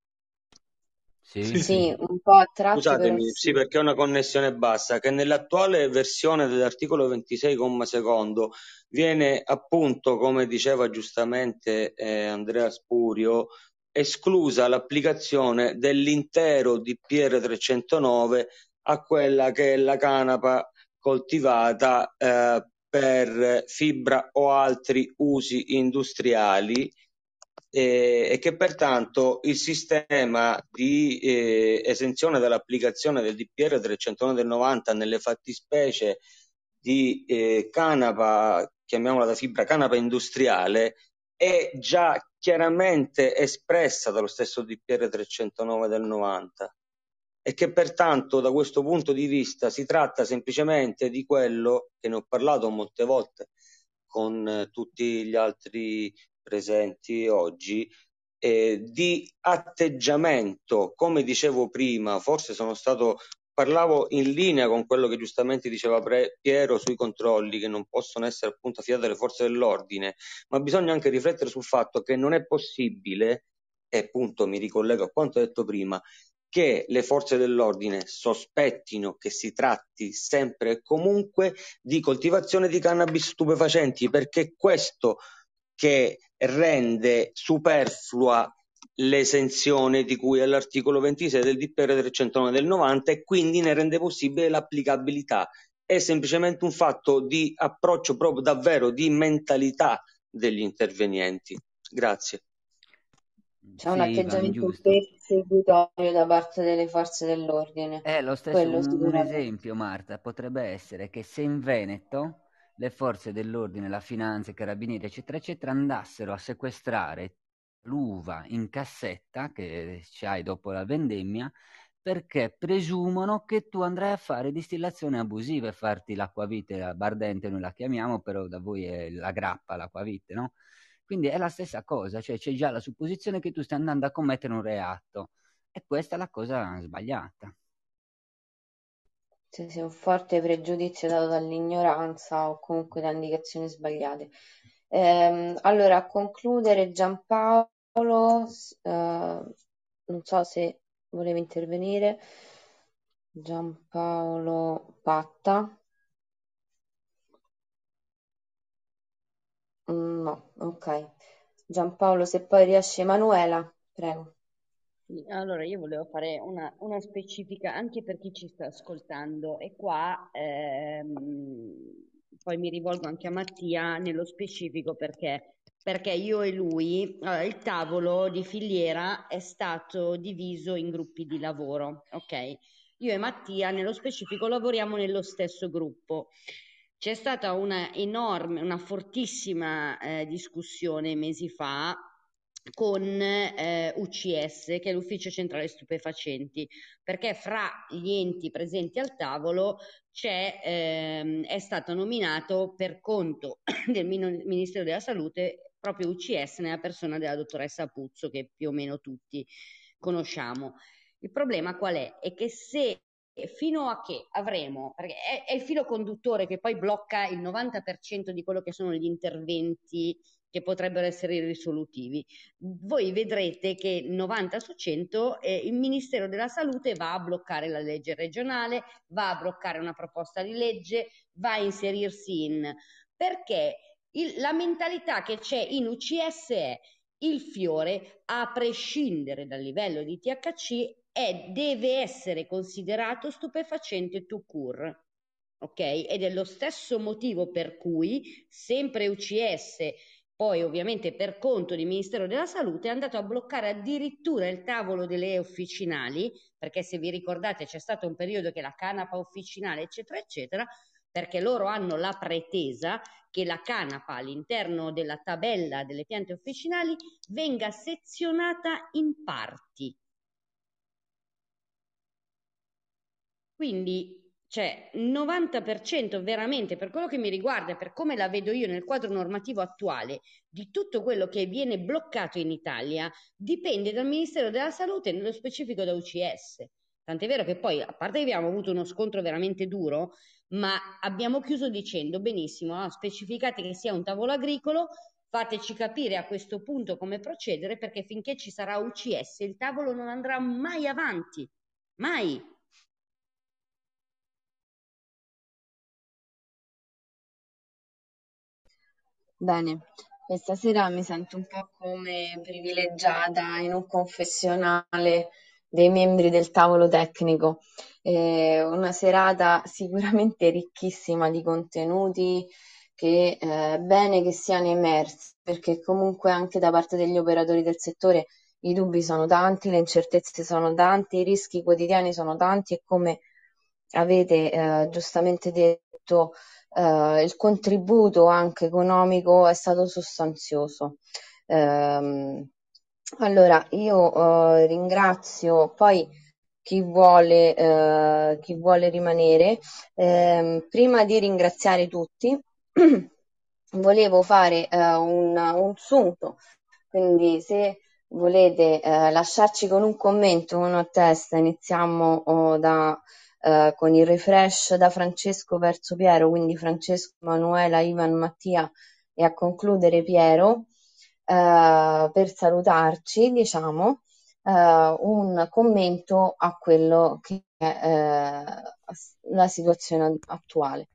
Speaker 7: Sì?
Speaker 8: Sì,
Speaker 1: Sì,
Speaker 8: sì.
Speaker 1: un po' a tratti, però
Speaker 4: Scusatemi, sì,
Speaker 1: sì.
Speaker 4: perché ho una connessione bassa, che nell'attuale versione dell'articolo ventisei, comma secondo, viene appunto, come diceva giustamente eh, Andrea Spurio, esclusa l'applicazione dell'intero D P R trecentonove a quella che è la canapa coltivata eh, per fibra o altri usi industriali, eh, e che pertanto il sistema di eh, esenzione dall'applicazione del D P R trecentonove del novanta nelle fattispecie di eh, canapa, chiamiamola da fibra, canapa industriale, è già chiaramente espressa dallo stesso D P R trecentonove del novanta, e che pertanto da questo punto di vista si tratta semplicemente di quello che ne ho parlato molte volte con eh, tutti gli altri presenti oggi, eh, di atteggiamento. Come dicevo prima, forse sono stato, parlavo in linea con quello che giustamente diceva Pre- Piero sui controlli che non possono essere appunto affidati alle forze dell'ordine, ma bisogna anche riflettere sul fatto che non è possibile, e appunto mi ricollego a quanto detto prima, che le forze dell'ordine sospettino che si tratti sempre e comunque di coltivazione di cannabis stupefacenti, perché è questo che rende superflua l'esenzione di cui è l'articolo ventisei del D P R trecentonove del novanta, e quindi ne rende possibile l'applicabilità. È semplicemente un fatto di approccio, proprio davvero di mentalità degli intervenienti. Grazie.
Speaker 1: C'è un
Speaker 7: Sì, Ivan,
Speaker 1: atteggiamento
Speaker 7: giusto.
Speaker 1: persecutorio da parte delle forze dell'ordine,
Speaker 7: È lo stesso,
Speaker 1: quello
Speaker 7: un, un
Speaker 1: sicuramente.
Speaker 7: esempio, Marta, potrebbe essere che se in Veneto le forze dell'ordine, la finanza, i carabinieri, eccetera, eccetera, andassero a sequestrare l'uva in cassetta che c'hai dopo la vendemmia, perché presumono che tu andrai a fare distillazione abusiva e farti l'acquavite, la bardente noi la chiamiamo, però da voi è la grappa, l'acquavite, no? Quindi è la stessa cosa, cioè c'è già la supposizione che tu stai andando a commettere un reato, e questa è la cosa sbagliata.
Speaker 1: Sì, sì, un forte pregiudizio dato dall'ignoranza o comunque da indicazioni sbagliate. Ehm, allora, a concludere, Giampaolo, s- eh, non so se volevi intervenire. Giampaolo Patta. Mm, no, ok. Giampaolo, se poi riesce Emanuela, prego.
Speaker 5: Sì, allora io volevo fare una, una specifica anche per chi ci sta ascoltando, e qua ehm, poi mi rivolgo anche a Mattia nello specifico, perché, perché io e lui, allora, il tavolo di filiera è stato diviso in gruppi di lavoro, ok? Io e Mattia nello specifico lavoriamo nello stesso gruppo. c'è stata una enorme, una fortissima eh, discussione mesi fa con eh, U C S, che è l'Ufficio Centrale Stupefacenti, perché fra gli enti presenti al tavolo c'è, ehm, è stato nominato per conto del Mino- Ministero della Salute proprio U C S nella persona della dottoressa Puzzo, che più o meno tutti conosciamo. Il problema qual è? È che se fino a che avremo, perché è, è il filo conduttore che poi blocca il novanta per cento di quello che sono gli interventi che potrebbero essere risolutivi. Voi vedrete che novanta su cento eh, il Ministero della Salute va a bloccare la legge regionale, va a bloccare una proposta di legge, va a inserirsi in... perché il, la mentalità che c'è in U C S è il fiore, a prescindere dal livello di T H C, è, deve essere considerato stupefacente tout court. Ok? Ed è lo stesso motivo per cui sempre U C S, poi ovviamente per conto del Ministero della Salute, è andato a bloccare addirittura il tavolo delle officinali, perché se vi ricordate c'è stato un periodo che la canapa officinale eccetera eccetera, perché loro hanno la pretesa che la canapa all'interno della tabella delle piante officinali venga sezionata in parti. Quindi cioè novanta per cento veramente, per quello che mi riguarda, per come la vedo io nel quadro normativo attuale, di tutto quello che viene bloccato in Italia dipende dal Ministero della Salute, nello specifico da U C S. Tant'è vero che poi, a parte che abbiamo avuto uno scontro veramente duro, ma abbiamo chiuso dicendo benissimo, no? Specificate che sia un tavolo agricolo, fateci capire a questo punto come procedere, perché finché ci sarà U C S il tavolo non andrà mai avanti, mai.
Speaker 1: Bene, questa sera mi sento un po' come privilegiata in un confessionale dei membri del tavolo tecnico. Eh, una serata sicuramente ricchissima di contenuti che è bene che siano emersi, perché comunque anche da parte degli operatori del settore i dubbi sono tanti, le incertezze sono tante, i rischi quotidiani sono tanti e come avete eh, giustamente detto, eh, il contributo anche economico è stato sostanzioso. Ehm, allora, io eh, ringrazio poi chi vuole, eh, chi vuole rimanere. Ehm, prima di ringraziare tutti, volevo fare eh, un, un sunto, quindi se volete eh, lasciarci con un commento, uno a testa, iniziamo oh, da, eh, con il refresh da Francesco verso Piero, quindi Francesco, Manuela, Ivan, Mattia e a concludere Piero, eh, per salutarci, diciamo, eh, un commento a quello che è eh, la situazione attuale.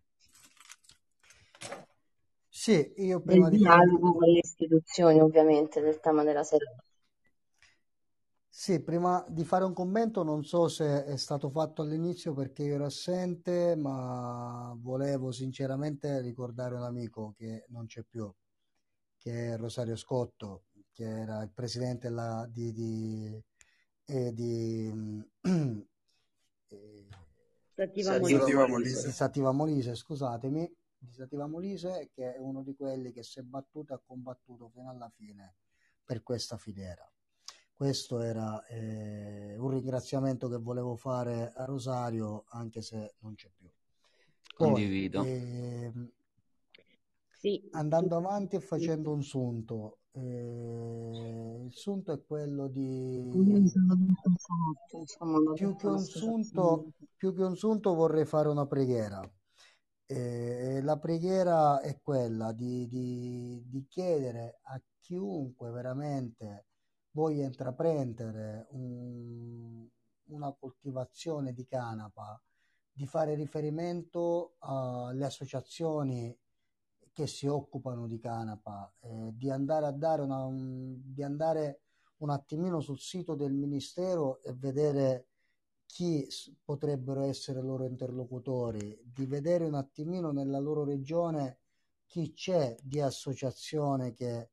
Speaker 6: Sì, io
Speaker 1: Del
Speaker 6: prima di fare un...
Speaker 1: dialogo con le istituzioni, ovviamente, del tema della serata.
Speaker 6: Sì, prima di fare un commento, non so se è stato fatto all'inizio perché io ero assente, ma volevo sinceramente ricordare un amico che non c'è più, che è Rosario Scotto, che era il presidente la, di, di, eh, di, eh,
Speaker 5: Sativa
Speaker 2: Sativa
Speaker 5: Molise.
Speaker 2: Molise.
Speaker 6: di Sativa Molise, scusatemi, di Sativa Molise, che è uno di quelli che si è battuto e ha combattuto fino alla fine per questa filiera. Questo era eh, un ringraziamento che volevo fare a Rosario, anche se non c'è più. Poi,
Speaker 7: Condivido.
Speaker 6: ehm,
Speaker 5: Sì,
Speaker 6: andando avanti e facendo un sunto, eh, il sunto è quello di più che un sunto, più che un sunto vorrei fare una preghiera. Eh, la preghiera è quella di, di, di chiedere a chiunque veramente voglia intraprendere un- una coltivazione di canapa, di fare riferimento alle associazioni che si occupano di canapa, eh, di andare a dare una, un- di andare un attimino sul sito del ministero e vedere chi s- potrebbero essere loro interlocutori, di vedere un attimino nella loro regione chi c'è di associazione che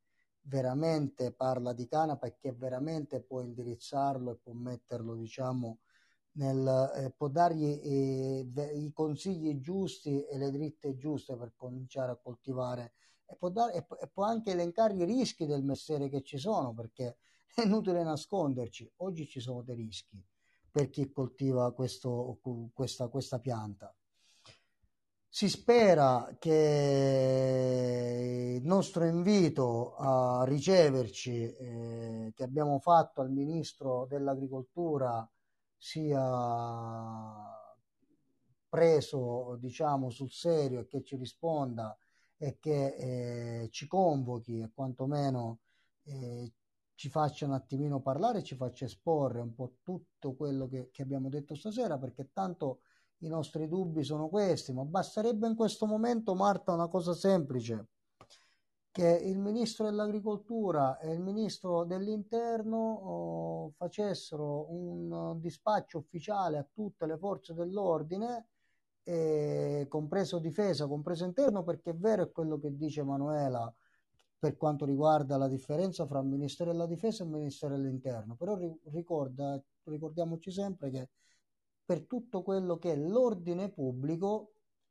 Speaker 6: veramente parla di canapa e che veramente può indirizzarlo e può metterlo, diciamo, nel, eh, può dargli eh, ve- i consigli giusti e le dritte giuste per cominciare a coltivare e può, dare, e, pu- e può anche elencare i rischi del mestiere che ci sono, perché è inutile nasconderci, oggi ci sono dei rischi per chi coltiva questo, questa, questa pianta. Si spera che il nostro invito a riceverci, eh, che abbiamo fatto al Ministro dell'Agricoltura, sia preso, diciamo, sul serio e che ci risponda e che eh, ci convochi e quantomeno eh, ci faccia un attimino parlare, ci faccia esporre un po' tutto quello che, che abbiamo detto stasera, perché tanto i nostri dubbi sono questi, ma basterebbe in questo momento, Marta, una cosa semplice, che il Ministro dell'Agricoltura e il Ministro dell'Interno oh, facessero un uh, dispaccio ufficiale a tutte le forze dell'ordine, eh, compreso difesa, compreso interno, perché è vero è quello che dice Manuela per quanto riguarda la differenza fra il Ministero della Difesa e il Ministero dell'Interno, però ri- ricorda, ricordiamoci sempre che per tutto quello che è l'ordine pubblico,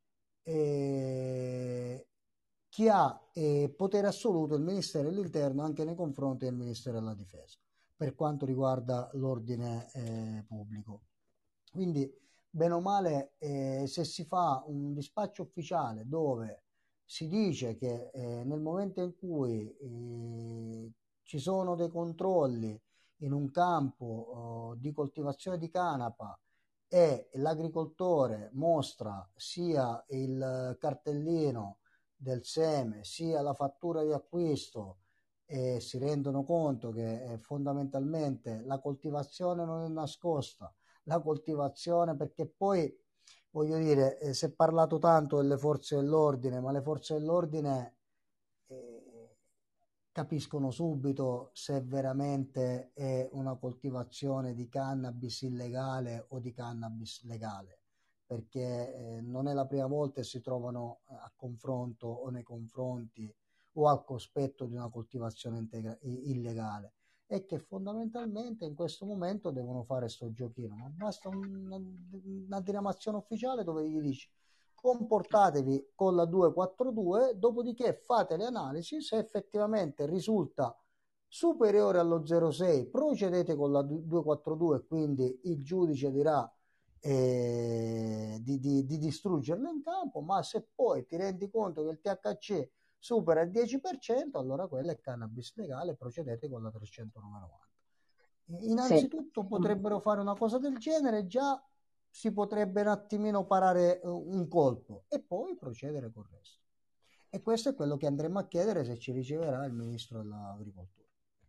Speaker 6: eh, chi ha eh, potere assoluto il Ministero dell'Interno anche nei confronti del Ministero della Difesa per quanto riguarda l'ordine eh, pubblico. Quindi, bene o male, eh, se si fa un dispaccio ufficiale dove si dice che eh, nel momento in cui eh, ci sono dei controlli in un campo oh, di coltivazione di canapa e l'agricoltore mostra sia il cartellino del seme sia la fattura di acquisto e si rendono conto che eh, fondamentalmente la coltivazione non è nascosta, la coltivazione, perché poi voglio dire, eh, si è parlato tanto delle forze dell'ordine, ma le forze dell'ordine eh, capiscono subito se veramente è una coltivazione di cannabis illegale o di cannabis legale, perché eh, non è la prima volta che si trovano a confronto o nei confronti o al cospetto di una coltivazione integra- illegale, e che fondamentalmente in questo momento devono fare sto giochino, ma basta una, una diramazione ufficiale dove gli dici comportatevi con la duecentoquarantadue, dopodiché fate le analisi, se effettivamente risulta superiore allo zero virgola sei procedete con la duecentoquarantadue, quindi il giudice dirà eh, di, di, di distruggerlo in campo, ma se poi ti rendi conto che il T H C supera il dieci per cento, allora quella è cannabis legale, procedete con la trecentonovanta. Innanzitutto sì, potrebbero fare una cosa del genere, già si potrebbe un attimino parare un colpo e poi procedere con il resto. E questo è quello che andremo a chiedere se ci riceverà il Ministro dell'Agricoltura.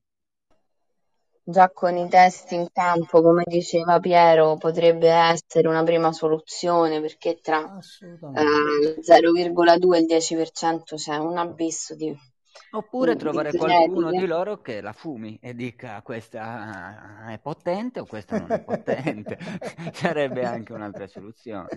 Speaker 1: Già con i test in campo, come diceva Piero, potrebbe essere una prima soluzione, perché tra eh, il zero virgola due e il dieci per cento c'è un abisso di...
Speaker 7: Oppure
Speaker 1: di
Speaker 7: trovare qualcuno di loro che la fumi e dica questa è potente o questa non è potente. Sarebbe anche un'altra soluzione.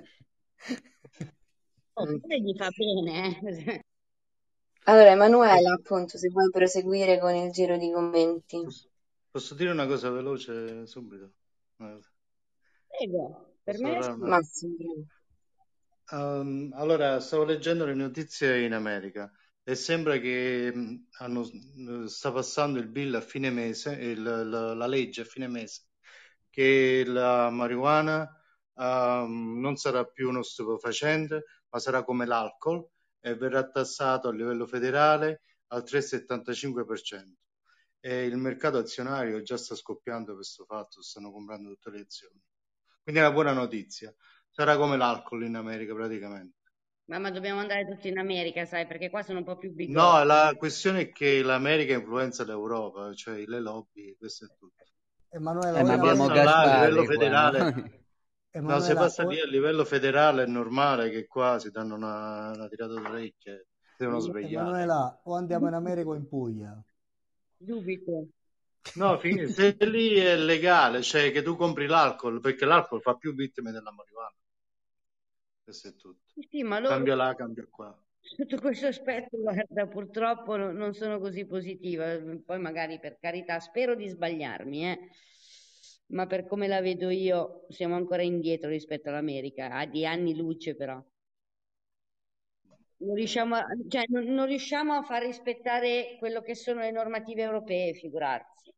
Speaker 5: Oppure gli fa bene. Eh.
Speaker 1: Allora, Emanuela, appunto, se vuoi proseguire con il giro di commenti.
Speaker 11: Posso, posso dire una cosa veloce subito?
Speaker 5: Prego, per me è
Speaker 1: Massimo.
Speaker 11: Um, allora, stavo leggendo le notizie in America e sembra che mh, hanno, sta passando il bill a fine mese, il, la, la legge a fine mese, che la marijuana um, non sarà più uno stupefacente, ma sarà come l'alcol e verrà tassato a livello federale al tre virgola settantacinque per cento. E il mercato azionario già sta scoppiando questo fatto, stanno comprando tutte le azioni. Quindi è una buona notizia. Sarà come l'alcol in America praticamente.
Speaker 5: Ma, ma dobbiamo andare tutti in America, sai, perché qua sono un po' più bigotti.
Speaker 11: No, la questione è che l'America influenza l'Europa, cioè le lobby, questo è tutto.
Speaker 6: Emanuela,
Speaker 7: eh, ma abbiamo
Speaker 11: là a livello
Speaker 7: qua,
Speaker 11: federale.
Speaker 7: no?
Speaker 11: No, se passa lì a livello federale è normale che qua si danno una, una tirata d'orecchie, si devono svegliare.
Speaker 6: Emanuela, o andiamo in America o in Puglia?
Speaker 5: Dubito.
Speaker 11: No, se lì è legale, cioè che tu compri l'alcol, perché l'alcol fa più vittime della marijuana. Questo è tutto.
Speaker 5: Sì, ma loro...
Speaker 11: Cambia là, cambia qua.
Speaker 5: Sotto questo aspetto, guarda, purtroppo no, non sono così positiva. Poi magari, per carità, spero di sbagliarmi, eh. ma per come la vedo io siamo ancora indietro rispetto all'America, ha di anni luce però. Non riusciamo a, cioè, non, non riusciamo a far rispettare quello che sono le normative europee, figurarsi.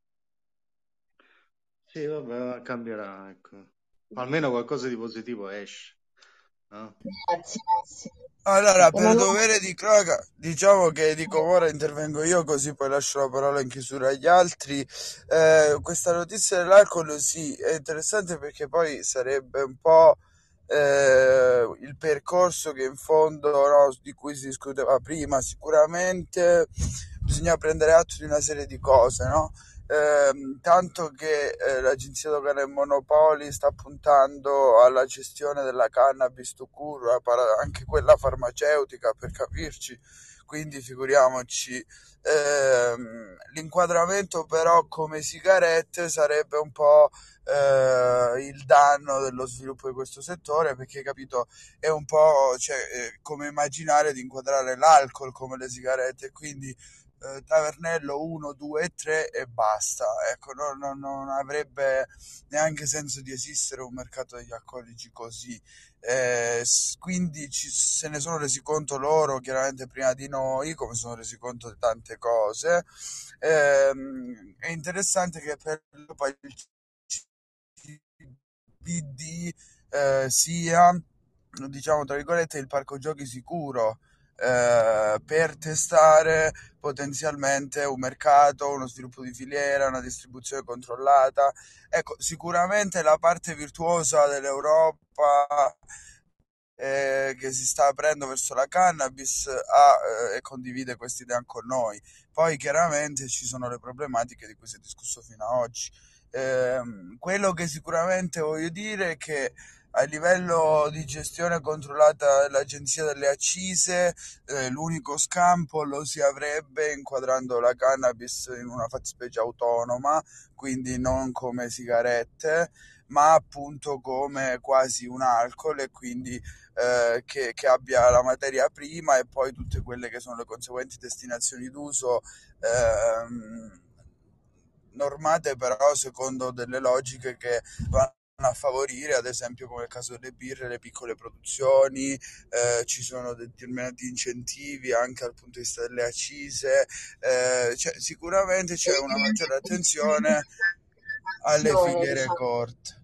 Speaker 11: Sì, vabbè, cambierà, ecco. Almeno qualcosa di positivo esce, no?
Speaker 1: Grazie, grazie.
Speaker 2: Allora, per
Speaker 1: Emanuele,
Speaker 2: dovere di cronaca, diciamo che dico ora intervengo io così poi lascio la parola in chiusura agli altri. Eh, questa notizia dell'alcol sì, è interessante perché poi sarebbe un po' eh, il percorso che in fondo, no, di cui si discuteva prima. Sicuramente bisogna prendere atto di una serie di cose, no? Ehm, tanto che eh, l'Agenzia Dogane e Monopoli sta puntando alla gestione della cannabis to cure, para- anche quella farmaceutica per capirci, quindi figuriamoci. Ehm, l'inquadramento però come sigarette sarebbe un po' eh, il danno dello sviluppo di questo settore, perché capito è un po', cioè, eh, come immaginare di inquadrare l'alcol come le sigarette, quindi eh, Tavernello uno, due e tre e basta. Ecco, no- no- non avrebbe neanche senso di esistere un mercato degli alcolici così. Eh, s- quindi ci- se ne sono resi conto loro chiaramente prima di noi, come sono resi conto di tante cose. Ehm, è interessante che per poi il C P D eh, sia, diciamo tra virgolette, il parco giochi sicuro eh, per testare potenzialmente un mercato, uno sviluppo di filiera, una distribuzione controllata. Ecco, sicuramente la parte virtuosa dell'Europa eh, che si sta aprendo verso la cannabis ha, eh, e condivide questa idea con noi. Poi chiaramente ci sono le problematiche di cui si è discusso fino ad oggi. Ehm, quello che sicuramente voglio dire è che a livello di gestione controllata dall'Agenzia delle Accise, eh, l'unico scampo lo si avrebbe inquadrando la cannabis in una fattispecie autonoma, quindi non come sigarette, ma appunto come quasi un alcol e quindi eh, che, che abbia la materia prima e poi tutte quelle che sono le conseguenti destinazioni d'uso ehm, normate però secondo delle logiche che vanno a favorire, ad esempio come nel caso delle birre, le piccole produzioni, eh, ci sono determinati incentivi anche dal punto di vista delle accise, eh, cioè, sicuramente c'è una maggiore attenzione alle filiere
Speaker 1: diciamo,
Speaker 2: corte.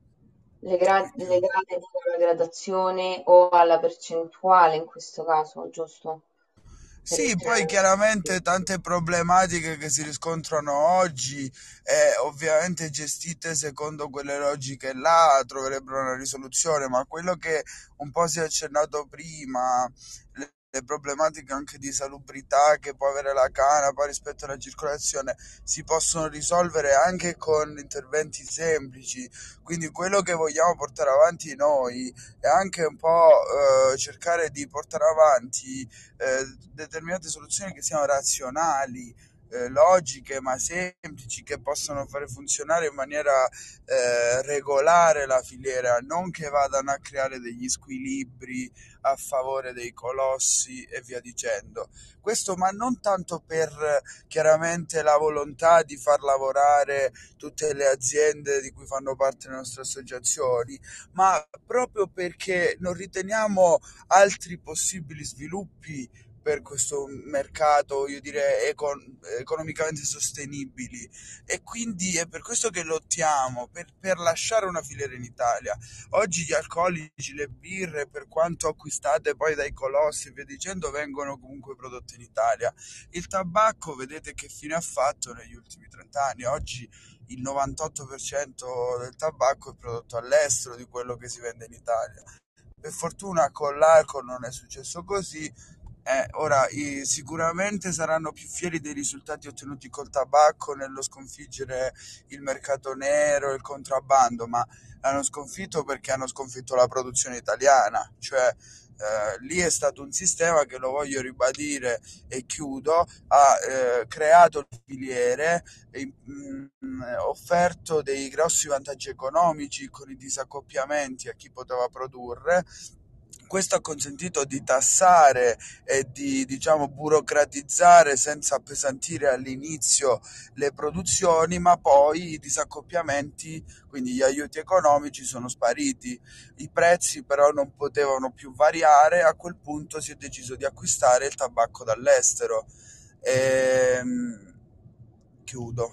Speaker 1: lega- legate tipo alla gradazione o alla percentuale in questo caso, giusto? Per
Speaker 2: Sì, poi
Speaker 1: intendere.
Speaker 2: chiaramente tante problematiche che si riscontrano oggi, eh, ovviamente gestite secondo quelle logiche là, troverebbero una risoluzione, ma quello che un po' si è accennato prima, le, le problematiche anche di salubrità che può avere la canapa rispetto alla circolazione, si possono risolvere anche con interventi semplici. Quindi quello che vogliamo portare avanti noi è anche un po' eh, cercare di portare avanti eh, determinate soluzioni che siano razionali, eh, logiche ma semplici, che possano fare funzionare in maniera eh, regolare la filiera, non che vadano a creare degli squilibri a favore dei colossi e via dicendo. Questo ma non tanto per eh, chiaramente la volontà di far lavorare tutte le aziende di cui fanno parte le nostre associazioni, ma proprio perché non riteniamo altri possibili sviluppi per questo mercato, io direi econ- economicamente sostenibili, e quindi è per questo che lottiamo per, per lasciare una filiera in Italia. Oggi gli alcolici, le birre, per quanto acquistate poi dai colossi e via dicendo, vengono comunque prodotte in Italia. Il tabacco, vedete che fine ha fatto negli ultimi trenta anni. Oggi il novantotto per cento del tabacco è prodotto all'estero di quello che si vende in Italia. Per fortuna con l'alcol non è successo così. Eh, ora, i- sicuramente saranno più fieri dei risultati ottenuti col tabacco nello sconfiggere il mercato nero, il contrabbando, ma hanno sconfitto perché hanno sconfitto la produzione italiana, cioè eh, lì è stato un sistema che, lo voglio ribadire e chiudo, ha eh, creato filiere, e, mh, offerto dei grossi vantaggi economici con i disaccoppiamenti a chi poteva produrre Questo ha consentito di tassare e di, diciamo, burocratizzare senza appesantire all'inizio le produzioni, ma poi i disaccoppiamenti, quindi gli aiuti economici, sono spariti. I prezzi però non potevano più variare, a quel punto si è deciso di acquistare il tabacco dall'estero. E... chiudo.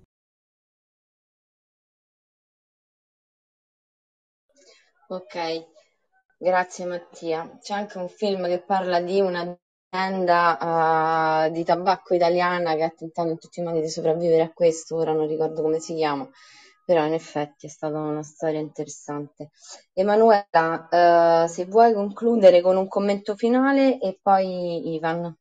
Speaker 1: Ok, grazie Mattia. C'è anche un film che parla di un'azienda eh, di tabacco italiana che ha tentato in tutti i modi di sopravvivere a questo, ora non ricordo come si chiama, però in effetti è stata una storia interessante. Emanuela, eh, se vuoi concludere con un commento finale e poi Ivan.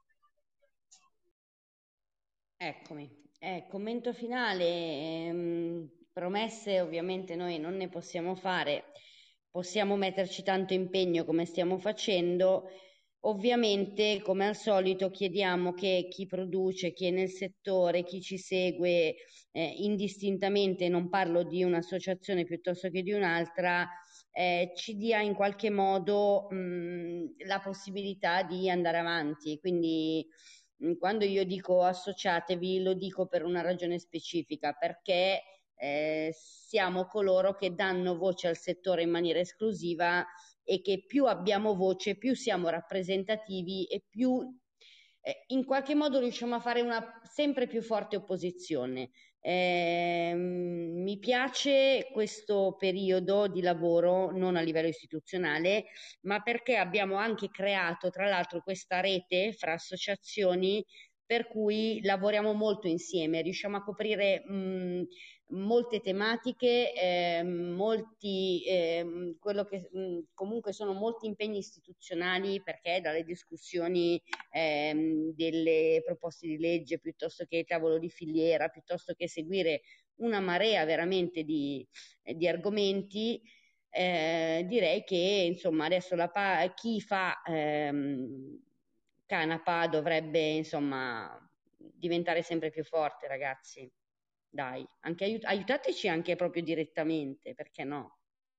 Speaker 5: Eccomi, eh, commento finale, ehm, promesse ovviamente noi non ne possiamo fare, possiamo metterci tanto impegno come stiamo facendo, ovviamente come al solito chiediamo che chi produce, chi è nel settore, chi ci segue eh, indistintamente, non parlo di un'associazione piuttosto che di un'altra, eh, ci dia in qualche modo mh, la possibilità di andare avanti, quindi quando io dico associatevi, lo dico per una ragione specifica, perché eh, siamo coloro che danno voce al settore in maniera esclusiva e che più abbiamo voce, più siamo rappresentativi e più eh, in qualche modo riusciamo a fare una sempre più forte opposizione. Eh, mi piace questo periodo di lavoro non a livello istituzionale, ma perché abbiamo anche creato, tra l'altro, questa rete fra associazioni per cui lavoriamo molto insieme, riusciamo a coprire mh, molte tematiche, eh, molti, eh, quello che mh, comunque sono molti impegni istituzionali, perché dalle discussioni ehm, delle proposte di legge piuttosto che il tavolo di filiera, piuttosto che seguire una marea veramente di, eh, di argomenti. Eh, direi che insomma adesso la pa- chi fa ehm, canapa dovrebbe insomma diventare sempre più forte, ragazzi. Dai, anche aiut- aiutateci anche proprio direttamente, perché no?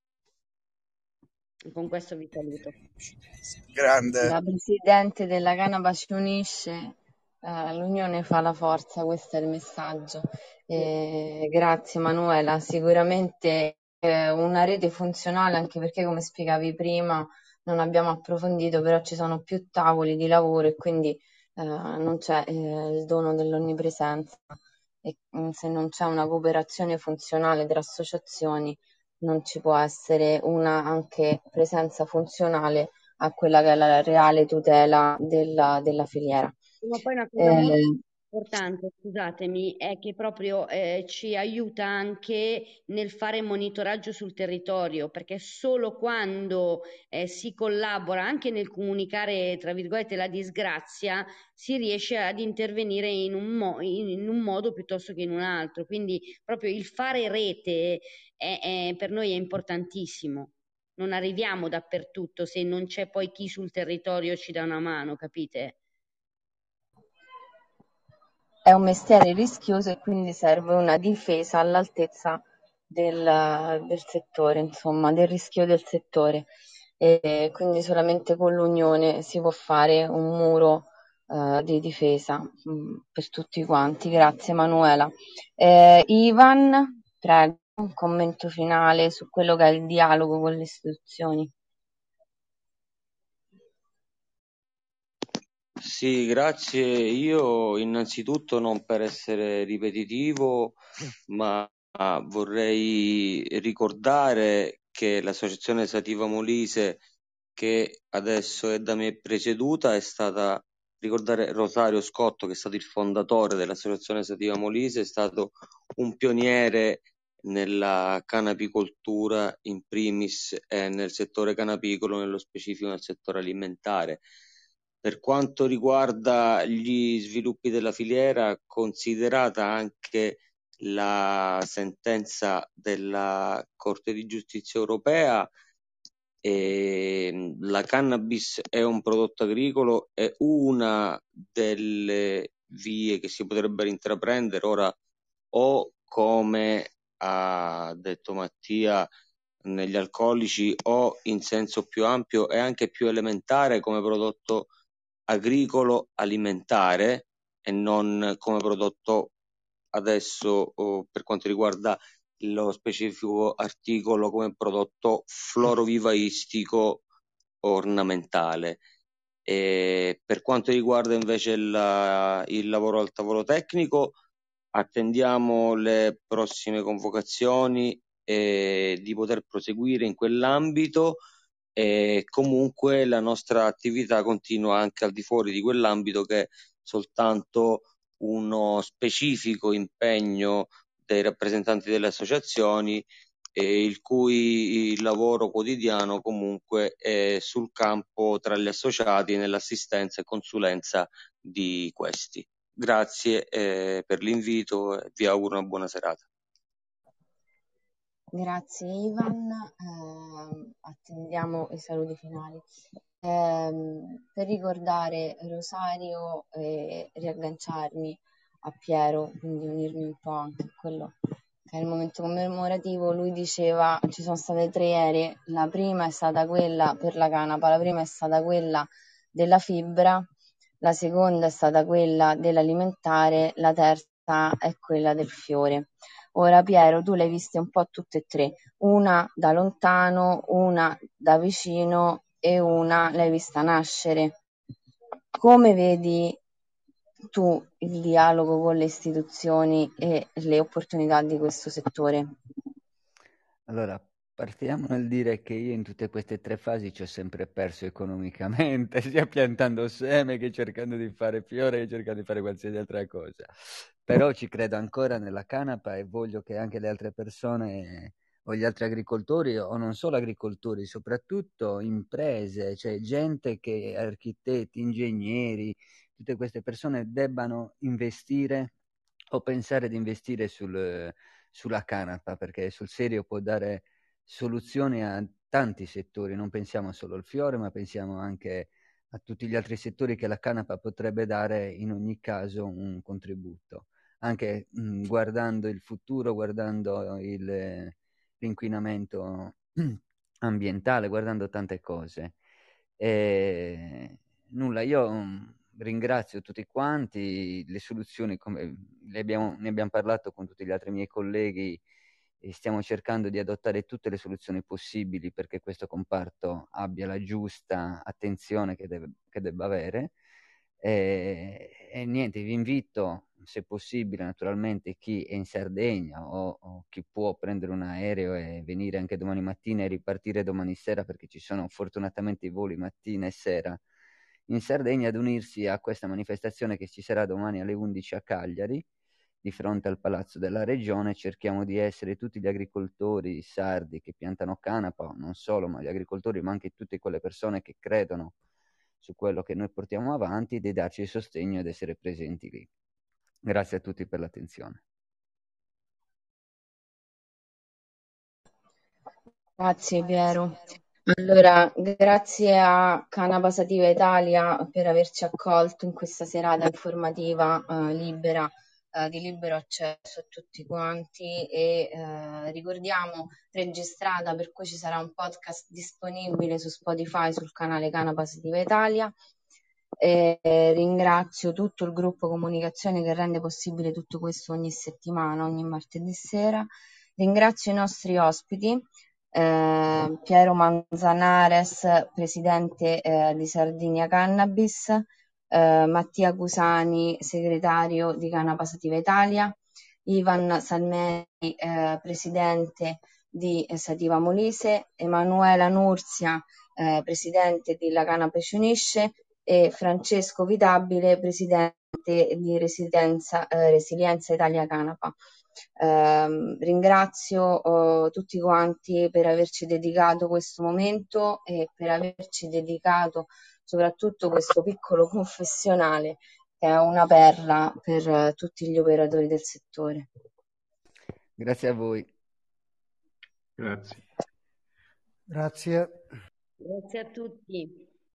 Speaker 5: Con questo vi saluto.
Speaker 2: Grande.
Speaker 1: Da presidente della Canapa ci unisce, eh, l'unione fa la forza, questo è il messaggio. Eh, grazie Manuela, sicuramente eh, una rete funzionale, anche perché come spiegavi prima non abbiamo approfondito, però ci sono più tavoli di lavoro e quindi eh, non c'è eh, il dono dell'onnipresenza e mm, se non c'è una cooperazione funzionale tra associazioni non ci può essere una anche presenza funzionale a quella che è la reale tutela della, della filiera.
Speaker 5: Ma poi una cosa molto
Speaker 1: Eh,
Speaker 5: importante, scusatemi, è che proprio eh, ci aiuta anche nel fare monitoraggio sul territorio, perché solo quando eh, si collabora anche nel comunicare, tra virgolette, la disgrazia, si riesce ad intervenire in un, mo- in, in un modo piuttosto che in un altro. Quindi proprio il fare rete è- è- per noi è importantissimo. Non arriviamo dappertutto se non c'è poi chi sul territorio ci dà una mano, capite?
Speaker 1: È un mestiere rischioso e quindi serve una difesa all'altezza del, del settore, insomma, del rischio del settore. E quindi solamente con l'unione si può fare un muro eh, di difesa mh, per tutti quanti. Grazie Manuela. Eh, Ivan, prego, un commento finale su quello che è il dialogo con le istituzioni.
Speaker 4: Sì, grazie. Io innanzitutto non per essere ripetitivo, ma vorrei ricordare che l'Associazione Sativa Molise, che adesso è da me preceduta, è stata, ricordare Rosario Scotto, che è stato il fondatore dell'Associazione Sativa Molise, è stato un pioniere nella canapicoltura in primis e nel settore canapicolo, nello specifico nel settore alimentare. Per quanto riguarda gli sviluppi della filiera, considerata anche la sentenza della Corte di Giustizia europea, eh, la cannabis è un prodotto agricolo, è una delle vie che si potrebbero intraprendere ora, o come ha detto Mattia, negli alcolici o in senso più ampio e anche più elementare come prodotto agricolo alimentare e non come prodotto adesso oh, per quanto riguarda lo specifico articolo come prodotto florovivaistico ornamentale. E per quanto riguarda invece il, il lavoro al tavolo tecnico, attendiamo le prossime convocazioni e di poter proseguire in quell'ambito, e comunque la nostra attività continua anche al di fuori di quell'ambito, che è soltanto uno specifico impegno dei rappresentanti delle associazioni, e il cui il lavoro quotidiano comunque è sul campo tra gli associati nell'assistenza e consulenza di questi. Grazie eh, per l'invito e vi auguro una buona serata.
Speaker 1: Grazie Ivan, eh, attendiamo i saluti finali. Eh, per ricordare Rosario e riagganciarmi a Piero, quindi unirmi un po' anche a quello che è il momento commemorativo, lui diceva ci sono state tre ere, la prima è stata quella per la canapa, la prima è stata quella della fibra, la seconda è stata quella dell'alimentare, la terza è quella del fiore. Ora Piero, tu le hai viste un po' tutte e tre, una da lontano, una da vicino e una l'hai vista nascere. Come vedi tu il dialogo con le istituzioni e le opportunità di questo settore?
Speaker 7: Allora, partiamo nel dire che io in tutte queste tre fasi ci ho sempre perso economicamente, sia piantando seme che cercando di fare fiore che cercando di fare qualsiasi altra cosa. Però ci credo ancora nella canapa e voglio che anche le altre persone o gli altri agricoltori, o non solo agricoltori, soprattutto imprese, cioè gente che architetti, ingegneri, tutte queste persone debbano investire o pensare di investire sul, sulla canapa, perché sul serio può dare soluzioni a tanti settori, non pensiamo solo al fiore, ma pensiamo anche a tutti gli altri settori che la canapa potrebbe dare in ogni caso un contributo, anche mh, guardando il futuro, guardando il, l'inquinamento ambientale, guardando tante cose. E nulla, io mh, ringrazio tutti quanti, le soluzioni come le abbiamo, ne abbiamo parlato con tutti gli altri miei colleghi e stiamo cercando di adottare tutte le soluzioni possibili perché questo comparto abbia la giusta attenzione che, deve, che debba avere. E, e niente, vi invito, se possibile, naturalmente, chi è in Sardegna o, o chi può prendere un aereo e venire anche domani mattina e ripartire domani sera, perché ci sono fortunatamente i voli mattina e sera in Sardegna, ad unirsi a questa manifestazione che ci sarà domani alle undici a Cagliari, di fronte al Palazzo della Regione. Cerchiamo di essere tutti gli agricoltori sardi che piantano canapa, non solo, ma gli agricoltori, ma anche tutte quelle persone che credono su quello che noi portiamo avanti, di darci il sostegno ed essere presenti lì. Grazie a tutti per l'attenzione.
Speaker 1: Grazie Piero. Allora, grazie a Canapa Sativa Italia per averci accolto in questa serata informativa eh, libera, eh, di libero accesso a tutti quanti e eh, ricordiamo registrata, per cui ci sarà un podcast disponibile su Spotify sul canale Canapa Sativa Italia. E ringrazio tutto il gruppo comunicazione che rende possibile tutto questo ogni settimana, ogni martedì sera. Ringrazio i nostri ospiti. Eh, Piero Manzanares, presidente eh, di Sardinia Cannabis, eh, Mattia Cusani, segretario di Canapa Sativa Italia, Ivan Salmeri, eh, presidente di eh, Sativa Molise, Emanuela Nurzia, eh, presidente di La Canapa ci unisce, e Francesco Vitabile, presidente di Residenza, eh, Resilienza Italia Canapa. Eh, ringrazio oh, tutti quanti per averci dedicato questo momento e per averci dedicato soprattutto questo piccolo confessionale che è una perla per uh, tutti gli operatori del settore.
Speaker 7: Grazie a voi.
Speaker 8: Grazie.
Speaker 6: Grazie.
Speaker 5: Grazie a tutti.